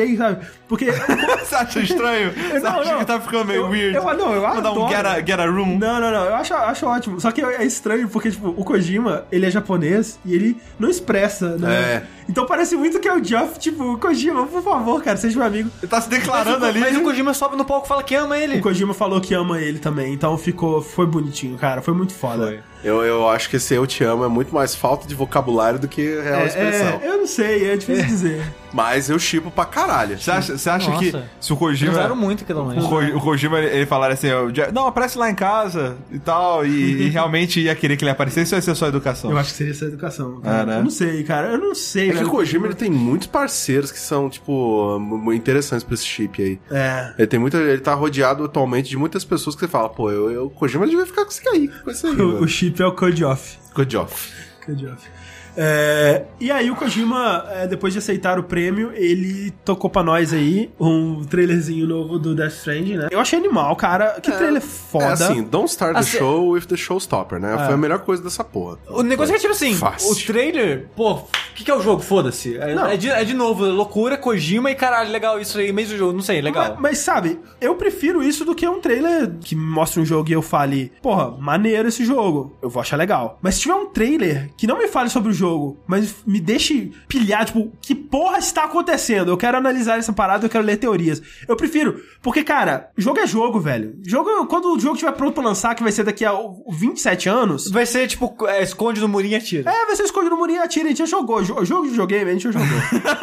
gostei, sabe? Porque... Você acha estranho? Você Não, acha não. que tá ficando meio Eu- weird? eu- não, eu Vou dar um adoro. get a, get a room. Não, não, não. Eu acho, acho ótimo. Só que é estranho porque, tipo, o Kojima, ele é japonês e ele não expressa, né? É. Então parece muito que é o Geoff, tipo, Kojima, por favor, cara, seja meu amigo. Ele tá se declarando ali. Mas o Kojima sobe no palco e fala que ama ele. O Kojima falou que ama ele também, então ficou, foi bonitinho, cara, foi muito foda. Foi. Eu, eu acho que esse eu te amo é muito mais falta de vocabulário do que real expressão. É, eu não sei, é difícil dizer. Mas eu chipo pra caralho. Você acha, você acha Nossa. que se o Kojima... Usaram muito aquilo O, mesmo. Ko- o Kojima, ele, ele falar assim, ó, "Jeff- não, aparece lá em casa e tal, e, e realmente ia querer que ele aparecesse, ou ia ser só educação? Eu acho que seria essa educação. Cara. É, né? Eu não sei, cara, eu não sei. É que velho. o Kojima ele tem muitos parceiros que são, tipo, mu- interessantes pra esse chip aí. É. Ele tem muita. Ele tá rodeado atualmente de muitas pessoas que você fala, pô, eu, eu, o Kojima devia ficar com isso aí, com isso aí. O, mano. o chip é o Kodioff. Good job. Kodioff. É, e aí o Kojima, é, depois de aceitar o prêmio, ele tocou pra nós aí um trailerzinho novo do Death Stranding, né? Eu achei animal, cara. Que trailer foda. É assim, don't start the Assim- show with the showstopper, né? Foi a melhor coisa dessa porra. O negócio é que, tipo assim, Fácil. o trailer, pô, o que, que é o jogo? Foda-se. É, Não. é de, é de novo, loucura, Kojima e caralho, legal isso aí, mesmo jogo, não sei, legal. Mas, mas, sabe, eu prefiro isso do que um trailer que me mostre um jogo e eu fale, porra, maneiro esse jogo, eu vou achar legal. Mas se tiver um trailer que não me fale sobre o jogo, mas me deixe pilhar, tipo, que porra está acontecendo? Eu quero analisar essa parada, eu quero ler teorias. Eu prefiro, porque, cara, jogo é jogo, velho. Jogo, quando o jogo estiver pronto pra lançar, que vai ser daqui a vinte e sete anos... Vai ser, tipo, é, esconde no murinho e atira. É, vai ser escondido no murinho e atira, a gente já jogou. Jo- Jogo de videogame, a gente já jogou.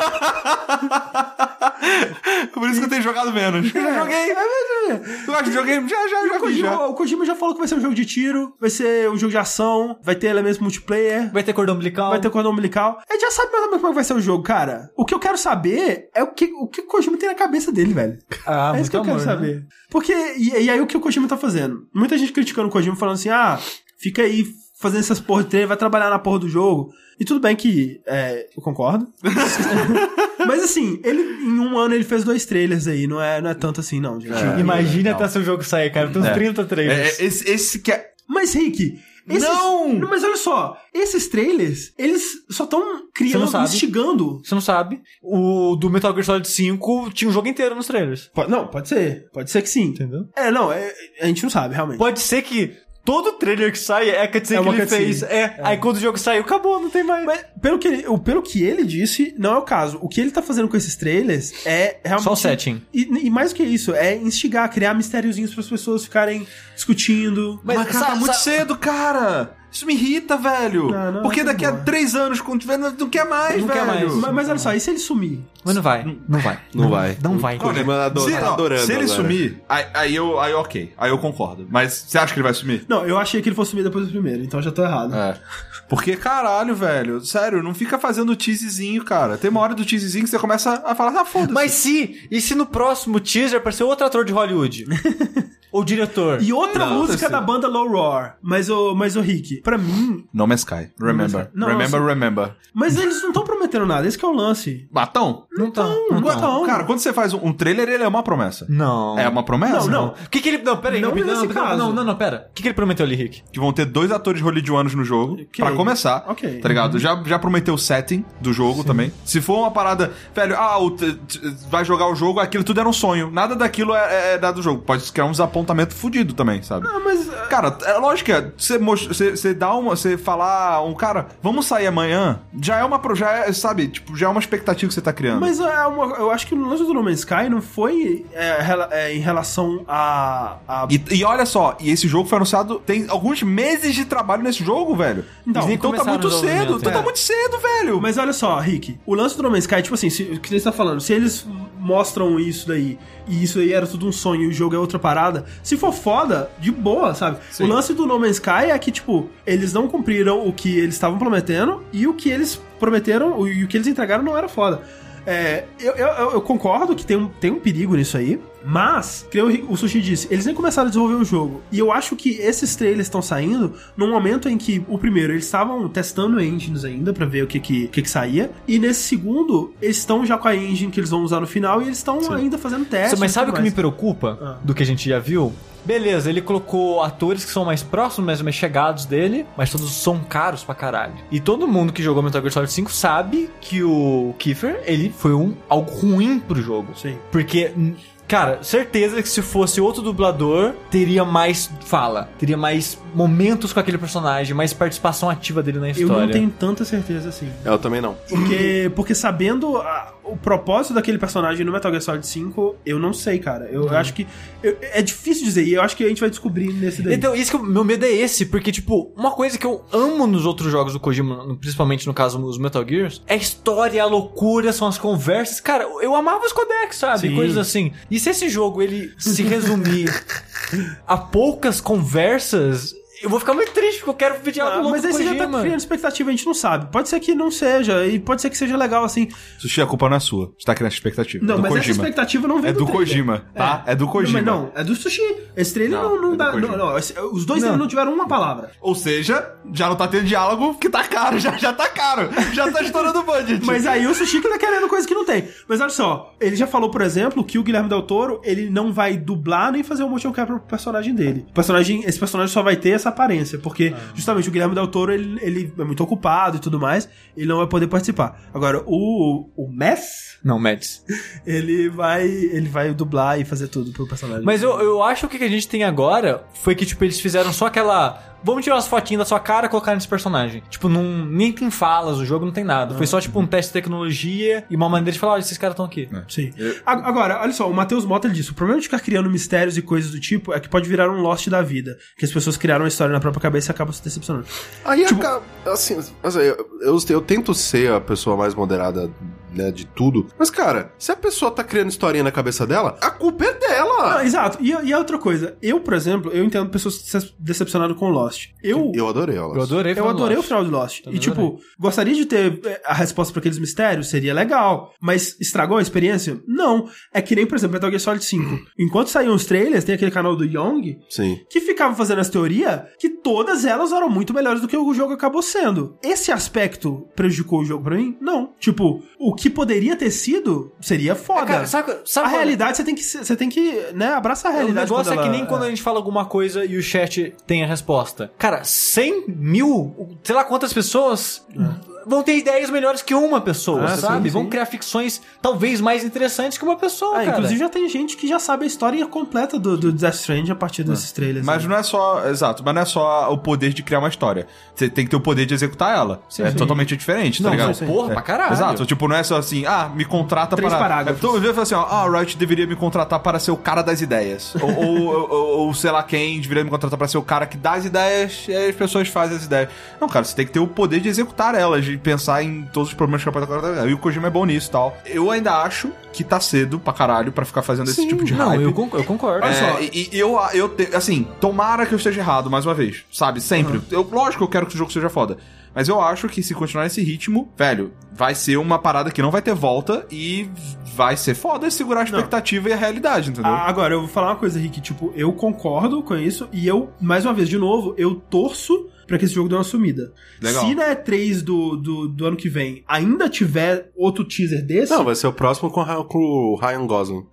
Por isso que eu tenho jogado menos. Eu já joguei. É, é, Tu gosta de videogame? Já, já, E já o, vi, já. Kojima, o Kojima já falou que vai ser um jogo de tiro, vai ser um jogo de ação, vai ter elementos multiplayer, Vai ter cordão umbilical. vai ter cordão umbilical. A gente já sabe mais ou menos como é que vai ser o jogo, cara. O que eu quero saber é o que o, que o Kojima tem na cabeça dele, velho. Ah, é isso muito que eu quero amor, né? saber. Porque, e, e aí o que o Kojima tá fazendo? Muita gente criticando o Kojima, falando assim, ah, fica aí fazendo essas porra de trailer, vai trabalhar na porra do jogo. E tudo bem que, é, eu concordo. Mas assim, ele, em um ano ele fez dois trailers aí, não é, não é tanto assim não, gente. É. Imagina até seu jogo sair, cara, tem uns É. trinta É, trailers. é, esse, esse que é... Mas, Rick, esses... Não! Mas olha só, esses trailers, eles só estão Você não criando, sabe. instigando. Você não sabe, o do Metal Gear Solid cinco tinha um jogo inteiro nos trailers. Po- Não, pode ser. Pode ser que sim. Entendeu? É, não, é- a gente não sabe, realmente. Pode ser que todo trailer que sai é a cutscene É que uma ele cutscene. fez. É. Aí quando o jogo saiu, acabou, não tem mais. Mas pelo que, ele, o- pelo que ele disse, não é o caso. O que ele tá fazendo com esses trailers é realmente... Só o setting. E, e mais do que isso, é instigar, criar mistériozinhos para as pessoas ficarem discutindo. Mas, Mas, cara, sa- tá muito sa- cedo, cara. Isso me irrita, velho. Não, não, Porque tá daqui a boa. três anos, quando tiver, não, não quer mais, Não velho. quer mais. Mas, mas olha só, e se ele sumir? Mas não vai, não vai. Não vai. Não vai. O Kojima adora- se, tá não, adorando se ele agora. sumir, aí, aí eu, aí ok. Aí eu concordo. Mas você acha que ele vai sumir? Não, eu achei que ele fosse sumir depois do primeiro, então eu já tô errado. É. Porque, caralho, velho, sério, não fica fazendo teasezinho, cara. Tem uma hora do teasezinho que você começa a falar, ah, foda-se. Mas se, e se no próximo teaser aparecer outro ator de Hollywood? Ou diretor? E outra Não, música assim. da banda Low Roar. Mas o, mas o Rick, pra mim... No Man's Sky. Remember. Não, remember, assim- remember. Mas eles não estão prometendo nada, esse que é o lance. Batão? Não tá. Não Não tá. tão. Cara, quando você faz um, um trailer, ele é uma promessa. Não. É uma promessa? Não, não. O que que ele... Não, pera aí. Não não, nesse não, caso. não, não, não, pera. O que que ele prometeu ali, Rick? Que vão ter dois atores hollywoodianos no jogo, Ok. pra começar. Ok. Tá ligado? Já, já prometeu o setting do jogo também. Se for uma parada, velho, ah, o t- t- vai jogar o jogo, aquilo tudo era um sonho. Nada daquilo é, é, é dado do jogo. Pode criar um desapontamento fudido também, sabe? Ah, mas... Cara, é lógico que é, você, mos- você, você dá uma. Você falar, um cara, vamos sair amanhã, já é uma. pro- Já é, sabe, tipo, já é uma expectativa que você tá criando. Mas é uma, eu acho que o lance do No Man's Sky não foi é, rela- é, em relação a... a... E, e olha só, e esse jogo foi anunciado. Tem alguns meses de trabalho nesse jogo, velho. Então, Então, então tá começaram muito o cedo. desenvolvimento, Então é. tá muito cedo, velho. Mas olha só, Rick, o lance do No Man's Sky, tipo assim, se, o que você está falando, se eles mostram isso daí, e isso aí era tudo um sonho e o jogo é outra parada, se for foda, de boa, sabe? Sim. O lance do No Man's Sky é que, tipo, eles não cumpriram o que eles estavam prometendo e o que eles prometeram o- e o que eles entregaram não era foda. É, eu, eu, eu concordo que tem um, tem um perigo nisso aí, Mas, que o, o Sushi disse, eles nem começaram a desenvolver o jogo. E eu acho que esses trailers estão saindo num momento em que, o primeiro, eles estavam testando engines ainda pra ver o que que, que, que saía. E nesse segundo, eles estão já com a engine que eles vão usar no final e eles estão ainda fazendo testes. Mas sabe o que mais. me preocupa Ah. do que a gente já viu? Beleza, ele colocou atores que são mais próximos, mais, mais chegados dele, mas todos são caros pra caralho. E todo mundo que jogou Metal Gear Solid cinco sabe que o Kiefer, ele foi um, algo ruim pro jogo. Sim. Porque... Cara, certeza que se fosse outro dublador, teria mais fala, teria mais momentos com aquele personagem, mais participação ativa dele na história. Eu não tenho tanta certeza assim. Eu também não. Porque, porque sabendo a, o propósito daquele personagem no Metal Gear Solid cinco, eu não sei, cara. Eu Uhum. acho que... eu- é difícil dizer, e eu acho que a gente vai descobrir nesse daí. Então, isso que o meu medo é esse, porque, tipo, uma coisa que eu amo nos outros jogos do Kojima, principalmente no caso os Metal Gears, é a história, a loucura, são as conversas. Cara, eu amava os codecs, sabe? Sim. Coisas assim. E se esse jogo, ele se resumir a poucas conversas... Eu vou ficar muito triste, porque eu quero ver algo Ah, louco mas aí do você já Kojima. tá criando expectativa, a gente não sabe. Pode ser que não seja, e pode ser que seja legal, assim. Sushi, a culpa não é sua. Você tá criando expectativa. Não, é do mas Kojima. essa expectativa não vem É do trailer. Kojima, tá? É do Kojima. Não, mas não, é do Sushi. Esse trailer Não, não, não é do dá... Kojima. Não, não, esse- os dois não. não tiveram uma palavra. Ou seja, já não tá tendo diálogo, que tá caro, já, já tá caro. Já tá estourando o budget. Mas aí o Sushi que tá querendo coisa que não tem. Mas olha só, ele já falou, por exemplo, que o Guilherme Del Toro, ele não vai dublar nem fazer o motion capture pro personagem dele. O personagem, esse personagem só vai ter essa aparência, porque justamente o Guilherme Del Toro, ele, ele é muito ocupado e tudo mais, ele não vai poder participar. Agora, o, o Mess, Não, Mads. ele vai, ele vai dublar e fazer tudo pro personagem. Mas eu, eu acho que o que a gente tem agora foi que, tipo, eles fizeram só aquela... Vamos tirar umas fotinhas da sua cara e colocar nesse personagem. Tipo, não, nem tem falas, o jogo não tem nada. Foi só, tipo, um teste de tecnologia e uma maneira de falar, olha, esses caras estão aqui. Sim. A- Agora, olha só, o Matheus Mota ele disse: o problema de ficar criando mistérios e coisas do tipo é que pode virar um Lost da vida. Que as pessoas criaram uma história na própria cabeça e acabam se decepcionando. Aí, Tipo- acaba- assim, assim, eu, eu, eu tento ser a pessoa mais moderada, né, de tudo. Mas, cara, se a pessoa tá criando historinha na cabeça dela, a culpa é dela. Ah, exato. E, e a outra coisa, eu, por exemplo, eu entendo pessoas se decepcionadas com Lost. Eu. Eu adorei ela. Eu adorei Eu falar adorei Lost. o final de Lost. Também E, tipo, gostaria de ter eh, a resposta pra aqueles mistérios, seria legal. Mas estragou a experiência? Não. É que nem, por exemplo, Metal Gear Solid cinco. Enquanto saíam os trailers, tem aquele canal do Young, Sim. que ficava fazendo essa teoria que todas elas eram muito melhores do que o jogo acabou sendo. Esse aspecto prejudicou o jogo pra mim? Não. Tipo, o que poderia ter sido seria foda. É, cara, sabe, sabe a qual- realidade, você tem que, você tem que, né, abraçar a O realidade. negócio é quando que ela- nem quando a gente fala alguma coisa e o chat tem a resposta. Cara, cem mil, sei lá quantas pessoas vão ter ideias melhores que uma pessoa, Ah, sabe? sim, Vão sim. criar ficções talvez mais interessantes que uma pessoa, Ah, cara. inclusive já tem gente que já sabe a história completa do, do Death Stranding a partir desses trailers. Mas né? não é só, exato, mas não é só o poder de criar uma história. Você tem que ter o poder de executar ela. é sim. totalmente diferente, tá Não, ligado? sim, sim. Porra, É. pra caralho. Exato, tipo, não é só assim, ah, me contrata Três para... parágrafos. É, todo dia fala assim, ó, ah, a Riot deveria me contratar para ser o cara das ideias. ou, ou, ou, ou sei lá quem deveria me contratar para ser o cara que dá as ideias e as pessoas fazem as ideias. Não, cara, você tem que ter o poder de executar elas, de pensar em todos os problemas que ela pode acontecer. E o Kojima é bom nisso e tal. Eu ainda acho que tá cedo pra caralho pra ficar fazendo esse tipo de Não, hype. eu, concordo, eu concordo. É, Olha só, e, e eu, eu te- assim, tomara que eu esteja errado mais uma vez, sabe? Sempre. Eu, lógico que eu quero que o jogo seja foda. Mas eu acho que se continuar nesse ritmo, velho, vai ser uma parada que não vai ter volta e vai ser foda segurar a expectativa e a realidade, entendeu? Ah, agora, eu vou falar uma coisa, Rick, tipo, eu concordo com isso e eu, mais uma vez, de novo, eu torço pra que esse jogo dê uma sumida. Legal. Se na E três do, do, do ano que vem ainda tiver outro teaser desse, Não, vai ser o próximo com, a- com o Ryan Gosling.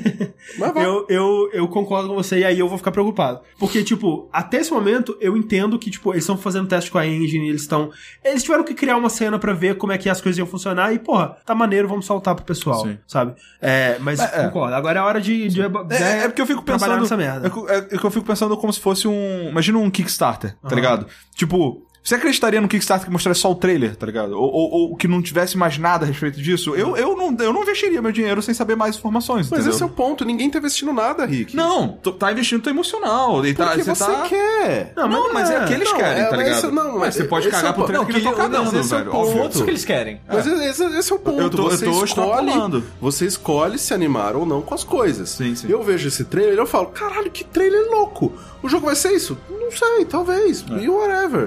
Mas vai. eu, eu, eu concordo com você e aí eu vou ficar preocupado. Porque, tipo, até esse momento eu entendo que, tipo, eles estão fazendo teste com a engine, eles estão... Eles tiveram que criar uma cena pra ver como é que as coisas iam funcionar e, porra, tá maneiro, vamos soltar pro pessoal, Sim. sabe? É, mas É, é. concordo. Agora é hora de... de É, é porque eu fico trabalhar pensando. nessa merda. É, que- é que eu fico pensando como se fosse um. Imagina um Kickstarter, tá Aham. ligado? Tipo. Você acreditaria no Kickstarter que mostrasse só o trailer, tá ligado? Ou, ou, ou que não tivesse mais nada a respeito disso? Eu, eu, não, eu não investiria meu dinheiro sem saber mais informações, Mas entendeu? esse é o ponto, ninguém tá investindo nada, Rick. Não, tu tá investindo teu emocional. E tá, Porque você tá... quer. Não, mas é, o que eles Não, querem, é, tá mas ligado? esse- não, mas você pode esse cagar é o pro ponto. trailer que ele Não, tá que ele- cagando, não, esse é o velho. ponto. Óbvio. Todos que eles querem. Mas esse, esse é o ponto. Eu tô- eu você tô escolhe, extrapolando. você escolhe se animar ou não com as coisas. Sim, sim. Eu vejo esse trailer e eu falo, caralho, que trailer louco. O jogo vai ser isso? Não sei, talvez. E whatever. Eu,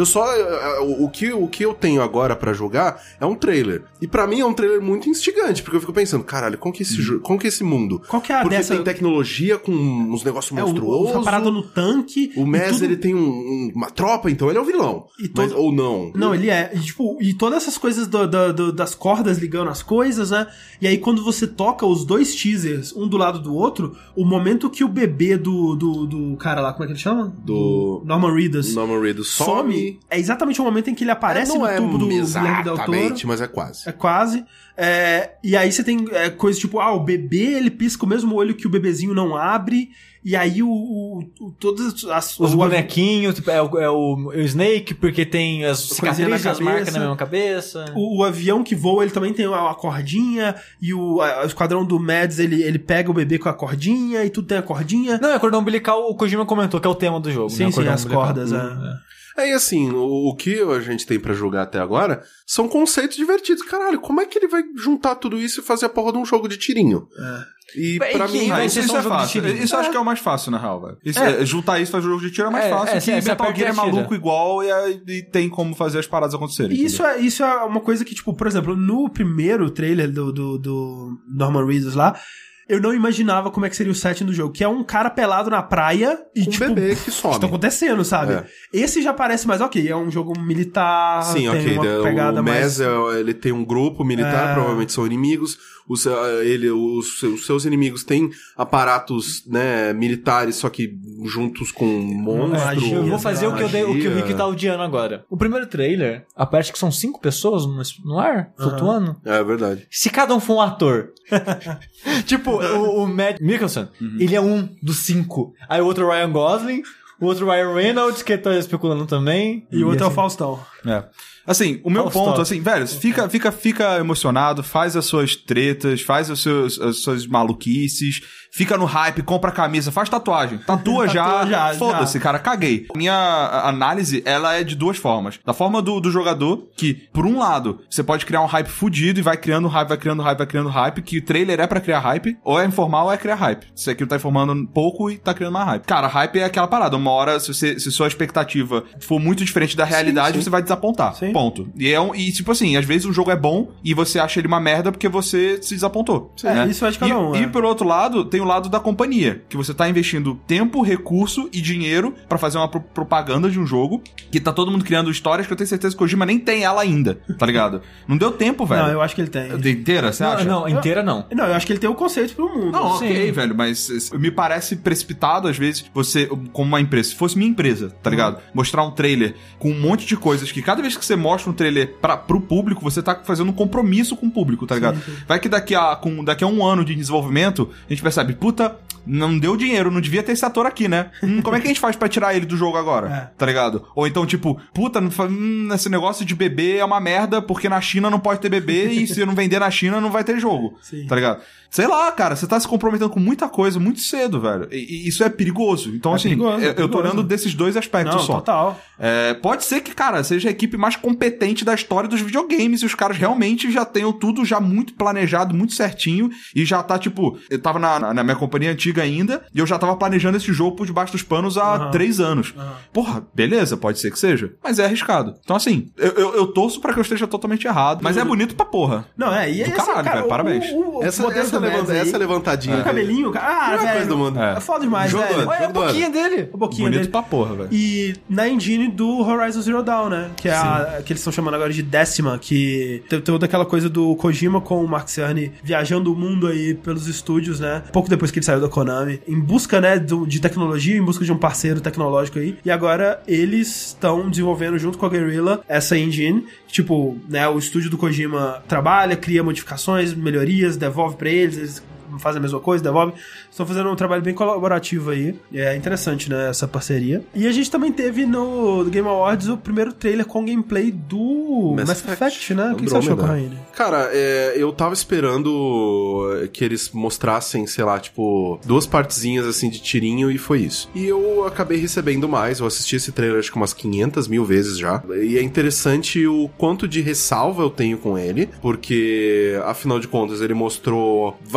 só... O, o, que, o que eu tenho agora pra jogar é um trailer. E pra mim é um trailer muito instigante, porque eu fico pensando, caralho, como que é esse, hum. como que é esse mundo? Qual que é a porque dessa... tem tecnologia com uns negócios é, monstruosos. Uma parada no tanque. O Mez, tudo... ele tem um, um, uma tropa, então ele é o vilão. E todo... Mas, ou não. Não, ele é. E, tipo, e todas essas coisas do, do, do, das cordas ligando as coisas, né? E aí quando você toca os dois teasers, um do lado do outro, o momento que o bebê do, do, do cara lá, como é que ele chama? Do... Norman Reedus. Norman Reedus some. some. É exatamente o momento em que ele aparece é, não no é tubo do Guilherme Del Toro. Exatamente, mas é quase. É quase. É, e aí você tem é, coisas tipo, ah, o bebê, ele pisca o mesmo olho que o bebezinho não abre, e aí o... o, o todas as... Os o, bonequinhos, tipo, é, o, é o, o Snake, porque tem as cicatrizes, as marcas na mesma cabeça. O, o avião que voa, ele também tem a, a cordinha, e o, a, o esquadrão do Mads, ele, ele pega o bebê com a cordinha, e tudo tem a cordinha. Não, é a cordão umbilical, o Kojima comentou que é o tema do jogo. Sim, né? sim, as umbilical. cordas, hum, é. É, e assim, o, o que a gente tem pra jogar até agora são conceitos divertidos. Caralho, como é que ele vai juntar tudo isso e fazer a porra de um jogo de tirinho? É. E pra e mim... Ah, isso, isso um é fácil. Isso eu é. acho que é o mais fácil, na real, velho. Isso, É. É, juntar isso e fazer um jogo de tiro é mais É, fácil, é, que é, Metal Gear é maluco tira. igual e, e tem como fazer as paradas acontecerem. E isso é, isso é uma coisa que, tipo, por exemplo, no primeiro trailer do, do, do Norman Reedus lá, eu não imaginava como é que seria o setting do jogo, que é um cara pelado na praia e, um tipo... bebê que some. Isso tá acontecendo, sabe? É. Esse já parece mais, ok, é um jogo militar, sim, tem ok, uma pegada o mais... Mez, ele tem um grupo militar, é... provavelmente são inimigos, os, ele, os, os seus inimigos têm aparatos, né, militares, só que juntos com monstros. Magia, eu vou fazer o que, eu dei, o que o Rick tá é. odiando agora. O primeiro trailer, a parte que são cinco pessoas no, no ar, uhum. flutuando. É verdade. Se cada um for um ator... tipo, o, o Matt Mikkelsen, uhum. ele é um dos cinco. Aí o outro é o Ryan Gosling, o outro é o Ryan Reynolds, que tá especulando também. E, e o outro assim, é o Faustão. É. Assim, o meu Faustão. ponto, assim, velho, fica, fica, fica emocionado, faz as suas tretas, faz os seus, as suas maluquices, fica no hype, compra camisa, faz tatuagem. Tatua já, já foda-se, cara, caguei. Minha análise, ela é de duas formas. Da forma do, do jogador, que, por um lado, você pode criar um hype fudido e vai criando hype, vai criando hype, vai criando hype, que o trailer é pra criar hype, ou é informar ou é criar hype. Isso aqui tá informando pouco e tá criando mais hype. Cara, hype é aquela parada. Uma hora, se, você, se sua expectativa for muito diferente da realidade, sim, sim. você vai desapontar. Sim. Ponto. E, é um, e, tipo assim, às vezes o jogo é bom e você acha ele uma merda porque você se desapontou. É, né? Isso é de cada um. E, é. e por outro lado, tem o lado da companhia, que você tá investindo tempo, recurso e dinheiro pra fazer uma pro- propaganda de um jogo, que tá todo mundo criando histórias que eu tenho certeza que o Kojima nem tem ela ainda, tá ligado? Não deu tempo, velho. Não, eu acho que ele tem. Inteira, você não, acha? Não, inteira não. Não, eu acho que ele tem o conceito pro mundo. Não, Sim. ok, velho, mas me parece precipitado, às vezes, você, como uma empresa, se fosse minha empresa, tá ligado? Uhum. Mostrar um trailer com um monte de coisas que cada vez que você mostra um trailer pra, pro público, você tá fazendo um compromisso com o público, tá ligado? Sim, sim. Vai que daqui a, com, daqui a um ano de desenvolvimento, a gente percebe, puta, não deu dinheiro, não devia ter esse ator aqui, né? Hum, como é que a gente faz pra tirar ele do jogo agora? É. Tá ligado? Ou então, tipo, puta, hum, esse negócio de bebê é uma merda, porque na China não pode ter bebê e se não vender na China não vai ter jogo. Sim. Tá ligado? Sei lá, cara, você tá se comprometendo com muita coisa muito cedo, velho. E, e isso é perigoso. Então, é assim, perigoso, eu, é eu tô olhando desses dois aspectos não, só. Total. É, pode ser que, cara, seja a equipe mais competente da história dos videogames e os caras realmente já tenham tudo já muito planejado, muito certinho e já tá, tipo, eu tava na, na minha companhia antiga ainda e eu já tava planejando esse jogo por debaixo dos panos há uhum. três anos. Uhum. Porra, beleza, pode ser que seja, mas é arriscado. Então, assim, eu, eu, eu torço pra que eu esteja totalmente errado, mas é bonito pra porra. Não, é, e do esse, caralho, cara, velho, o, parabéns. O, o, essa, essa, levanta, essa levantadinha. É. O cabelinho, cara, ah, velho, coisa do mundo. É, é foda demais, jogo velho. Olha a boquinha dele. A boquinha bonito dele. pra porra, velho. E na engine do Horizon Zero Dawn, né? Que é a, que eles estão chamando agora de décima, que tem toda aquela coisa do Kojima com o Mark Cerny viajando o mundo aí pelos estúdios, né? Pouco depois que ele saiu da Konami, em busca, né, do, de tecnologia, em busca de um parceiro tecnológico aí. E agora eles estão desenvolvendo junto com a Guerrilla essa engine. Tipo, né, o estúdio do Kojima trabalha, cria modificações, melhorias, devolve pra eles, eles fazem a mesma coisa, devolve. Estão fazendo um trabalho bem colaborativo aí. É interessante, né, essa parceria. E a gente também teve no Game Awards o primeiro trailer com gameplay do Mass, Mass Effect, Effect, né? O que, que você achou, Corraine? Cara, é, eu tava esperando que eles mostrassem, sei lá, tipo, duas partezinhas assim de tirinho e foi isso. E eu acabei recebendo mais. Eu assisti esse trailer acho que umas quinhentas mil vezes já. E é interessante o quanto de ressalva eu tenho com ele, porque, afinal de contas, ele mostrou várias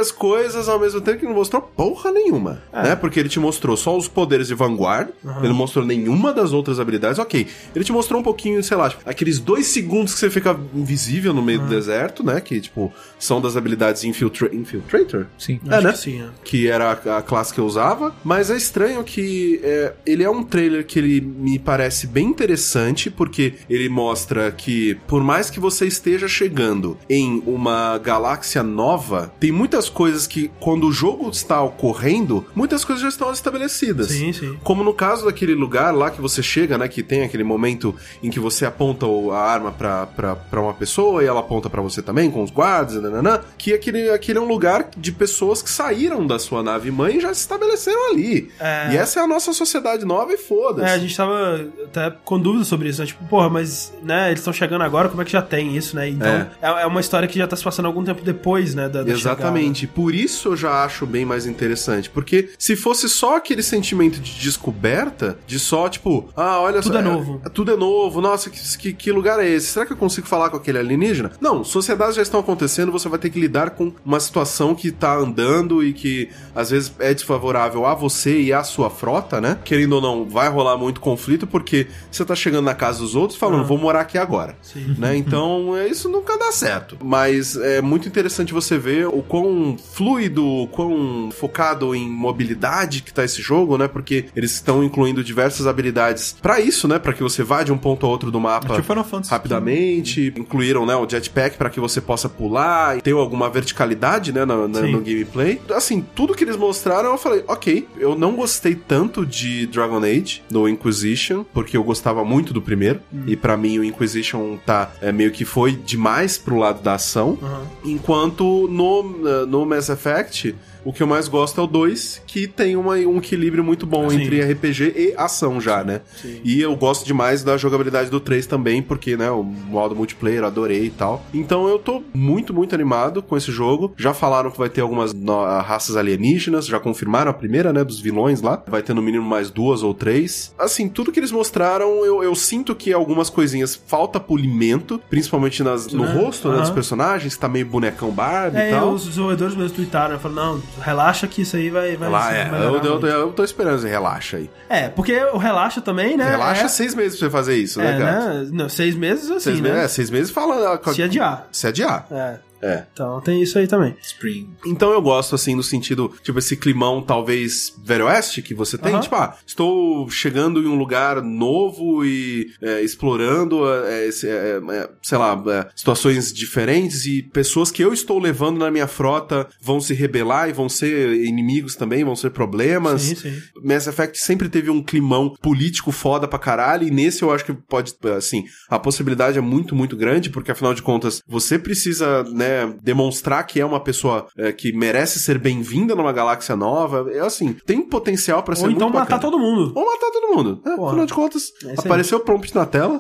muitas coisas ao mesmo tempo que não mostrou porra nenhuma, é. né? Porque ele te mostrou só os poderes de Vanguard, uhum. ele não mostrou nenhuma das outras habilidades, ok. Ele te mostrou um pouquinho, sei lá, tipo, aqueles dois segundos que você fica invisível no meio uhum. do deserto, né? Que, tipo, são das habilidades Infiltra- Infiltrator? Sim. É, né? Que sim, é. Que era a, a classe que eu usava, mas é estranho que é, ele é um trailer que ele me parece bem interessante, porque ele mostra que, por mais que você esteja chegando em uma galáxia nova, tem muitas coisas que, quando o jogo está ocorrendo, muitas coisas já estão estabelecidas. Sim, sim. Como no caso daquele lugar lá que você chega, né, que tem aquele momento em que você aponta a arma pra, pra, pra uma pessoa e ela aponta pra você também, com os guardas, nananã, que aquele, aquele é um lugar de pessoas que saíram da sua nave mãe e já se estabeleceram ali. É... E essa é a nossa sociedade nova e foda-se. É, a gente tava até com dúvida sobre isso, né? Tipo, porra, mas, né, eles estão chegando agora, como é que já tem isso, né? Então, é, é uma história que já tá se passando algum tempo depois, né? Da, da Exatamente. chegada. Por isso eu já acho bem mais interessante. Porque se fosse só aquele sentimento de descoberta, de só, tipo, ah, olha tudo só. Tudo é novo. É, tudo é novo. Nossa, que, que, que lugar é esse? Será que eu consigo falar com aquele alienígena? Não, sociedades já estão acontecendo, você vai ter que lidar com uma situação que tá andando e que às vezes é desfavorável a você e a sua frota, né? Querendo ou não, vai rolar muito conflito porque você tá chegando na casa dos outros falando, ah. vou morar aqui agora. Sim. Né? Então, isso nunca dá certo. Mas é muito interessante você ver o quão fluido, o quão focado em mobilidade que tá esse jogo, né? Porque eles estão incluindo diversas habilidades pra isso, né? Pra que você vá de um ponto a outro do mapa rapidamente. Incluíram, né, o jetpack pra que você possa pular e ter alguma verticalidade, né, no, no, no gameplay. Assim, tudo que eles mostraram, eu falei, ok, eu não gostei tanto de Dragon Age, do Inquisition, porque eu gostava muito do primeiro, hum. e pra mim o Inquisition tá, é, meio que foi demais pro lado da ação, uhum. enquanto no, no Mass Effect... O que eu mais gosto é o dois, que tem uma, um equilíbrio muito bom Sim. entre R P G e ação já, né? Sim. E eu gosto demais da jogabilidade do três também, porque, né, o modo multiplayer eu adorei e tal. Então eu tô muito, muito animado com esse jogo. Já falaram que vai ter algumas no- raças alienígenas, já confirmaram a primeira, né, dos vilões lá. Vai ter no mínimo mais duas ou três. Assim, tudo que eles mostraram, eu, eu sinto que algumas coisinhas falta polimento, principalmente nas, no é. rosto, uhum. né, dos personagens, que tá meio bonecão Barbie é, e tal. Os desenvolvedores mesmo tweetaram, né, falaram, não, relaxa que isso aí vai... vai Lá, é. Eu, eu, eu, eu tô esperando esse relaxa aí. É, porque o relaxa também, né? Relaxa é... seis meses pra você fazer isso, é, né, cara? Né? Não, seis meses assim, seis né? Meses, é, seis meses falando... Se adiar. Se adiar. É. É. Então tem isso aí também. Spring. Então eu gosto, assim, no sentido, tipo, esse climão talvez Velho Oeste que você tem, uhum. tipo, ah, estou chegando em um lugar novo e é, explorando, é, esse, é, é, sei lá, é, situações diferentes e pessoas que eu estou levando na minha frota vão se rebelar e vão ser inimigos também, vão ser problemas. Sim, sim. Mass Effect sempre teve um climão político foda pra caralho e nesse eu acho que pode, assim, a possibilidade é muito, muito grande, porque afinal de contas, você precisa, né, demonstrar que é uma pessoa é, que merece ser bem-vinda numa galáxia nova. É assim, tem potencial pra ser Ou muito então bacana. matar todo mundo. Ou matar todo mundo. É, afinal de contas, é apareceu o prompt na tela.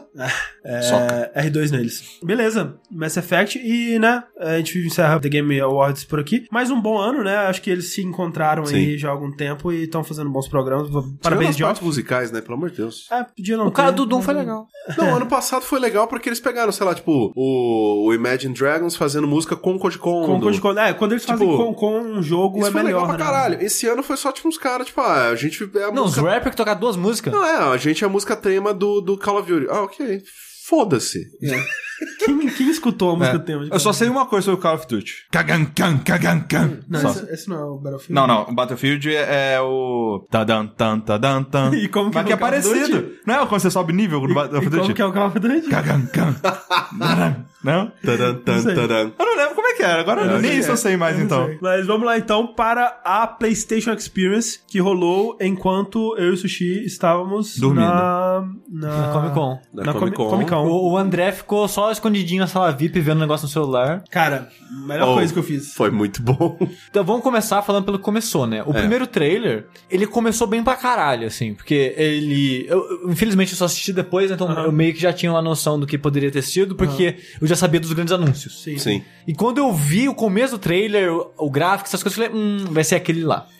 É, R dois neles. Beleza, Mass Effect e, né, a gente encerra The Game Awards por aqui. Mais um bom ano, né? Acho que eles se encontraram Sim. aí já há algum tempo e estão fazendo bons programas. Parabéns, de partes musicais, né? Pelo amor de Deus. É, podia não O ter, cara do Doom mas... foi legal. Não, ano passado foi legal porque eles pegaram, sei lá, tipo, o, o Imagine Dragons fazendo música com Koji Kondo. Com Koji Kondo. É, quando eles tipo, fazem com, com um jogo isso é foi melhor, legal pra né? caralho. Esse ano foi só, tipo, uns caras, tipo, ah, a gente... É a não, música... os rappers que tocaram duas músicas. Não, é, a gente é a música tema do, do Call of Duty. Ah, ok. Foda-se. É. Quem, quem escutou a música é. tema? Eu só sei uma coisa sobre o Call of Duty. Kagankan, kagankan. Não, esse, esse não é o Battlefield. Não, não. O Battlefield é, é o... Tadan, tan, tadan, tan. E como que Mas é que é o Call of Duty? parecido. Não é quando você sobe nível no Battlefield? E como que é o Call of Duty? Kagankan. Não? Tadan, tan, tadan. Eu não lembro como é que era. Agora eu nem sei. isso eu sei mais, eu então. Sei. Mas vamos lá, então, para a PlayStation Experience, que rolou enquanto eu e o Sushi estávamos dormindo na... Na, na Comic Con. Na, na Comic Con. Comic Con. O, o André ficou só escondidinho na sala V I P vendo o negócio no celular. Cara, melhor oh, coisa que eu fiz. Foi muito bom. Então vamos começar falando pelo que começou, né? O é. primeiro trailer, ele começou bem pra caralho, assim, porque ele... Eu, eu, infelizmente eu só assisti depois, então uhum. eu meio que já tinha uma noção do que poderia ter sido, porque uhum. eu já sabia dos grandes anúncios. Sim. Sim. E quando eu vi o começo do trailer, o, o gráfico, essas coisas, eu falei, hum, vai ser aquele lá.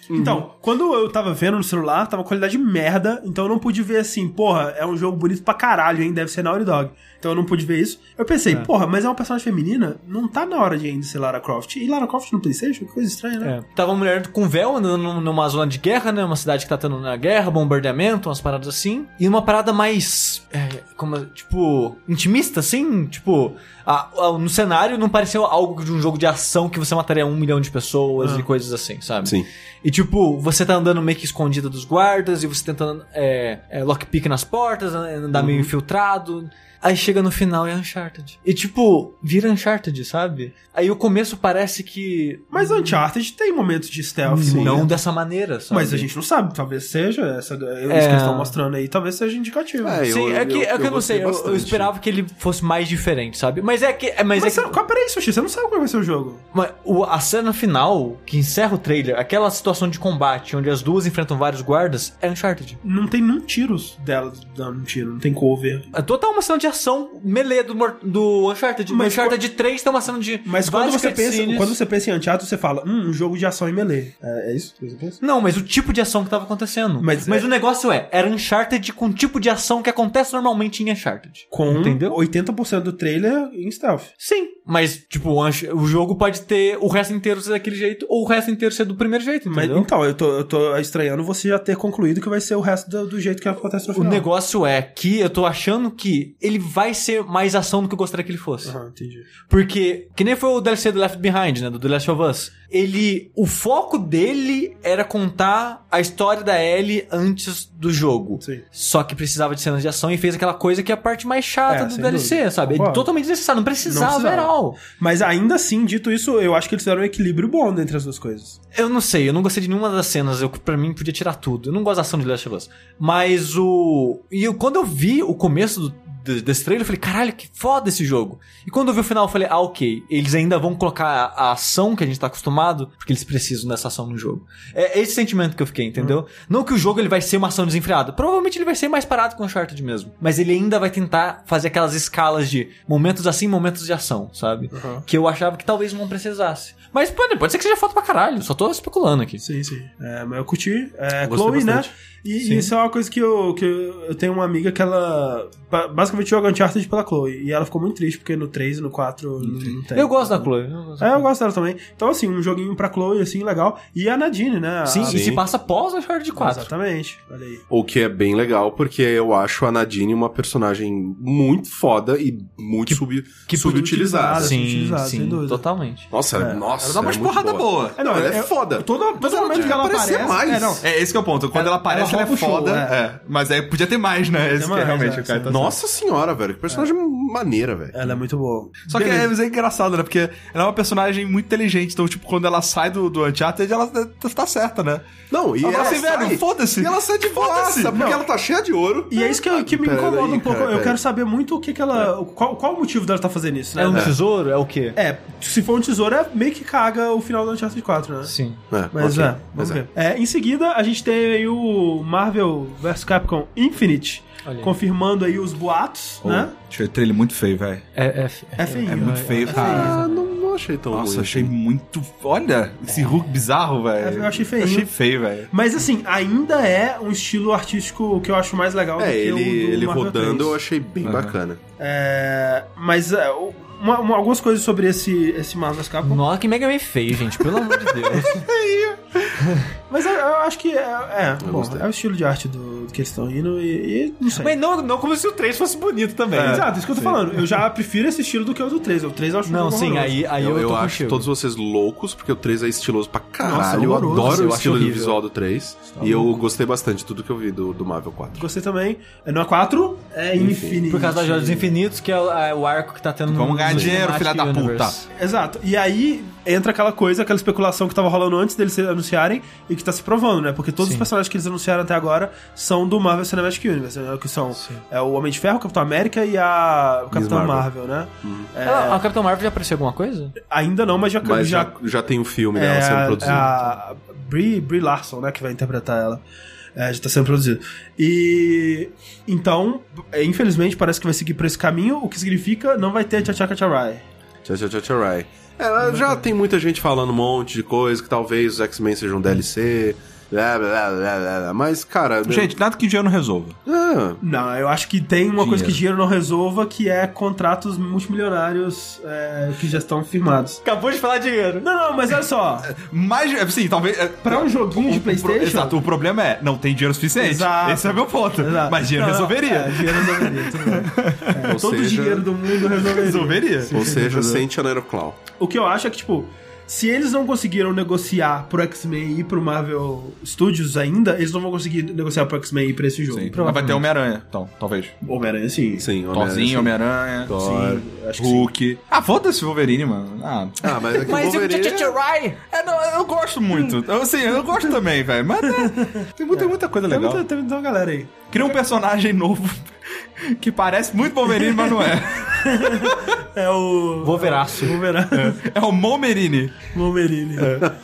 Então, quando eu tava vendo no celular, tava qualidade merda, então eu não pude ver assim, porra, é um jogo bonito pra caralho, hein, deve ser Naughty Dog. Então eu não pude ver isso. Eu pensei, é. porra, mas é uma personagem feminina? Não tá na hora de ainda ser Lara Croft. E Lara Croft no PlayStation? Que coisa estranha, né? É. Tava uma mulher com véu andando numa zona de guerra, né? Uma cidade que tá tendo na guerra, bombardeamento, umas paradas assim. E uma parada mais, é, como, tipo, intimista, assim, tipo... A, a, no cenário não pareceu algo de um jogo de ação que você mataria um milhão de pessoas ah. e coisas assim, sabe? Sim. E tipo, você tá andando meio que escondido dos guardas e você tentando é, é, lockpick nas portas, andar uhum. meio infiltrado. Aí chega no final e é Uncharted. E tipo, vira Uncharted, sabe? Aí o começo parece que... Mas Uncharted tem momentos de stealth. Sim, não dessa maneira, sabe? Mas a gente não sabe, talvez seja essa, é... isso que eles estão mostrando aí, talvez seja indicativo. É, Sim, eu, é que eu, é que eu, eu não sei, eu, eu esperava que ele fosse mais diferente, sabe? Mas é que... É, mas mas é você, que... Peraí, Sushi, você não sabe como vai ser o jogo. Mas o, a cena final, que encerra o trailer, aquela situação de combate, onde as duas enfrentam vários guardas, é Uncharted. Não tem nenhum tiros dela dando um tiro, não tem cover. É total uma cena de ação melee do, do Uncharted. Mas o Uncharted quando... três tem uma cena de... Mas quando você, pensa, quando você pensa em Uncharted, você fala, hum, um jogo de ação em melee. É, é isso que você pensa? Não, mas o tipo de ação que tava acontecendo. Mas, mas é... o negócio é, era Uncharted com o tipo de ação que acontece normalmente em Uncharted. Com entendeu? oitenta por cento do trailer em stealth. Sim, mas, tipo, o, o jogo pode ter o resto inteiro ser daquele jeito ou o resto inteiro ser do primeiro jeito, entendeu? Mas, então, eu tô, eu tô estranhando você já ter concluído que vai ser o resto do, do jeito que acontece no final. O negócio é que eu tô achando que ele vai ser mais ação do que eu gostaria que ele fosse. Aham, entendi. Porque, que nem foi o D L C do Left Behind, né, do The Last of Us. Ele, o foco dele era contar a história da Ellie antes do jogo. Sim. Só que precisava de cenas de ação e fez aquela coisa que é a parte mais chata é, do D L C, dúvida. Sabe? É totalmente desnecessário, não precisava, não precisava. Era all. Mas ainda assim, dito isso, eu acho que eles fizeram um equilíbrio bom entre as duas coisas. Eu não sei, eu não gostei de nenhuma das cenas, eu, pra mim podia tirar tudo. Eu não gosto da ação de The Last of Us. Mas o... E eu, quando eu vi o começo do desse trailer, eu falei, caralho, que foda esse jogo. E quando eu vi o final, eu falei, ah, ok, eles ainda vão colocar a, a ação que a gente tá acostumado, porque eles precisam dessa ação no jogo. É esse sentimento que eu fiquei, entendeu? Uhum. Não que o jogo ele vai ser uma ação desenfreada. Provavelmente ele vai ser mais parado com o Uncharted mesmo. Mas ele ainda vai tentar fazer aquelas escalas de momentos assim, momentos de ação, sabe? Uhum. Que eu achava que talvez não precisasse. Mas pode, pode ser que seja foto pra caralho, só tô especulando aqui. Sim, sim. É, mas eu curti. É, Chloe, né? E, e isso é uma coisa que eu, que eu, eu tenho uma amiga que ela basicamente joga Uncharted pela Chloe. E ela ficou muito triste porque no três e no quatro não, não tem. Eu gosto da Chloe. Eu gosto, é, eu gosto dela também. Então, assim, um joguinho pra Chloe, assim, legal. E a Nadine, né? Sim, a... Sim. E se passa pós o Uncharted quatro. Exatamente. Olha aí. O que é bem legal, porque eu acho a Nadine uma personagem muito foda e muito que, sub, que subutilizada. Sim, utilizada, sim, sem dúvida. Totalmente. Nossa, é. nossa, ela dá umas porrada boa. boa. É, não, ela é, é foda. Todo, todo momento que ela aparece... mais. É, não. é esse que é o ponto. Quando ela, ela aparece, ela, ela é foda. Show, é. É. Mas aí podia ter mais, né? Esse mais, que é realmente é, o cara tá Nossa senhora, velho. Que personagem é. maneira, velho. Ela é muito boa. Só Beleza. que é, é engraçado, né? Porque ela é uma personagem muito inteligente. Então, tipo, quando ela sai do, do Uncharted, ela tá certa, né? Não, e ela, ela assim, sai, velho, foda-se. E ela sai de foda-se, porque não. ela tá cheia de ouro. E é isso que, que me pera incomoda aí, um pouco. cara, eu pera. quero saber muito o que que ela... Qual, qual o motivo dela tá fazendo isso, né? É um é. tesouro? É o quê? É, se for um tesouro, é meio que caga o final do Uncharted quatro, né? Sim. É, Mas okay. é, vamos Mas ver. É. É, em seguida, a gente tem aí o Marvel versus. Capcom Infinite, aí. confirmando aí os boatos, oh, né? Achei o trailer muito feio, velho. É, é, é feio. É muito feio, é, cara. Ah, não, não achei tão Nossa, ruim. achei assim. muito... Olha, esse Hulk bizarro, velho. Eu achei feio. Achei feio, velho. Mas assim, ainda é um estilo artístico que eu acho mais legal é, do que ele, o do ele Marvel rodando três. Eu achei bem uhum. bacana. É, mas é, uma, uma, algumas coisas sobre esse, esse Marvel versus. Capcom. Nossa, que Mega Man feio, gente. Pelo amor de Deus. Mas eu, eu acho que é, é, bom, é o estilo de arte do, do que eles estão indo e, e não sei. Mas não, não como se o três fosse bonito também. É, exato, isso que eu tô sim. falando. Eu já prefiro esse estilo do que o do três. O três eu acho Não, sim, horroroso. aí, aí eu, eu, eu tô acho contigo. todos vocês loucos, porque o três é estiloso pra caralho. Nossa, eu horroroso. adoro eu o estilo horrível. visual do três. Tá e louco. Eu gostei bastante de tudo que eu vi do, do Marvel quatro. Gostei também. Não é quatro, é Infinite. Por causa das Joias Infinitos, que é o, é o arco que tá tendo... Vamos no, ganhar no dinheiro, filha da puta. Exato. E aí entra aquela coisa, aquela especulação que tava rolando antes deles anunciarem e que tá se provando, né? Porque todos Sim. os personagens que eles anunciaram até agora são do Marvel Cinematic Universe, né? Que são é, o Homem de Ferro, o Capitão América e a o Capitão Marvel. Marvel, né? Hum. É... Ela, a Capitão Marvel já apareceu alguma coisa? Ainda não, mas já... Mas já, já, já tem um filme dela é, sendo produzido. A, a Brie, Brie Larson, né? Que vai interpretar ela. É, já tá sendo produzido. E... Então, infelizmente, parece que vai seguir por esse caminho, o que significa não vai ter T'Chaka T'Chai. Tchá-tchá-tchá-tchá-rai. É, já tem muita gente falando um monte de coisa, que talvez os X-Men sejam D L C, blá, blá, blá, blá, mas, cara... Gente, nada que dinheiro não resolva. É. Não, eu acho que tem uma Dinheiro. coisa que dinheiro não resolva, que é contratos multimilionários é, que já estão firmados. Acabou de falar dinheiro. Não, não, mas olha só, Mas, assim, talvez... é, pra um joguinho de o- o pro- PlayStation... Exato, o problema é, não tem dinheiro suficiente. Exato. Esse é o meu ponto. Exato. Mas dinheiro Não, não, resolveria. É, dinheiro resolveria, tudo bem. É, Ou todo o seja- dinheiro do mundo resolveria. Resolveria. Ou seja, sente a Neroclaw. O que eu acho é que, tipo, se eles não conseguiram negociar pro X-Men e pro Marvel Studios ainda, eles não vão conseguir negociar pro X-Men e pra esse jogo. Sim. Mas vai ter Homem-Aranha, então, talvez. Homem-Aranha, sim. Sim, Thorzinho, Homem-Aranha, Homem-Aranha, Thor. Sim, acho que Hulk. Ah, foda-se o Wolverine, mano. Ah, Ah, mas é que Mas o e o Wolverine... Tchá-tchá-tchá-rai? é, não, eu gosto muito. Eu, assim, eu gosto também, velho. Mas é, tem, muita, tem muita coisa Tem legal. muita, tem muita galera aí. Cria um personagem novo que parece muito Wolverine, mas não é. É o... Wolveraço. Wolverine. É o Wolverine. Wolverine.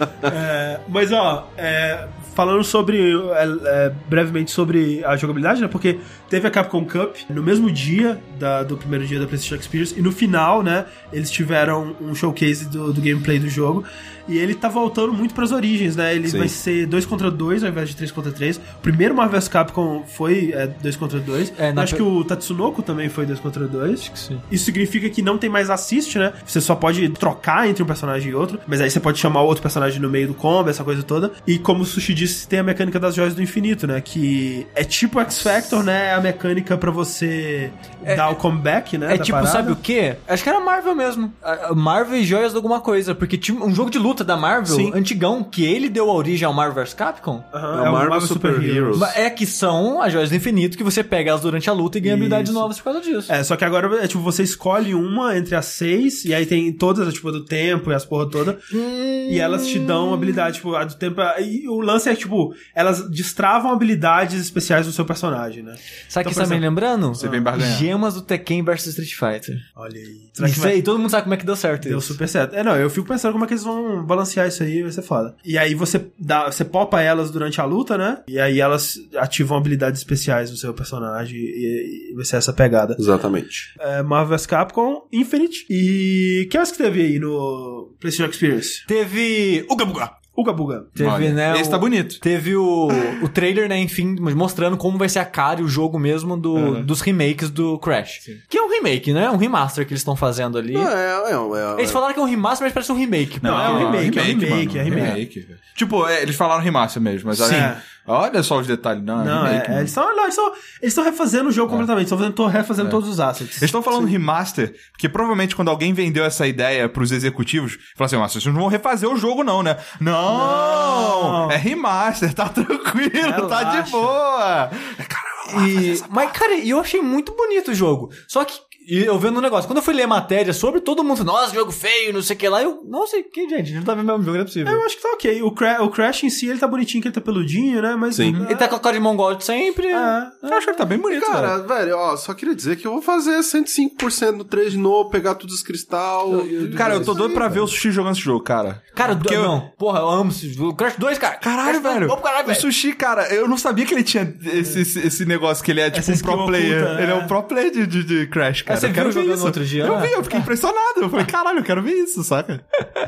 É, mas, ó, é, falando sobre... é, é, brevemente sobre a jogabilidade, né? Porque teve a Capcom Cup no mesmo dia da- do primeiro dia da PlayStation Experience, e no final, né, eles tiveram um showcase do, do gameplay do jogo, e ele tá voltando muito pras origens, né? Ele Sim. vai ser dois contra dois ao invés de três contra três. O primeiro Marvel vs Capcom foi dois contra dois. É, na Acho pe- que o Tatsunoko também foi dois contra dois. sim. Isso significa que não tem mais assist, né? Você só pode trocar entre um personagem e outro, mas aí você pode chamar outro personagem no meio do combo, essa coisa toda. E como o Sushi disse, tem a mecânica das joias do infinito, né? Que é tipo X-Factor, né? É a mecânica pra você dar o comeback, né? É da tipo, parada. sabe o quê? Acho que era Marvel mesmo. A- a Marvel e joias de alguma coisa. Porque tinha um jogo de luta da Marvel, Sim. antigão, que ele deu a origem ao Marvel vs Capcom. Aham, É o Marvel Super Heroes. Ma- É que são as joias do infinito que você pega elas durante a luta e ganha Isso. habilidades novas por causa disso. É, só que agora é tipo, você escolhe uma entre as seis, e aí tem todas, tipo, do tempo e as porra toda, e elas te dão habilidade, tipo, a do tempo. E o lance é, tipo, elas destravam habilidades especiais do seu personagem, né? Sabe o Então, que por você tá me exemplo, lembrando? Você vem barganhar. Gemas do Tekken versus Street Fighter. Olha aí. Será que Isso vai- aí, todo mundo sabe como é que deu certo Deu isso. super certo. É, não, eu fico pensando como é que eles vão balancear isso aí, vai ser foda. E aí você dá, você popa elas durante a luta, né? E aí elas ativam habilidades especiais no seu personagem e, e vai ser essa pegada. Exatamente. É, Marvel vs Capcom Infinite. E que mais que teve aí no PlayStation Experience? Teve... Uga Buga. Uga Buga. Teve, Olha, né? esse o- tá bonito. Teve o, o trailer, né, enfim, mostrando como vai ser a cara e o jogo mesmo do, Uhum. dos remakes do Crash. Que é um remake, né? Um remaster que eles estão fazendo ali. Não, é, é, é, Eles falaram que é um remaster, mas parece um remake. Não, é um remake, é um remake, mano, é remake. velho. Tipo, é, eles falaram remaster mesmo, mas Sim. olha, olha só os detalhes. Não, é Não, remake, é, mano. eles estão eles estão eles estão refazendo o jogo completamente, estão fazendo, tão refazendo todos os assets. Eles estão falando remaster, porque provavelmente quando alguém vendeu essa ideia pros executivos, falaram assim, mas vocês não vão refazer o jogo não, né? Não! Não. É remaster, tá tranquilo, tá Relaxa. de boa! E, mas, cara, eu achei muito bonito o jogo. Só que, e eu vendo um negócio, quando eu fui ler matéria sobre, todo mundo falou, nossa, jogo feio, não sei o que lá. Eu, nossa, que gente, a gente não tá vendo o mesmo jogo, não é possível. Eu acho que tá ok. O, Cra- o Crash em si, ele tá bonitinho, que ele tá peludinho, né? Mas. Sim. Ele tá com a cara de mongol de sempre. É. Eu acho que tá bem bonito, Cara, velho. velho, ó, só queria dizer que eu vou fazer cento e cinco por cento no três de novo, pegar todos os cristal. Cara, eu tô Isso doido aí, pra velho. ver o Sushi jogando esse jogo, cara. Cara, Porque do, eu- não, porra, eu amo esse jogo. Crash dois, cara. Caralho, Crash dois, velho. vamos pro caralho, O velho. Sushi, cara, eu não sabia que ele tinha esse, esse, esse negócio que ele é tipo Essa um skill pro player. oculta, ele é é. um pro player de, de, de Crash, cara. você eu quero viu ver jogando isso. outro dia, Eu né? vi, eu fiquei impressionado. Eu falei, caralho, eu quero ver isso, saca?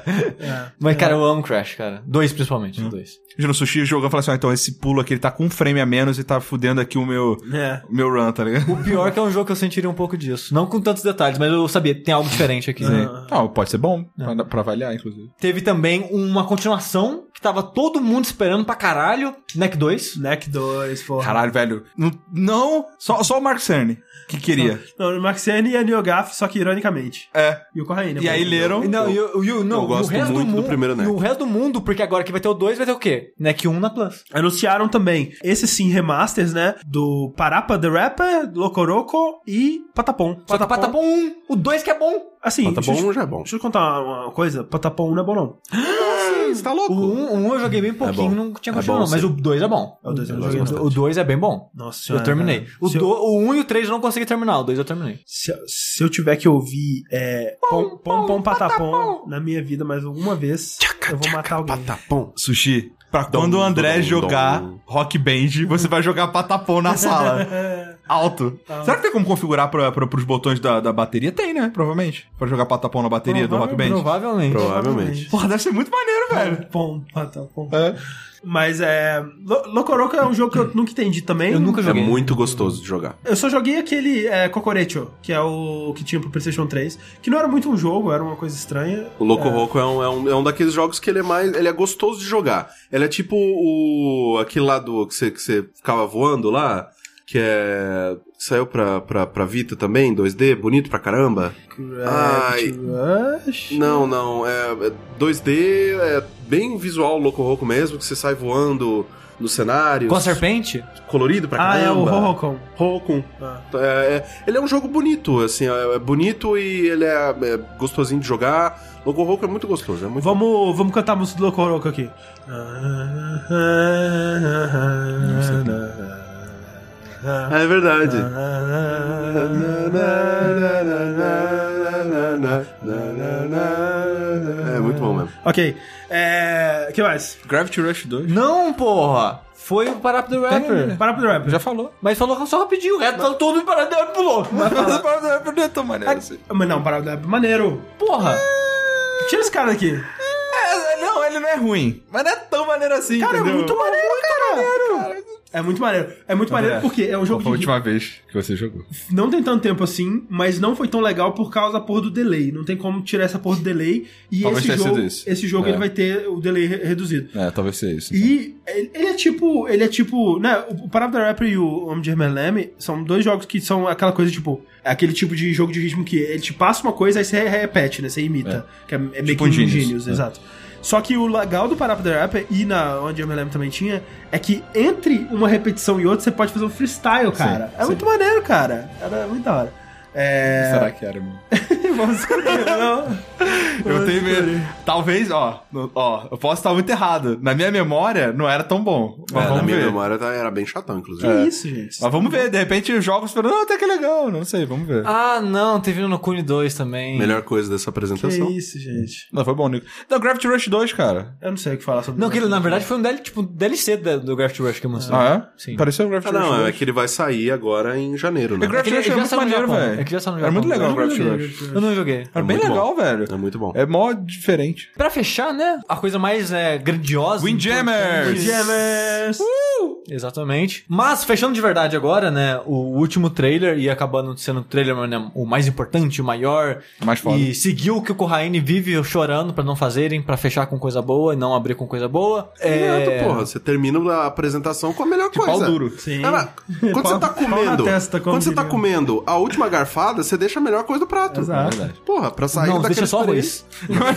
Mas, cara, eu amo Crash, cara. Dois, principalmente, dois. No Sushi jogando, eu falei assim, ah, então esse pulo aqui, ele tá com um frame a menos e tá fudendo aqui o meu, É. o meu run, tá ligado? O pior é que é um jogo que eu sentiria um pouco disso. Não com tantos detalhes, mas eu sabia, tem algo diferente aqui. Ah, pode ser bom, pra, pra avaliar, inclusive. Teve também uma continuação que tava todo mundo esperando pra caralho. Neck dois. Neck dois, porra. Caralho, velho. Não, não só, só o Mark Cerny que queria. Não, o Maxiane e a Neogaf, só que ironicamente. É. E o Corraine. E aí leram. E Não, e o- e o- não, eu gosto e o resto muito do mundo, primeiro Neck. E o resto do mundo, porque agora que vai ter o dois, vai ter o quê? Neck um na Plus. Anunciaram também, esses sim, remasters, né? Do Parappa the Rapper, Locoroco e Patapom. Só que Patapom um, o dois que é bom. Assim, Patapom deixa, eu- já é bom. deixa eu contar uma, uma coisa. Patapom um não é bom, não. Você tá louco? O um, o um eu joguei bem pouquinho, bom. não tinha É continuado, bom, mas sim. o dois é bom. O dois eu O- joguei o- bastante. O dois é bem bom. Nossa senhora. Eu terminei. cara. O, Se eu- do, o um e o três eu não consegui terminar, o dois eu terminei. Se, se eu tiver que ouvir é, pom, pom, pom, patapom na minha vida mais alguma vez, eu vou matar alguém. Patapom. Sushi, pra Dom, quando o André dom, jogar dom. Rock Band, você vai jogar patapom na sala. alto. Ah. Será que tem como configurar pra, pra, pros botões da, da bateria? Tem, né? Provavelmente. Pra jogar patapão na bateria do Rock Band. Provavelmente. Provavelmente. Porra, deve ser muito maneiro, velho. Pom, patapom. É. Mas é... Locoroco é um jogo que eu nunca entendi também. Eu nunca joguei. É muito gostoso de jogar. Eu só joguei aquele é, Cocorecho, que é o que tinha pro PlayStation três, que não era muito um jogo, era uma coisa estranha. O Locoroco é, é, um, é, um, é um daqueles jogos que ele é mais... Ele é gostoso de jogar. Ele é tipo o... Aquele lá do... Que você, que você ficava voando lá, que é... Saiu pra, pra, pra Vita também, dois D, bonito pra caramba. Ai, não, não, é, é dois D, é bem visual Locoroco mesmo, que você sai voando no cenário. Com a serpente? ah, Colorido pra caramba. Ah, é o Hohokon. Hohokon. Ah. É, é, ele é um jogo bonito, assim, é, é bonito e ele é, é gostosinho de jogar. Locoroco é muito gostoso, é muito vamos, vamos cantar a música do Locoroco aqui. É verdade. É muito bom mesmo. Ok. É... O que mais? Gravity Rush dois? Não, porra! Foi o Parappa the Rapper. Parappa the Rapper. Já falou. Mas falou só rapidinho. O resto falou todo e Parappa the Rapper pulou. Mas o Parappa the Rapper não é tão maneiro assim. Mas não, Parappa the Rapper é maneiro. Porra! Tira esse cara daqui. É, não, ele não é ruim. Mas não é tão maneiro assim, cara, entendeu? é muito maneiro, muito cara. Maneiro. cara. É muito maneiro. É muito maneiro porque é um jogo Qual foi a de... última vez que você jogou? Não tem tanto tempo assim, mas não foi tão legal por causa da porra do delay. Não tem como tirar essa porra do delay. E talvez esse jogo, isso. esse jogo é. ele vai ter o delay re- reduzido. É, talvez seja isso. Então. E ele é tipo... Ele é tipo... Né, o Parappa the Rapper e o Homem de Hermeleme são dois jogos que são aquela coisa tipo... É aquele tipo de jogo de ritmo que ele te passa uma coisa, aí você repete, né? Você imita. É. Que é, é meio tipo que um Genius, Genius, é. Exato. Só que o legal do Parappa the Rapper, e na onde eu me lembro também tinha, é que entre uma repetição e outra você pode fazer um freestyle, cara. Sim, é sim. muito maneiro, cara. Era muito da hora. É... Será que era, mano? Vamos escolher, não? Eu tenho medo. Talvez, ó, no, ó, eu posso estar muito errado. Na minha memória, não era tão bom. Mas é, vamos na minha ver. memória era bem chatão, inclusive. Que é. isso, gente? Mas vamos ver, de repente os jogos falam, não, até que legal, não sei, vamos ver. Ah, não, teve no Kune dois também. Melhor coisa dessa apresentação. Que isso, gente? Não, foi bom, Nico. Não, Gravity Rush dois, cara. Eu não sei o que falar sobre Não, que ele, na verdade, foi um D L, tipo, D L C do, do Gravity Rush que eu mostrei. Ah, é? Sim. Pareceu o Gravity ah, Rush não, dois. é que ele vai sair agora em janeiro, né? O Gravity É Rush que é ele muito já saiu no maneiro, Japão. velho. É que já saiu no Era Japão. muito legal o Eu não Gravity joguei, Rush. Eu não joguei. Era bem muito legal, bom. velho. É muito bom. É mó diferente. Pra fechar, né? A coisa mais é, grandiosa. Windjammers! Windjammers! Uh! Exatamente. Mas, fechando de verdade agora, né? O último trailer e acabando sendo o trailer, né, o mais importante, o maior. Mais foda. E seguiu o que o Corraine vive chorando pra não fazerem, pra fechar com coisa boa e não abrir com coisa boa. É... É... porra, você termina a apresentação com a melhor De coisa. pau duro. Sim. É, mas quando você tá comendo, testa, quando você tá diria. comendo a última garfada, você deixa a melhor coisa do prato. Exato. É Porra, pra sair Não, daquele deixa só arroz.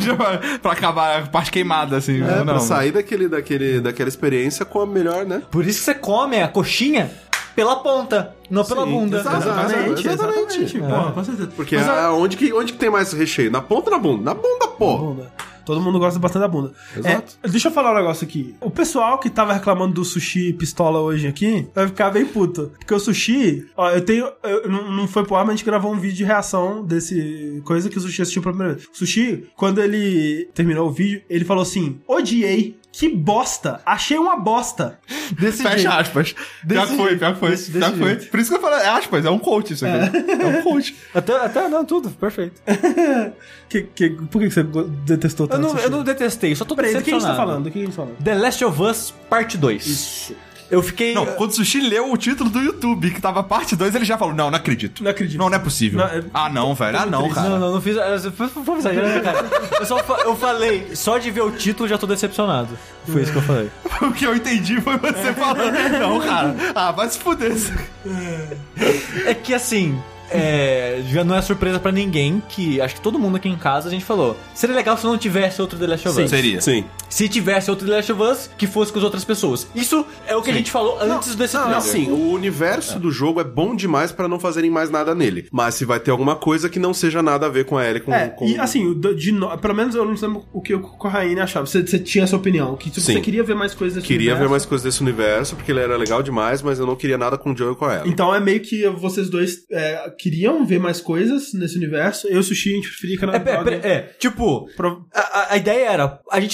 Pra acabar a parte queimada, assim. É, não, pra sair daquele, daquele, daquela experiência com a melhor, né? Por isso que você come a coxinha pela ponta, não pela Sim, bunda. exato. Exatamente, Exatamente. exatamente. Porra, com certeza. Porque Mas, a- onde, que, onde que tem mais recheio? Na ponta ou na bunda? Na bunda, pô! Bunda. Todo mundo gosta bastante da bunda. Exato. É, deixa eu falar um negócio aqui. O pessoal que tava reclamando do sushi pistola hoje aqui vai ficar bem puto. Porque o sushi, ó, eu tenho. Eu, não, não foi pro ar, mas a gente gravou um vídeo de reação desse coisa que o sushi assistiu pela primeira vez. O sushi, quando ele terminou o vídeo, ele falou assim: odiei. Que bosta! Achei uma bosta! Desse Fecha jeito. aspas. Desse Pior que foi, jeito. pior que foi. Desse- Pior desse que foi. jeito. Por isso que eu falei, é aspas, é um coach isso aqui. É, um coach. Até, até, não, tudo, perfeito. que, que, por que você go- detestou Eu tanto não, sushi? eu não detestei, só tô Peraí, do que a gente tá decepcionado. falando? Do que a gente tá falando? The Last of Us Parte dois. Isso. Eu fiquei... Não, quando o Sushi leu o título do YouTube, que tava parte dois, ele já falou, não, não acredito. Não acredito. Não, não é possível. Não, é- Ah, não, velho. Ah, não, triste. cara. Não, não, não fiz... Foi, foi exagerando, cara. Eu só fa- eu falei, só de ver o título já tô decepcionado. Foi isso que eu falei. O que eu entendi foi você falando. Não, cara. Ah, vai se fuder. É que assim... É, já não é surpresa pra ninguém que acho que todo mundo aqui em casa a gente falou. Seria legal se não tivesse outro The Last of Us. Seria. Sim. Se tivesse outro The Last of Us que fosse com as outras pessoas. Isso é o que a gente falou antes desse Não, trailer. assim, o universo do jogo é bom demais pra não fazerem mais nada nele. Mas se vai ter alguma coisa que não seja nada a ver com a Ellie, com, É, com... e assim, o do- de no- pelo menos eu não sei o que o Corraine achava. Você, você tinha essa opinião, que tipo, Sim. você queria ver mais coisas desse Queria universo. ver mais coisas desse universo, porque ele era legal demais, mas eu não queria nada com o Joel e com a Ellie. Então é meio que vocês dois é, queriam ver mais coisas nesse universo. Eu e o Sushi, a gente preferia que a É, Naughty é, Dog... é, é, tipo, Pro- a, a- a ideia era, a gente não esperava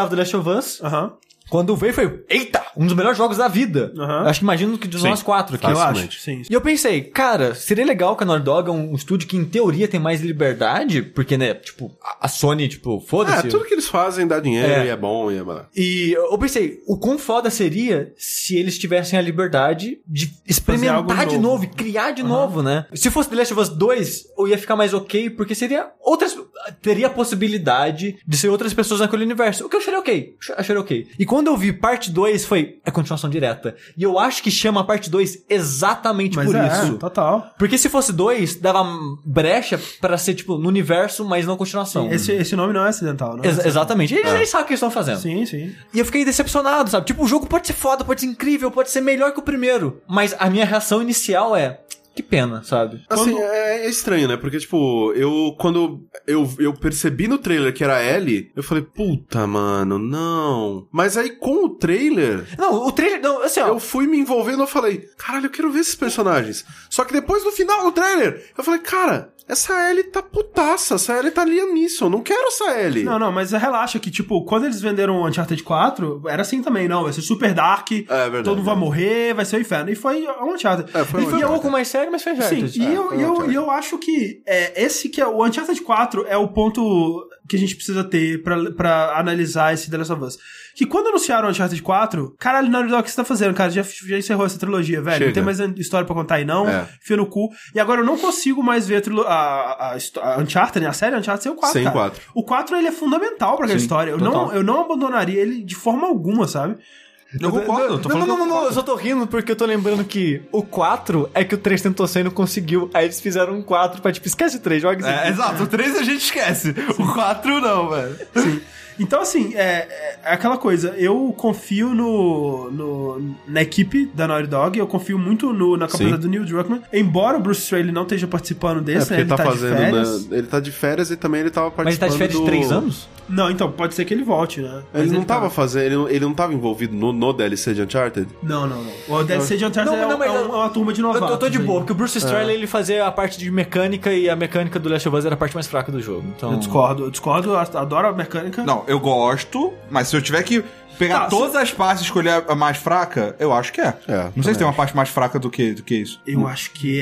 gostava do Last of Us. Aham. Quando veio, foi, eita, um dos melhores jogos da vida. Uhum. Acho que imagino que de nós quatro aqui. Eu acho, sim. E eu pensei, cara, seria legal que a Naughty Dog é um estúdio que, em teoria, tem mais liberdade, porque, né, tipo, a Sony, tipo, foda-se. É, tudo que eles fazem dá dinheiro É. e é bom e é barato. E eu pensei, o quão foda seria se eles tivessem a liberdade de experimentar algo de novo. novo e criar de novo, né? Se fosse The Last of Us dois, eu ia ficar mais ok, porque seria outras... Teria a possibilidade de ser outras pessoas naquele universo. O que eu acharia ok. Acharia ok. E quando eu vi parte dois, foi a continuação direta. E eu acho que chama a parte dois exatamente Mas por é, isso. total. Porque se fosse dois, dava brecha pra ser, tipo, no universo, mas não continuação. Esse, esse nome não é acidental, não é? Ex- exatamente. Eles nem sabem o que eles estão fazendo. Sim, sim. E eu fiquei decepcionado, sabe? Tipo, o jogo pode ser foda, pode ser incrível, pode ser melhor que o primeiro. Mas a minha reação inicial é... Que pena, sabe? Assim, Quando- é, é estranho, né? Porque, tipo, eu, quando eu, eu percebi no trailer que era a Ellie, eu falei, puta, mano, não. Mas aí, com o trailer, Não, o trailer... Não, assim, ó... eu fui me envolvendo, eu falei, caralho, eu quero ver esses personagens. Só que depois, no final do trailer, eu falei, cara, essa Ellie tá putaça, essa Ellie tá Liam Neeson, não quero essa Ellie. Não, não, mas relaxa que, tipo, quando eles venderam o Uncharted quatro, era assim também, não, vai ser super dark, verdade, todo mundo vai é. morrer, vai ser o inferno. E foi o Uncharted. É, foi e o E é um Uncharted. pouco mais sério, mas fez certo. Sim, e, eu, foi e, eu, Uncharted. e eu acho que é, esse que é o Uncharted quatro é o ponto que a gente precisa ter pra, pra analisar esse The Last of Us. Que quando anunciaram o Uncharted quatro, caralho, Naughty Dog, o que você tá fazendo, cara? Já, já encerrou essa trilogia, velho. Chega. Não tem mais história pra contar aí, não. É. Enfia no cu. E agora eu não consigo mais ver a, trilo- a, a, a, histó- a Uncharted, né? A série Uncharted sem o quatro, Sem cara. quatro. O quatro, ele é fundamental pra aquela Sim, história. Eu total. não, eu não abandonaria ele de forma alguma, sabe? Eu concordo, eu tô não, falando não, que eu não, não, eu concordo. só tô rindo porque eu tô lembrando que o quatro é que o três tentou ser e não conseguiu. Aí eles fizeram um quatro pra, tipo, esquece o três, joga isso É, aqui. exato, o três a gente esquece. O quatro não, velho. Sim. Então, assim, é, é aquela coisa, eu confio no, no, na equipe da Naughty Dog, eu confio muito no, na capacidade do Neil Druckmann, embora o Bruce Straley não esteja participando É, desse, porque né, ele tá de fazendo, férias. né? Ele tá de férias e também ele tava Mas ele tá participando de férias do... de três anos? Não, então, pode ser que ele volte, né? Ele Mas não tava tá. fazendo, ele, não- ele não tava envolvido no, no D L C de Uncharted? Não, não, não. O D L C de Uncharted Não, é, não, mas é eu- um- é uma turma de Eu novatos. tô, eu tô de aí. boa, porque o Bruce Straley ele fazia a parte de mecânica e a mecânica do Last of Us era a parte mais fraca do jogo. Então... Eu discordo, eu discordo, eu adoro a mecânica. Não, eu gosto, mas se eu tiver que pegar Tá, todas as partes e escolher a mais fraca, eu acho que é. É, Não sei se também tem uma parte mais fraca do que, do que isso. Eu acho que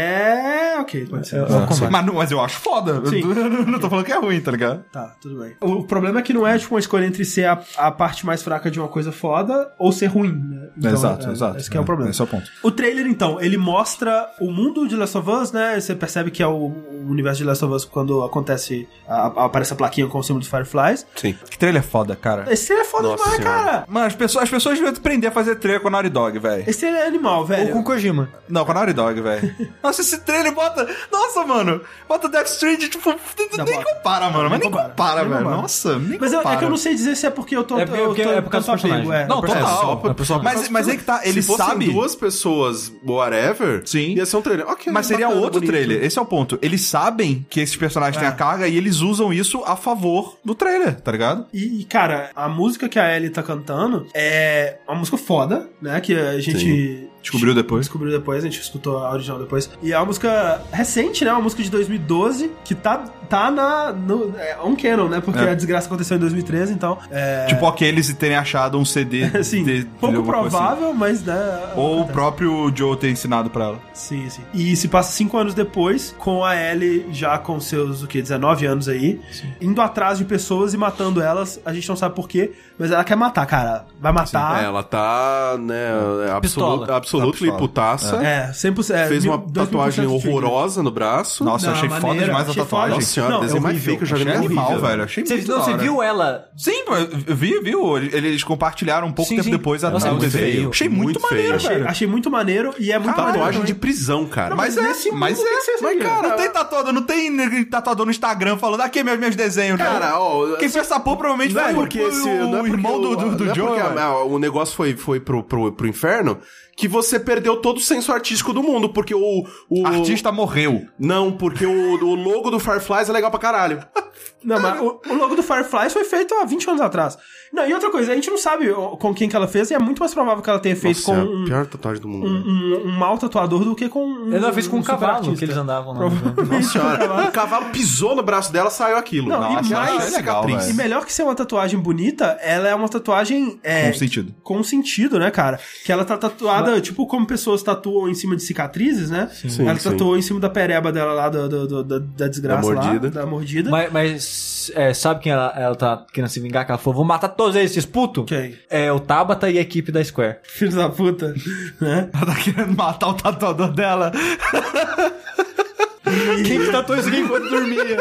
é... Ok, pode ser. Eu- eu concordo. Mas, não- mas eu acho foda. Sim. Eu não- não tô falando que é ruim, tá ligado? Tá, tudo bem. O problema é que não é tipo uma escolha entre ser a, a parte mais fraca de uma coisa foda ou ser ruim, né? Então, exato, é, exato. Esse que é, o problema. Esse é o ponto. O trailer, então, ele mostra o mundo de Last of Us, né? Você percebe que é o, o universo de Last of Us quando acontece, a, a- aparece a plaquinha com o símbolo dos Fireflies. Sim. Que trailer foda, cara. Esse trailer é foda Nossa demais, senhora. cara. Mano, as pessoas, as pessoas deviam aprender a fazer trailer com a Naughty Dog, velho. Esse trailer é animal, Ou velho. com Kojima. Não, com a Naughty Dog, velho. Nossa, esse trailer bota... Nossa, mano. Bota Death Stranding, tipo... Não, nem bota. compara, mano. Mas nem compara. compara, Nem velho. compara. Nossa, nem Mas eu- compara. é que eu não sei dizer se é porque eu tô... É porque- eu tô, é por causa tô do personagem. apego, é. Não, total. só pra- É pessoal- mas, mas aí que tá, ele Se fossem sabe... duas pessoas, whatever, Sim. ia ser um trailer. Ok, Mas seria bacana, outro bonito. trailer. Esse é o ponto. Eles sabem que esses personagens têm a carga e eles usam isso a favor do trailer, tá ligado? E, e, cara, a música que a Ellie tá cantando é uma música foda, né? Que a gente... Descobriu depois. Descobriu depois, a gente escutou a original depois. E é uma música recente, né? Uma música de dois mil e doze, que tá, tá na... No, é on canon, né? Porque É. a desgraça aconteceu em dois mil e treze, então... É, Tipo aqueles terem achado um C D assim, de, de pouco alguma coisa provável, mas, né... assim. Ou o acontece. próprio Joe ter ensinado pra ela. Sim, sim. E se passa cinco anos depois, com a Ellie já com seus, o quê, dezenove anos aí, indo atrás de pessoas e matando elas. A gente não sabe por quê, mas ela quer matar, cara. Vai matar. É, ela tá, né, Pistola. absolut, absolutely Tá pistola. putaça. É, cem por cento. É, Fez uma mil- dois mil por cento tatuagem de trigger. horrorosa no braço. Nossa, eu Não, achei foda maneira, demais a achei tatuagem. foda. Nossa senhora, Não, o desenho é mais horrível. feio que eu já vi Achei na minha animal, vida. velho. Achei Você, muito não, da você hora. viu ela... Sim, eu vi, viu? Eles compartilharam um pouco Sim, tempo sim. depois a Nossa, a- é o muito desenho. feio. Achei muito, Muito maneiro, feio. Achei, velho. achei muito maneiro e é muito Caralho, maneiro Tatuagem de também. prisão, cara. Não, Mas mas é, nesse mundo, mas o que é. que você Mas, seria? cara, não tem tatuador, não tem tatuador no Instagram falando aqui meus, meus desenhos, né? Cara, ó... Quem fez essa porra provavelmente Não é foi porque o, esse- não é o porque irmão o- do, do, do não é Joe, porque velho. a- a- o negócio foi, foi pro, pro, pro inferno que você perdeu todo o senso artístico do mundo, porque o... o Artista morreu. Não, porque o, o logo do Fireflies é legal pra caralho. Não, mas o, o logo do Fireflies foi feito há vinte anos atrás. Não, e outra coisa, a gente não sabe com quem que ela fez, e é muito mais provável que ela tenha feito Nossa, é com a um, pior tatuagem do mundo. um, um, um mau tatuador do que com um. Ele não fez com um super cavalo artista. que eles andavam. Né? Provavelmente. Senhora, o cavalo pisou no braço dela, saiu aquilo. Não, e Nossa, mais- eu achei legal, cicatriz. E velho. melhor que ser uma tatuagem bonita, ela é uma tatuagem. É, Com sentido. Com sentido, né, cara? Que ela tá tatuada, tipo, como pessoas tatuam em cima de cicatrizes, né? Sim, ela sim. tatuou em cima da pereba dela lá, do, do- do- da, da desgraça Da mordida. lá, da mordida. Mas, mas é, sabe quem ela, ela tá querendo se vingar? Que ela falou, vou matar todos esses putos. Quem? É o Tabata e a equipe da Square. Filho da puta, né? Ela tá querendo matar o tatuador dela. Quem que tatuou isso aqui enquanto dormia?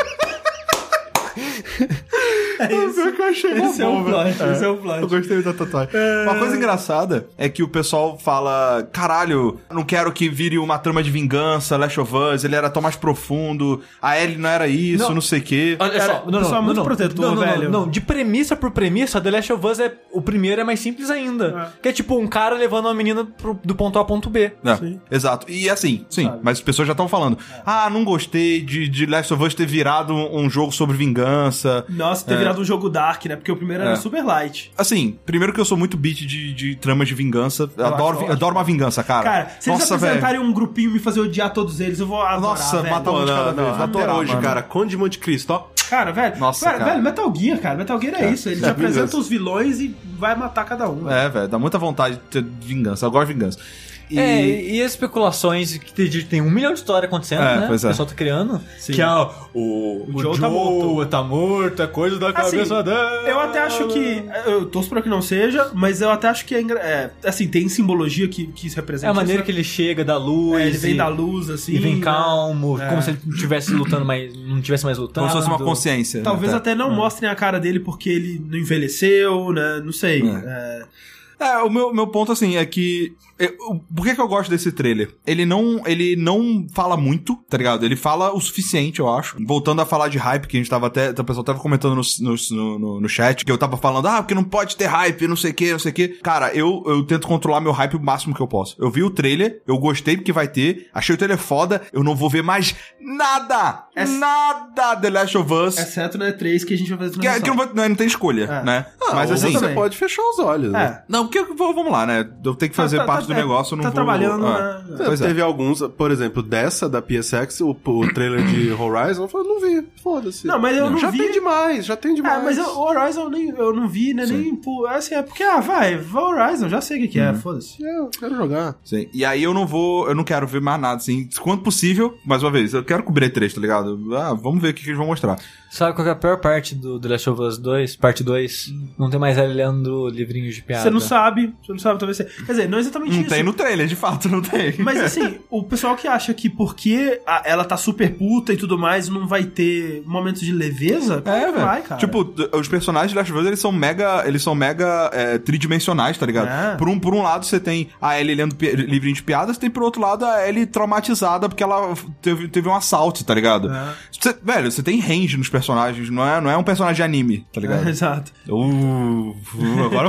É isso. que eu achei Esse é bom, o plot, velho. esse é o Eu plot. gostei da tatuagem. Uma coisa engraçada é que o pessoal fala: caralho, não quero que vire uma trama de vingança, Last of Us, ele era tão mais profundo, a Ellie não era isso, não, Não. sei o quê. Olha Cara, só, o pessoal é muito protetor, não, não, velho. Não, não, de premissa por premissa, The Last of Us é o primeiro é mais simples ainda. Que é tipo um cara levando uma menina pro- do ponto A ao ponto B. É, Sim. exato. E assim, sim, Sabe. mas as pessoas já estão falando: ah, não gostei de, de Last of Us ter virado um, um jogo sobre vingança. Nossa, ter É. virado um jogo dark, né? Porque o primeiro É. era super light. Assim, primeiro que eu sou muito beat de, de tramas de vingança. Eu acho adoro, vi- ótimo. adoro uma vingança, cara. Cara, se eles Nossa, velho. apresentarem um grupinho e me fazer odiar todos eles, eu vou adorar, Nossa, velho. matar um Pô, de cada não, vez. não, Vou até adorar, hoje, mano. cara, Conde de Monte Cristo, ó. Cara, velho, Nossa, velho, cara. velho, Metal Gear, cara. Metal Gear é, isso. Ele te é apresenta vingança. os vilões e vai matar cada um. É, velho, dá muita vontade de ter vingança. Eu gosto de vingança. E... É, e as especulações que tem, tem um milhão de histórias acontecendo, É, né? pois é. O pessoal tá criando. Sim. Que é o, o, O Joe tá morto. tá morto, é coisa da Assim, cabeça dela. Eu até acho que. Eu torço pra que não seja, mas eu até acho que é. engra- é, assim, tem simbologia que, que isso representa. É a maneira isso, que ele chega da luz. é, ele vem e, da luz, assim. e vem né? calmo, É. como se ele não estivesse lutando mais. Não tivesse mais lutando. Como se fosse uma consciência. Talvez né? até não mostrem a cara dele porque ele não envelheceu, né? Não sei. É. É, o meu, meu ponto, assim, é que... eu- por que que eu gosto desse trailer? Ele não, ele não fala muito, tá ligado? Ele fala o suficiente, eu acho. Voltando a falar de hype, que a gente tava até... O pessoal tava comentando no, no, no, no chat, que eu tava falando, ah, porque não pode ter hype, não sei o que, não sei o que. Cara, eu, eu tento controlar meu hype o máximo que eu posso. Eu vi o trailer, eu gostei porque vai ter, achei o trailer foda, eu não vou ver mais nada! É- nada The Last of Us. Exceto na E três que a gente vai fazer Que, é- que não, transmissão. vai- não, não tem escolha, É. né? Ah, Mas ou assim... você também. pode fechar os olhos, né? É. Não, porque eu vou- vamos lá, né? Eu tenho que fazer Tá- tá- parte tá- do negócio, eu não tá vou... trabalhando, Ah, né? Pois é. Teve alguns, por exemplo, dessa da P S X, o, o trailer de Horizon, eu falei, não vi, foda-se. Não, mas eu não já vi- tem demais, já tem demais. Ah, mas eu- o Horizon eu, nem, eu não vi, né? Nem, pô, assim, é porque, ah, vai, vai Horizon, já sei o que, que é, foda-se. É, eu quero jogar. Sim. E aí eu não vou, eu não quero ver mais nada, assim. Quanto possível, mais uma vez, eu quero cobrir três, tá ligado? Ah, vamos ver o que, que eles vão mostrar. Sabe qual que é a pior parte do The Last of Us dois, parte dois? Não tem mais ele lendo livrinhos de piada. Você não sabe, você não sabe, talvez você... Quer dizer, não é exatamente Não isso. tem no trailer, de fato, não tem. Mas assim, o pessoal que acha que porque a- ela tá super puta e tudo mais, não vai ter momentos de leveza, claro É, que velho. vai, cara. Tipo, t- os personagens de Last of Us, eles são mega, eles são mega é, tridimensionais, tá ligado? É. Por, um, por um lado, você tem a Ellie lendo pi- livrinho de piadas, tem por outro lado a Ellie traumatizada porque ela teve, teve um assalto, tá ligado? É. Você- velho, você tem range nos personagens, não é, não é um personagem de anime, tá ligado? É, exato. Uh, uh, agora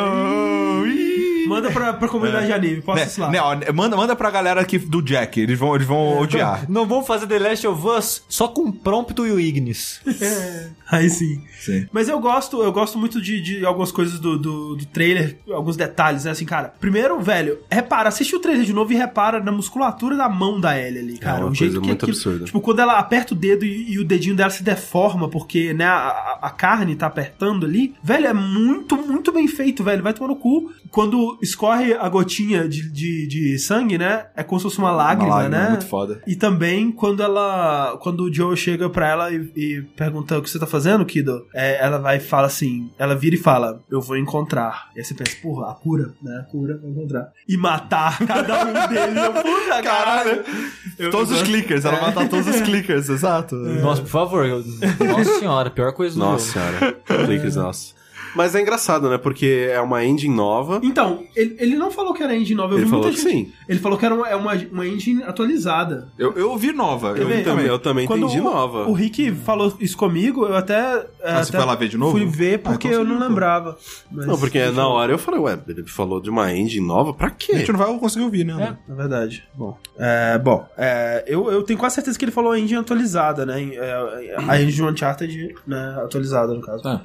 fodeu. Ih. Manda pra, pra comunidade de anime, posso Né, isso lá. né, ó, manda, manda pra galera aqui do Jack, eles vão, eles vão odiar. Não vamos fazer The Last of Us só com Prompto e o Ignis. É, aí sim. Sim. Mas eu gosto, eu gosto muito de, de algumas coisas do, do, do trailer, alguns detalhes, né? Assim, cara, primeiro, velho, repara, assiste o trailer de novo e repara na musculatura da mão da Ellie ali, cara. uma o jeito coisa que muito aquilo- absurda. Tipo, quando ela aperta o dedo e, e o dedinho dela se deforma porque, né, a, a carne tá apertando ali, velho, é muito, muito bem feito, velho. Vai tomar no cu. Quando escorre a gotinha de, de, de sangue, né? É como se fosse uma lágrima, Uma lágrima, né? muito foda. E também quando ela. Quando o Joe chega pra ela e, e pergunta o que você tá fazendo, Kido, é, ela vai e fala assim. Ela vira e fala, eu vou encontrar. E aí você pensa, porra, a cura, né? A cura, vou encontrar. E matar cada um deles. Eu, puta, caralho. Eu- Todos eu os gosto- clickers, ela matar todos os clickers, exato. Nossa, por favor. eu- Nossa senhora, a pior coisa do Nossa jogo. senhora. Clickers, nossa. Mas é engraçado, né? Porque é uma engine nova. Então, ele, ele não falou que era engine nova. Eu Ele vi falou muita que gente. sim. Ele falou que era uma, é uma, uma engine atualizada. Eu, eu ouvi nova. Eu, Eu vi também, eu também Quando entendi o, nova. O Rick falou isso comigo, eu até. Ah, até você foi lá ver de novo? Fui ver porque Ah, então eu não você viu. lembrava. Mas- Não, porque na hora eu falei, ué, ele falou de uma engine nova, pra A quê? gente não vai conseguir ouvir, né? André? É verdade. Bom, é, bom é, eu, eu tenho quase certeza que ele falou a engine atualizada, né? É, a engine Uncharted, né? Atualizada, no caso. Ah.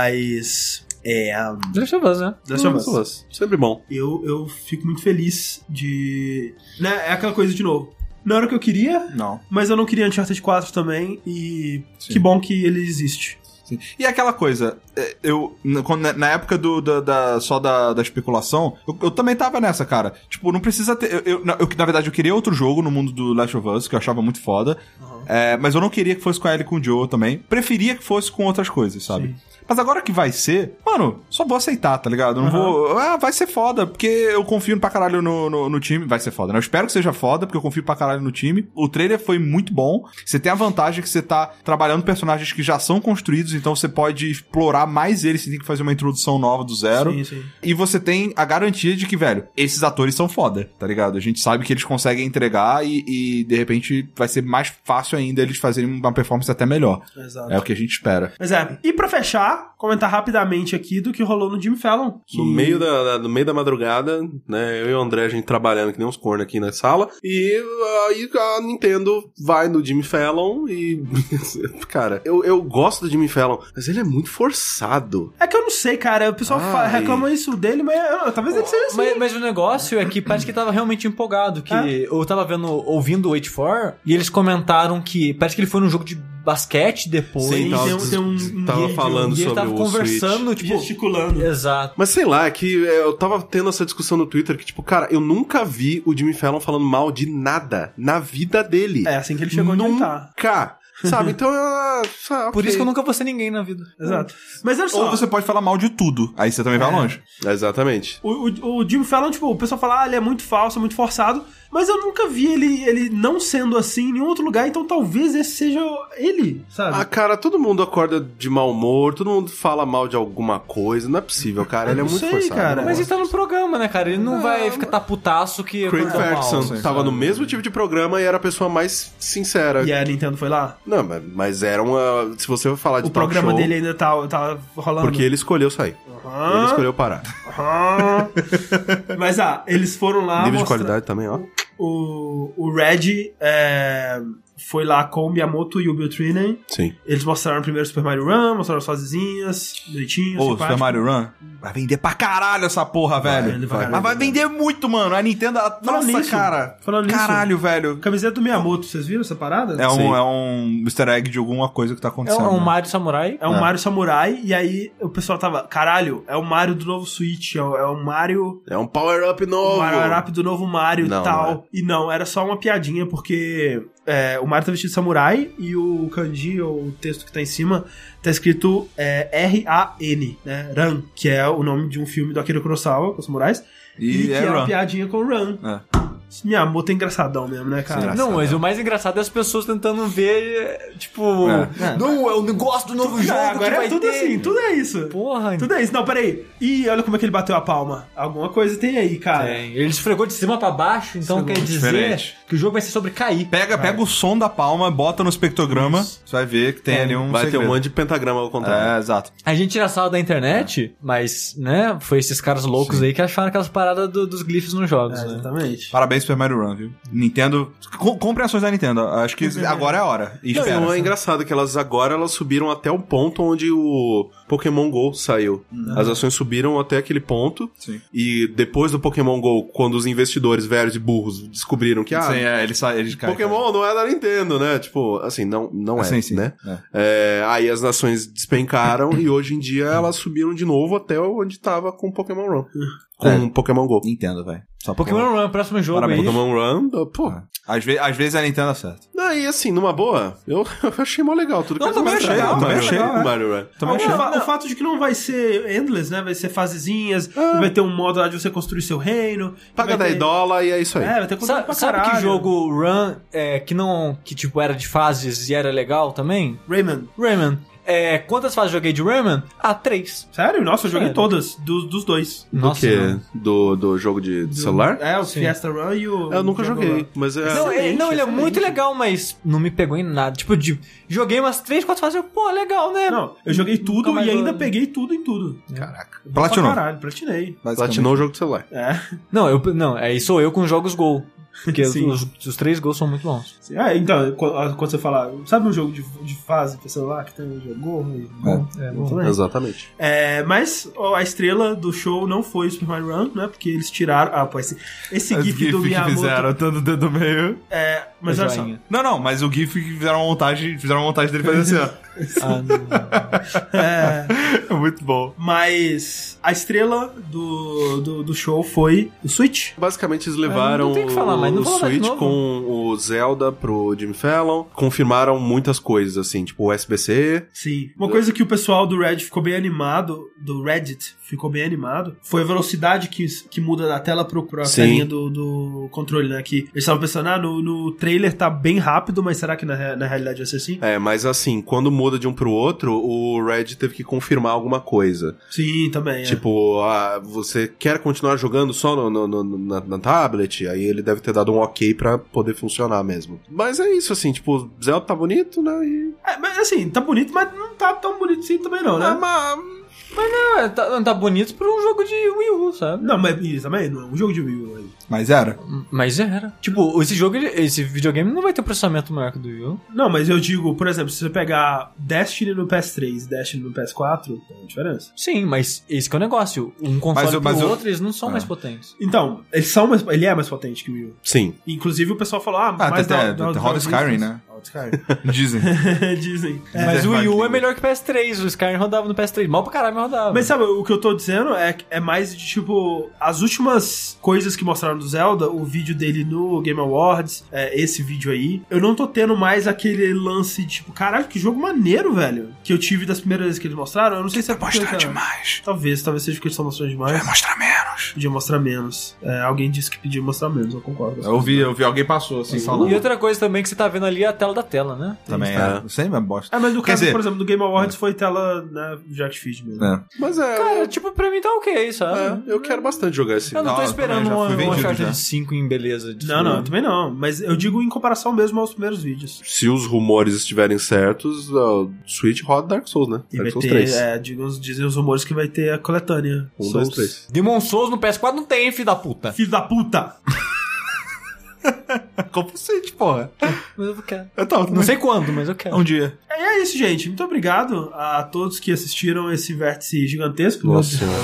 Mas... É, um, Deixa eu ver, né? deixa eu ver. Nossa, sempre bom. Eu, eu fico muito feliz de... Né, é aquela coisa de novo. Não era o que eu queria, Não. mas eu não queria Uncharted quatro também. E Sim. que bom que ele existe. Sim. E aquela coisa, é, eu, na- quando- na época do, da, da- só da, da especulação, eu, eu também tava nessa, cara. Tipo, não precisa ter. Eu, eu, na, eu- na verdade, eu queria outro jogo no mundo do Last of Us, que eu achava muito foda. É, mas eu não queria que fosse com a Ellie e com o Joe também. Preferia que fosse com outras coisas, sabe? Sim. Mas agora que vai ser, mano, só vou aceitar, tá ligado? Eu não Uhum. vou. Ah, vai ser foda, porque eu confio pra caralho no, no, no time. Vai ser foda, né? Eu espero que seja foda, porque eu confio pra caralho no time. O trailer foi muito bom. Você tem a vantagem que você tá trabalhando personagens que já são construídos, então você pode explorar mais eles, você tem que fazer uma introdução nova do zero. Sim, sim. E você tem a garantia de que, velho, esses atores são foda, tá ligado? A gente sabe que eles conseguem entregar e, e de repente, vai ser mais fácil ainda eles fazerem uma performance até melhor. Exato. É o que a gente espera. Mas é, e pra fechar, comentar rapidamente aqui do que rolou no Jimmy Fallon. Que... No meio da, da- no meio da madrugada, né? Eu e o André, a gente trabalhando que nem uns cornos aqui na sala. E aí a Nintendo vai no Jimmy Fallon e... Cara, eu, eu gosto do Jimmy Fallon, mas ele é muito forçado. É que eu não sei, cara. O pessoal Ai. fa- reclama isso dele, mas eu- talvez ele seja assim. Mas, mas o negócio é que parece que ele tava realmente empolgado. Que É. eu tava vendo, ouvindo o Wait For, e eles comentaram que parece que ele foi num jogo de basquete depois. Sim, tem, tava- tem um, tem um, um tava vídeo falando e ele sobre tava o conversando, Switch. tipo. gesticulando. Exato. Mas sei lá, é que é, eu tava tendo essa discussão no Twitter que, tipo, cara, eu nunca vi o Jimmy Fallon falando mal de nada na vida dele. É assim que ele chegou onde ele tá. Nunca. Sabe? Então, eu... sabe, Por ok. isso que eu nunca vou ser ninguém na vida. Exato. Mas olha só. Ou você pode falar mal de tudo, aí você também vai É. longe. Exatamente. O, o, o Jimmy Fallon, tipo, o pessoal fala, ah, ele é muito falso, é muito forçado. Mas eu nunca vi ele, ele não sendo assim em nenhum outro lugar, então talvez esse seja ele, sabe? Ah, cara, todo mundo acorda de mau humor, todo mundo fala mal de alguma coisa. Não é possível, cara. Ele é não muito sei, forçado. cara. né? Mas ele tá no programa, né, cara? Ele não, vai ficar tá putaço que... Craig acordou mal, Ferguson assim, tava sabe? no mesmo tipo de programa e era a pessoa mais sincera. E a Nintendo foi lá? Não, mas, mas era uma... Se você for falar de O talk programa show, dele ainda tá, tá rolando. porque ele escolheu sair. Aham. Ele escolheu parar. Aham. Mas, ah, eles foram lá Nível de mostrar- qualidade também, ó. O, o Red é, foi lá com o Miyamoto e o Bill Trinen. Sim. Eles mostraram primeiro Super Mario Run, mostraram as fasezinhas, bonitinho, Ô, simpático. Super Mario Run vai vender pra caralho essa porra, velho. vender pra Mas caralho, vai vender muito, mano. A Nintendo... Falando Nossa, nisso, cara. falando nisso. Caralho, velho. Camiseta do Miyamoto, vocês viram essa parada? É Sim. um, é um easter egg de alguma coisa que tá É acontecendo. um né? Mario Samurai. É um É. Mario Samurai, e aí o pessoal tava, caralho, é o Mario do novo Switch, é o, é o Mario... É um power-up novo. O Mario Up do novo Mario e Não, tal. não é. E não, era só uma piadinha, porque é, o Mario tá vestido de samurai e o kanji, ou o texto que tá em cima, tá escrito é, R A N, né? Ran, que é o nome de um filme do Akira Kurosawa, com os samurais. E que é é uma Run. piadinha com o Ran. É. Miyamoto é engraçadão mesmo, né, cara? Não, mas o mais engraçado é as pessoas tentando ver, tipo... É. Não, é o negócio do novo jogo Ah, que agora vai é tudo ter. assim, tudo é isso. Porra, Tudo é isso. Não, peraí. Ih, olha como é que ele bateu a palma. Alguma coisa tem aí, cara. tem. Ele esfregou de cima pra baixo, então Esfregou. quer dizer Diferente. que o jogo vai ser sobre cair. Pega, pega o som da palma, bota no espectrograma, Isso. você vai ver que tem ali um Vai ter segredo. um monte de pentagrama ao contrário. É, exato. A gente tira sal da internet, mas, né, foi esses caras loucos aí que acharam aquelas paradas do- dos glifos nos jogos, É, né? exatamente. Parabéns Super Mario Run, viu? Nintendo... Co compre ações da Nintendo. Acho que agora é a hora. E Não, espera. não, é engraçado que elas agora elas subiram até o ponto onde o Pokémon GO saiu. As ações subiram até aquele ponto. Sim. E depois do Pokémon GO, quando os investidores velhos e burros descobriram que, ah, Sim, é, ele sai, ele cai. Pokémon não é da Nintendo, né? Tipo, assim, não, não é, Sim, sim. né? É. É, aí as nações despencaram e hoje em dia elas subiram de novo até onde tava com Pokémon Run. Com É. Pokémon GO. Nintendo, velho. Só Pokémon Run, próximo jogo Parabéns. aí. Pokémon Run, pô. Às, ve às vezes a Nintendo acerta. Aí, assim, numa boa, eu, eu achei mó legal tudo Não, que também eles achei, mostraram. eu também Mario achei, Run, né? Mario Run. Também O, achei. fa- o fato de que não vai ser endless, né? Vai ser fasezinhas, Ah. vai ter um modo lá de você construir seu reino. Paga vai dez ter... dólares e é isso aí. É, vai ter conteúdo Sabe, pra sabe caralho. que jogo Run é, que não. Que tipo era de fases e era legal também? Rayman. Rayman. É, quantas fases eu joguei de Rayman? Ah, três. Sério? Nossa, eu joguei Sério. todas, do, dos dois. Nossa, do quê? não. Do, do jogo de, de celular? É, o Sim. Fiesta Run e o... Eu nunca Jungle joguei, Run. mas é... Não, ele, não, ele é excelente. muito legal, mas não me pegou em nada. Tipo, de, joguei umas três, quatro fases, eu, pô, legal, né? Não, eu joguei tudo mais e ainda vou- peguei tudo em tudo. Caraca. Pra Platinou. caralho, platinei. Platinou o jogo de celular. É. Não, eu, não, aí sou eu com jogos Gol. Porque Sim. os, os três gols são muito bons. Sim. Ah, então, quando quando você fala... Sabe um jogo de, de fase pra celular que tem um jogo? Bom, É, bom também. Exatamente. É, mas ó, a estrela do show não foi o Super Mario Run, né? Porque eles tiraram... Ah, pô, esse, esse Esse gif, gif do que Miyamoto... fizeram, tanto o dedo no meio. É, mas olha só. Joinha. Não, não, mas o gif que fizeram uma montagem, fizeram uma montagem dele fazer assim, ó. Ah, não. É, É muito bom. mas a estrela do, do, do show foi o Switch. Basicamente, eles levaram não tem o que falar, mas não o vou falar de Switch novo. com o Zelda pro Jimmy Fallon. Confirmaram muitas coisas, assim, tipo o U S B C. Sim. Uma coisa que o pessoal do Reddit ficou bem animado, do Reddit ficou bem animado, foi a velocidade que, que muda da tela pro, pra Sim. telinha do, do controle, né? Que eles estavam pensando, ah, no, no trailer tá bem rápido, mas será que na, rea- na realidade vai ser assim? É, mas assim, quando muda de um pro outro, o Red teve que confirmar alguma coisa. Sim, também. é. Tipo, ah, você quer continuar jogando só no, no- no- na, na tablet? Aí ele deve ter dado um ok pra poder funcionar mesmo. Mas é isso, assim, tipo, Zelda tá bonito, né? E... É, mas assim, tá bonito, mas não tá tão bonito assim também não, né? Ah, mas... Não, tá, tá bonito pra um jogo de Wii U, sabe? Não, mas isso também não é um jogo de Wii U aí. Mas era. Mas era. Tipo, esse jogo, ele- esse videogame não vai ter processamento maior que o do Wii U. Não, mas eu digo, por exemplo, se você pegar Destiny no P S três e Destiny no P S quatro, tem uma diferença. Sim, mas esse que é o negócio. Um console Mas eu- mas pro eu- outro, eles não são Ah. mais potentes. Então, eles são mais, ele é mais potente que o Wii U. Sim. Inclusive o pessoal falou, ah, Ah, mais até- da, até roda Skyrim, né? Roda Skyrim. Dizem. Dizem. É. Mas o Wii U é Línguas. melhor que o P S três. O Skyrim rodava no P S três. Mal pra caralho, mas rodava. Mas sabe, o que eu tô dizendo é, é mais de tipo, as últimas coisas que mostraram do Zelda, o vídeo dele no Game Awards, é, esse vídeo aí, eu não tô tendo mais aquele lance de tipo, caralho, que jogo maneiro, velho, que eu tive das primeiras vezes que eles mostraram. Eu não sei se é porque... Mostrar cara, demais. Talvez, talvez seja porque eles estão mostrando demais. Vai mostrar menos. Podia mostrar menos. É, alguém disse que podia mostrar menos, eu concordo. Eu vi, eu vi alguém passou assim falando. E outra coisa também que você tá vendo ali é a tela da tela, né? Também É. é. Sempre é bosta. Ah, mas no Quer caso, dizer- por exemplo, do Game Awards foi tela, né, Jack Feed mesmo. É. Mas é... Cara, tipo, pra mim tá ok, sabe? é, eu quero bastante jogar esse. Eu não tô Não, eu esperando também já uma, fui uma vendido Uncharted já. cinco em beleza. De Não, não, eu também não. Mas eu digo em comparação mesmo aos primeiros vídeos. Se os rumores estiverem certos, o Switch roda Dark Souls, né? E Dark vai Souls ter, três. é, digam, dizem os rumores que vai ter a coletânea. Um, Souls. dois, três. Demon Souls no P S quatro não tem, filho da puta. Filho da puta! Como você, porra? Mas eu quero. Eu tava, Não sei quando, mas eu quero. Um dia. E é isso, gente. Muito obrigado a todos que assistiram esse vértice gigantesco. Nossa senhora.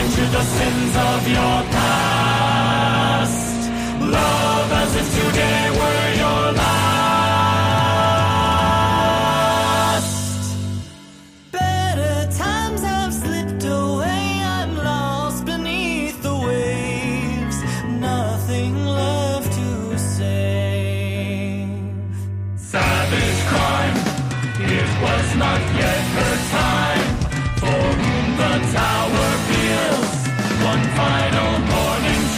Better times have slipped away. I'm lost beneath the waves. Nothing left to save. Savage crime, it was not yet her time. For whom the tower feels, one final morning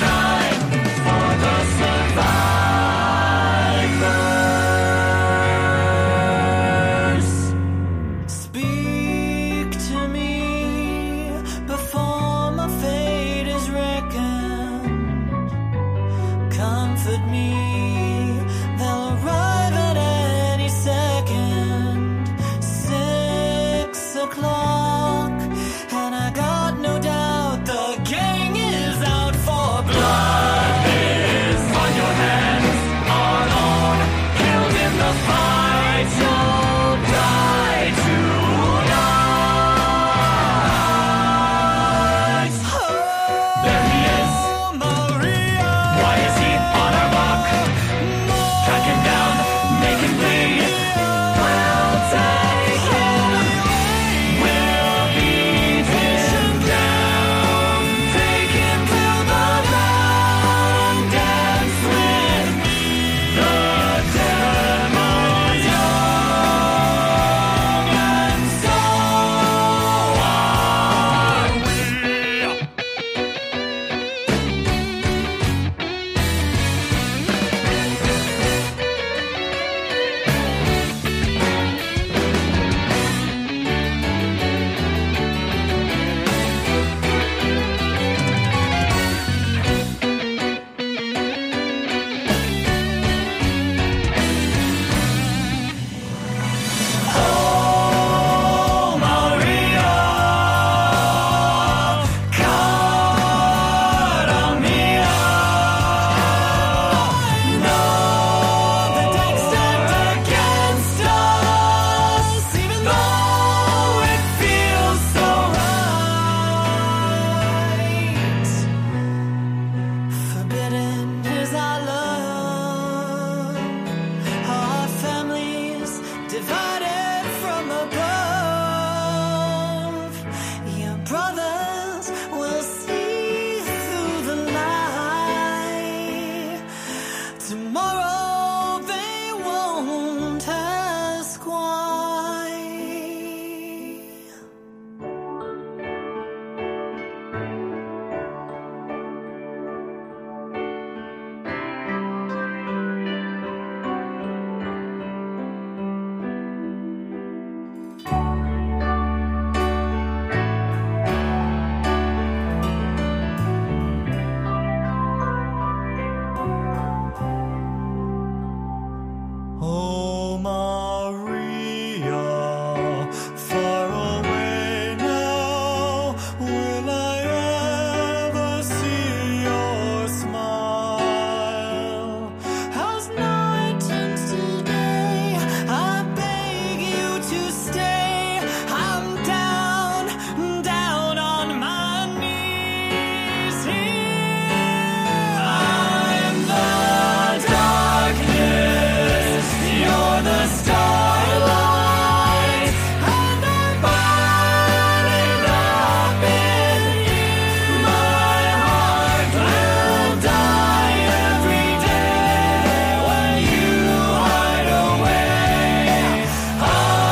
Oh, Maria, far away now, will I ever see your smile? As night turns to day, I beg you to stay. I'm down, down on my knees here. I'm the darkness, you're the starlight, and I'm burning up in you. My heart will die every day when you hide away. I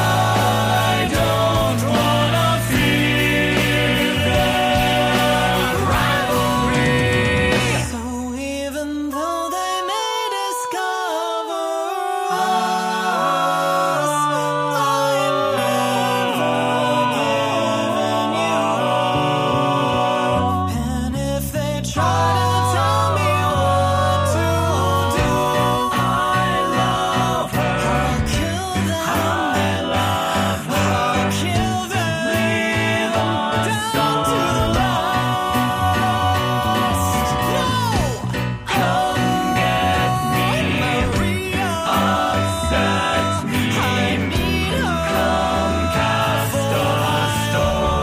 don't wanna feel their rivalry. So even though they may discover us, I'm never giving you up. And if they try to tell me what to do, I love her. I'll kill them. I love her. I'll kill them. Leave us down to the last. No! Come get me, Maria. Upset me. I need her. Come cast a stone.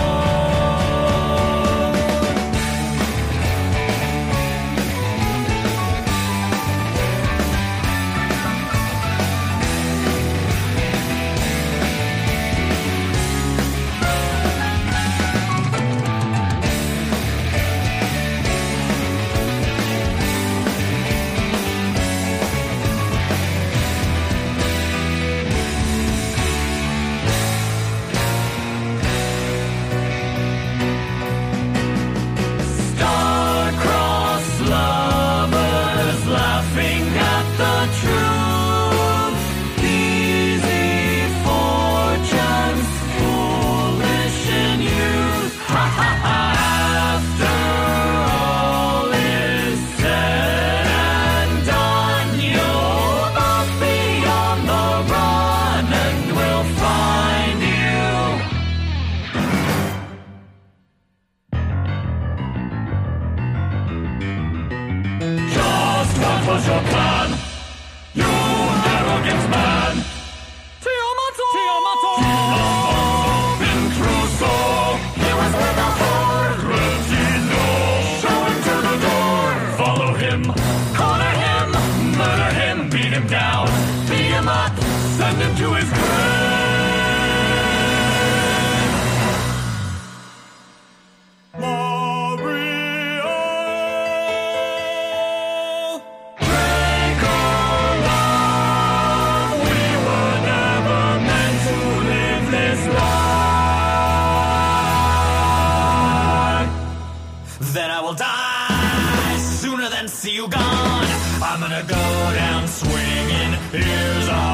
Star-crossed lovers laughing at the truth. Easy fortunes, foolish in youth. Ha ha ha. After all is said and done, you'll both be on the run, and we'll find you. Just what was your plan? You arrogant man! Tiamatto! Tiamatto! Robinson Crusoe! He was with the horde! Cretino! Show him to the door! Follow him! Corner him! Murder him! Beat him down! Beat him up! Send him to his grave! Maria! Drink our love. We were never meant to live this life. Then I will die sooner than see you gone. I'm gonna go down swinging. Here's a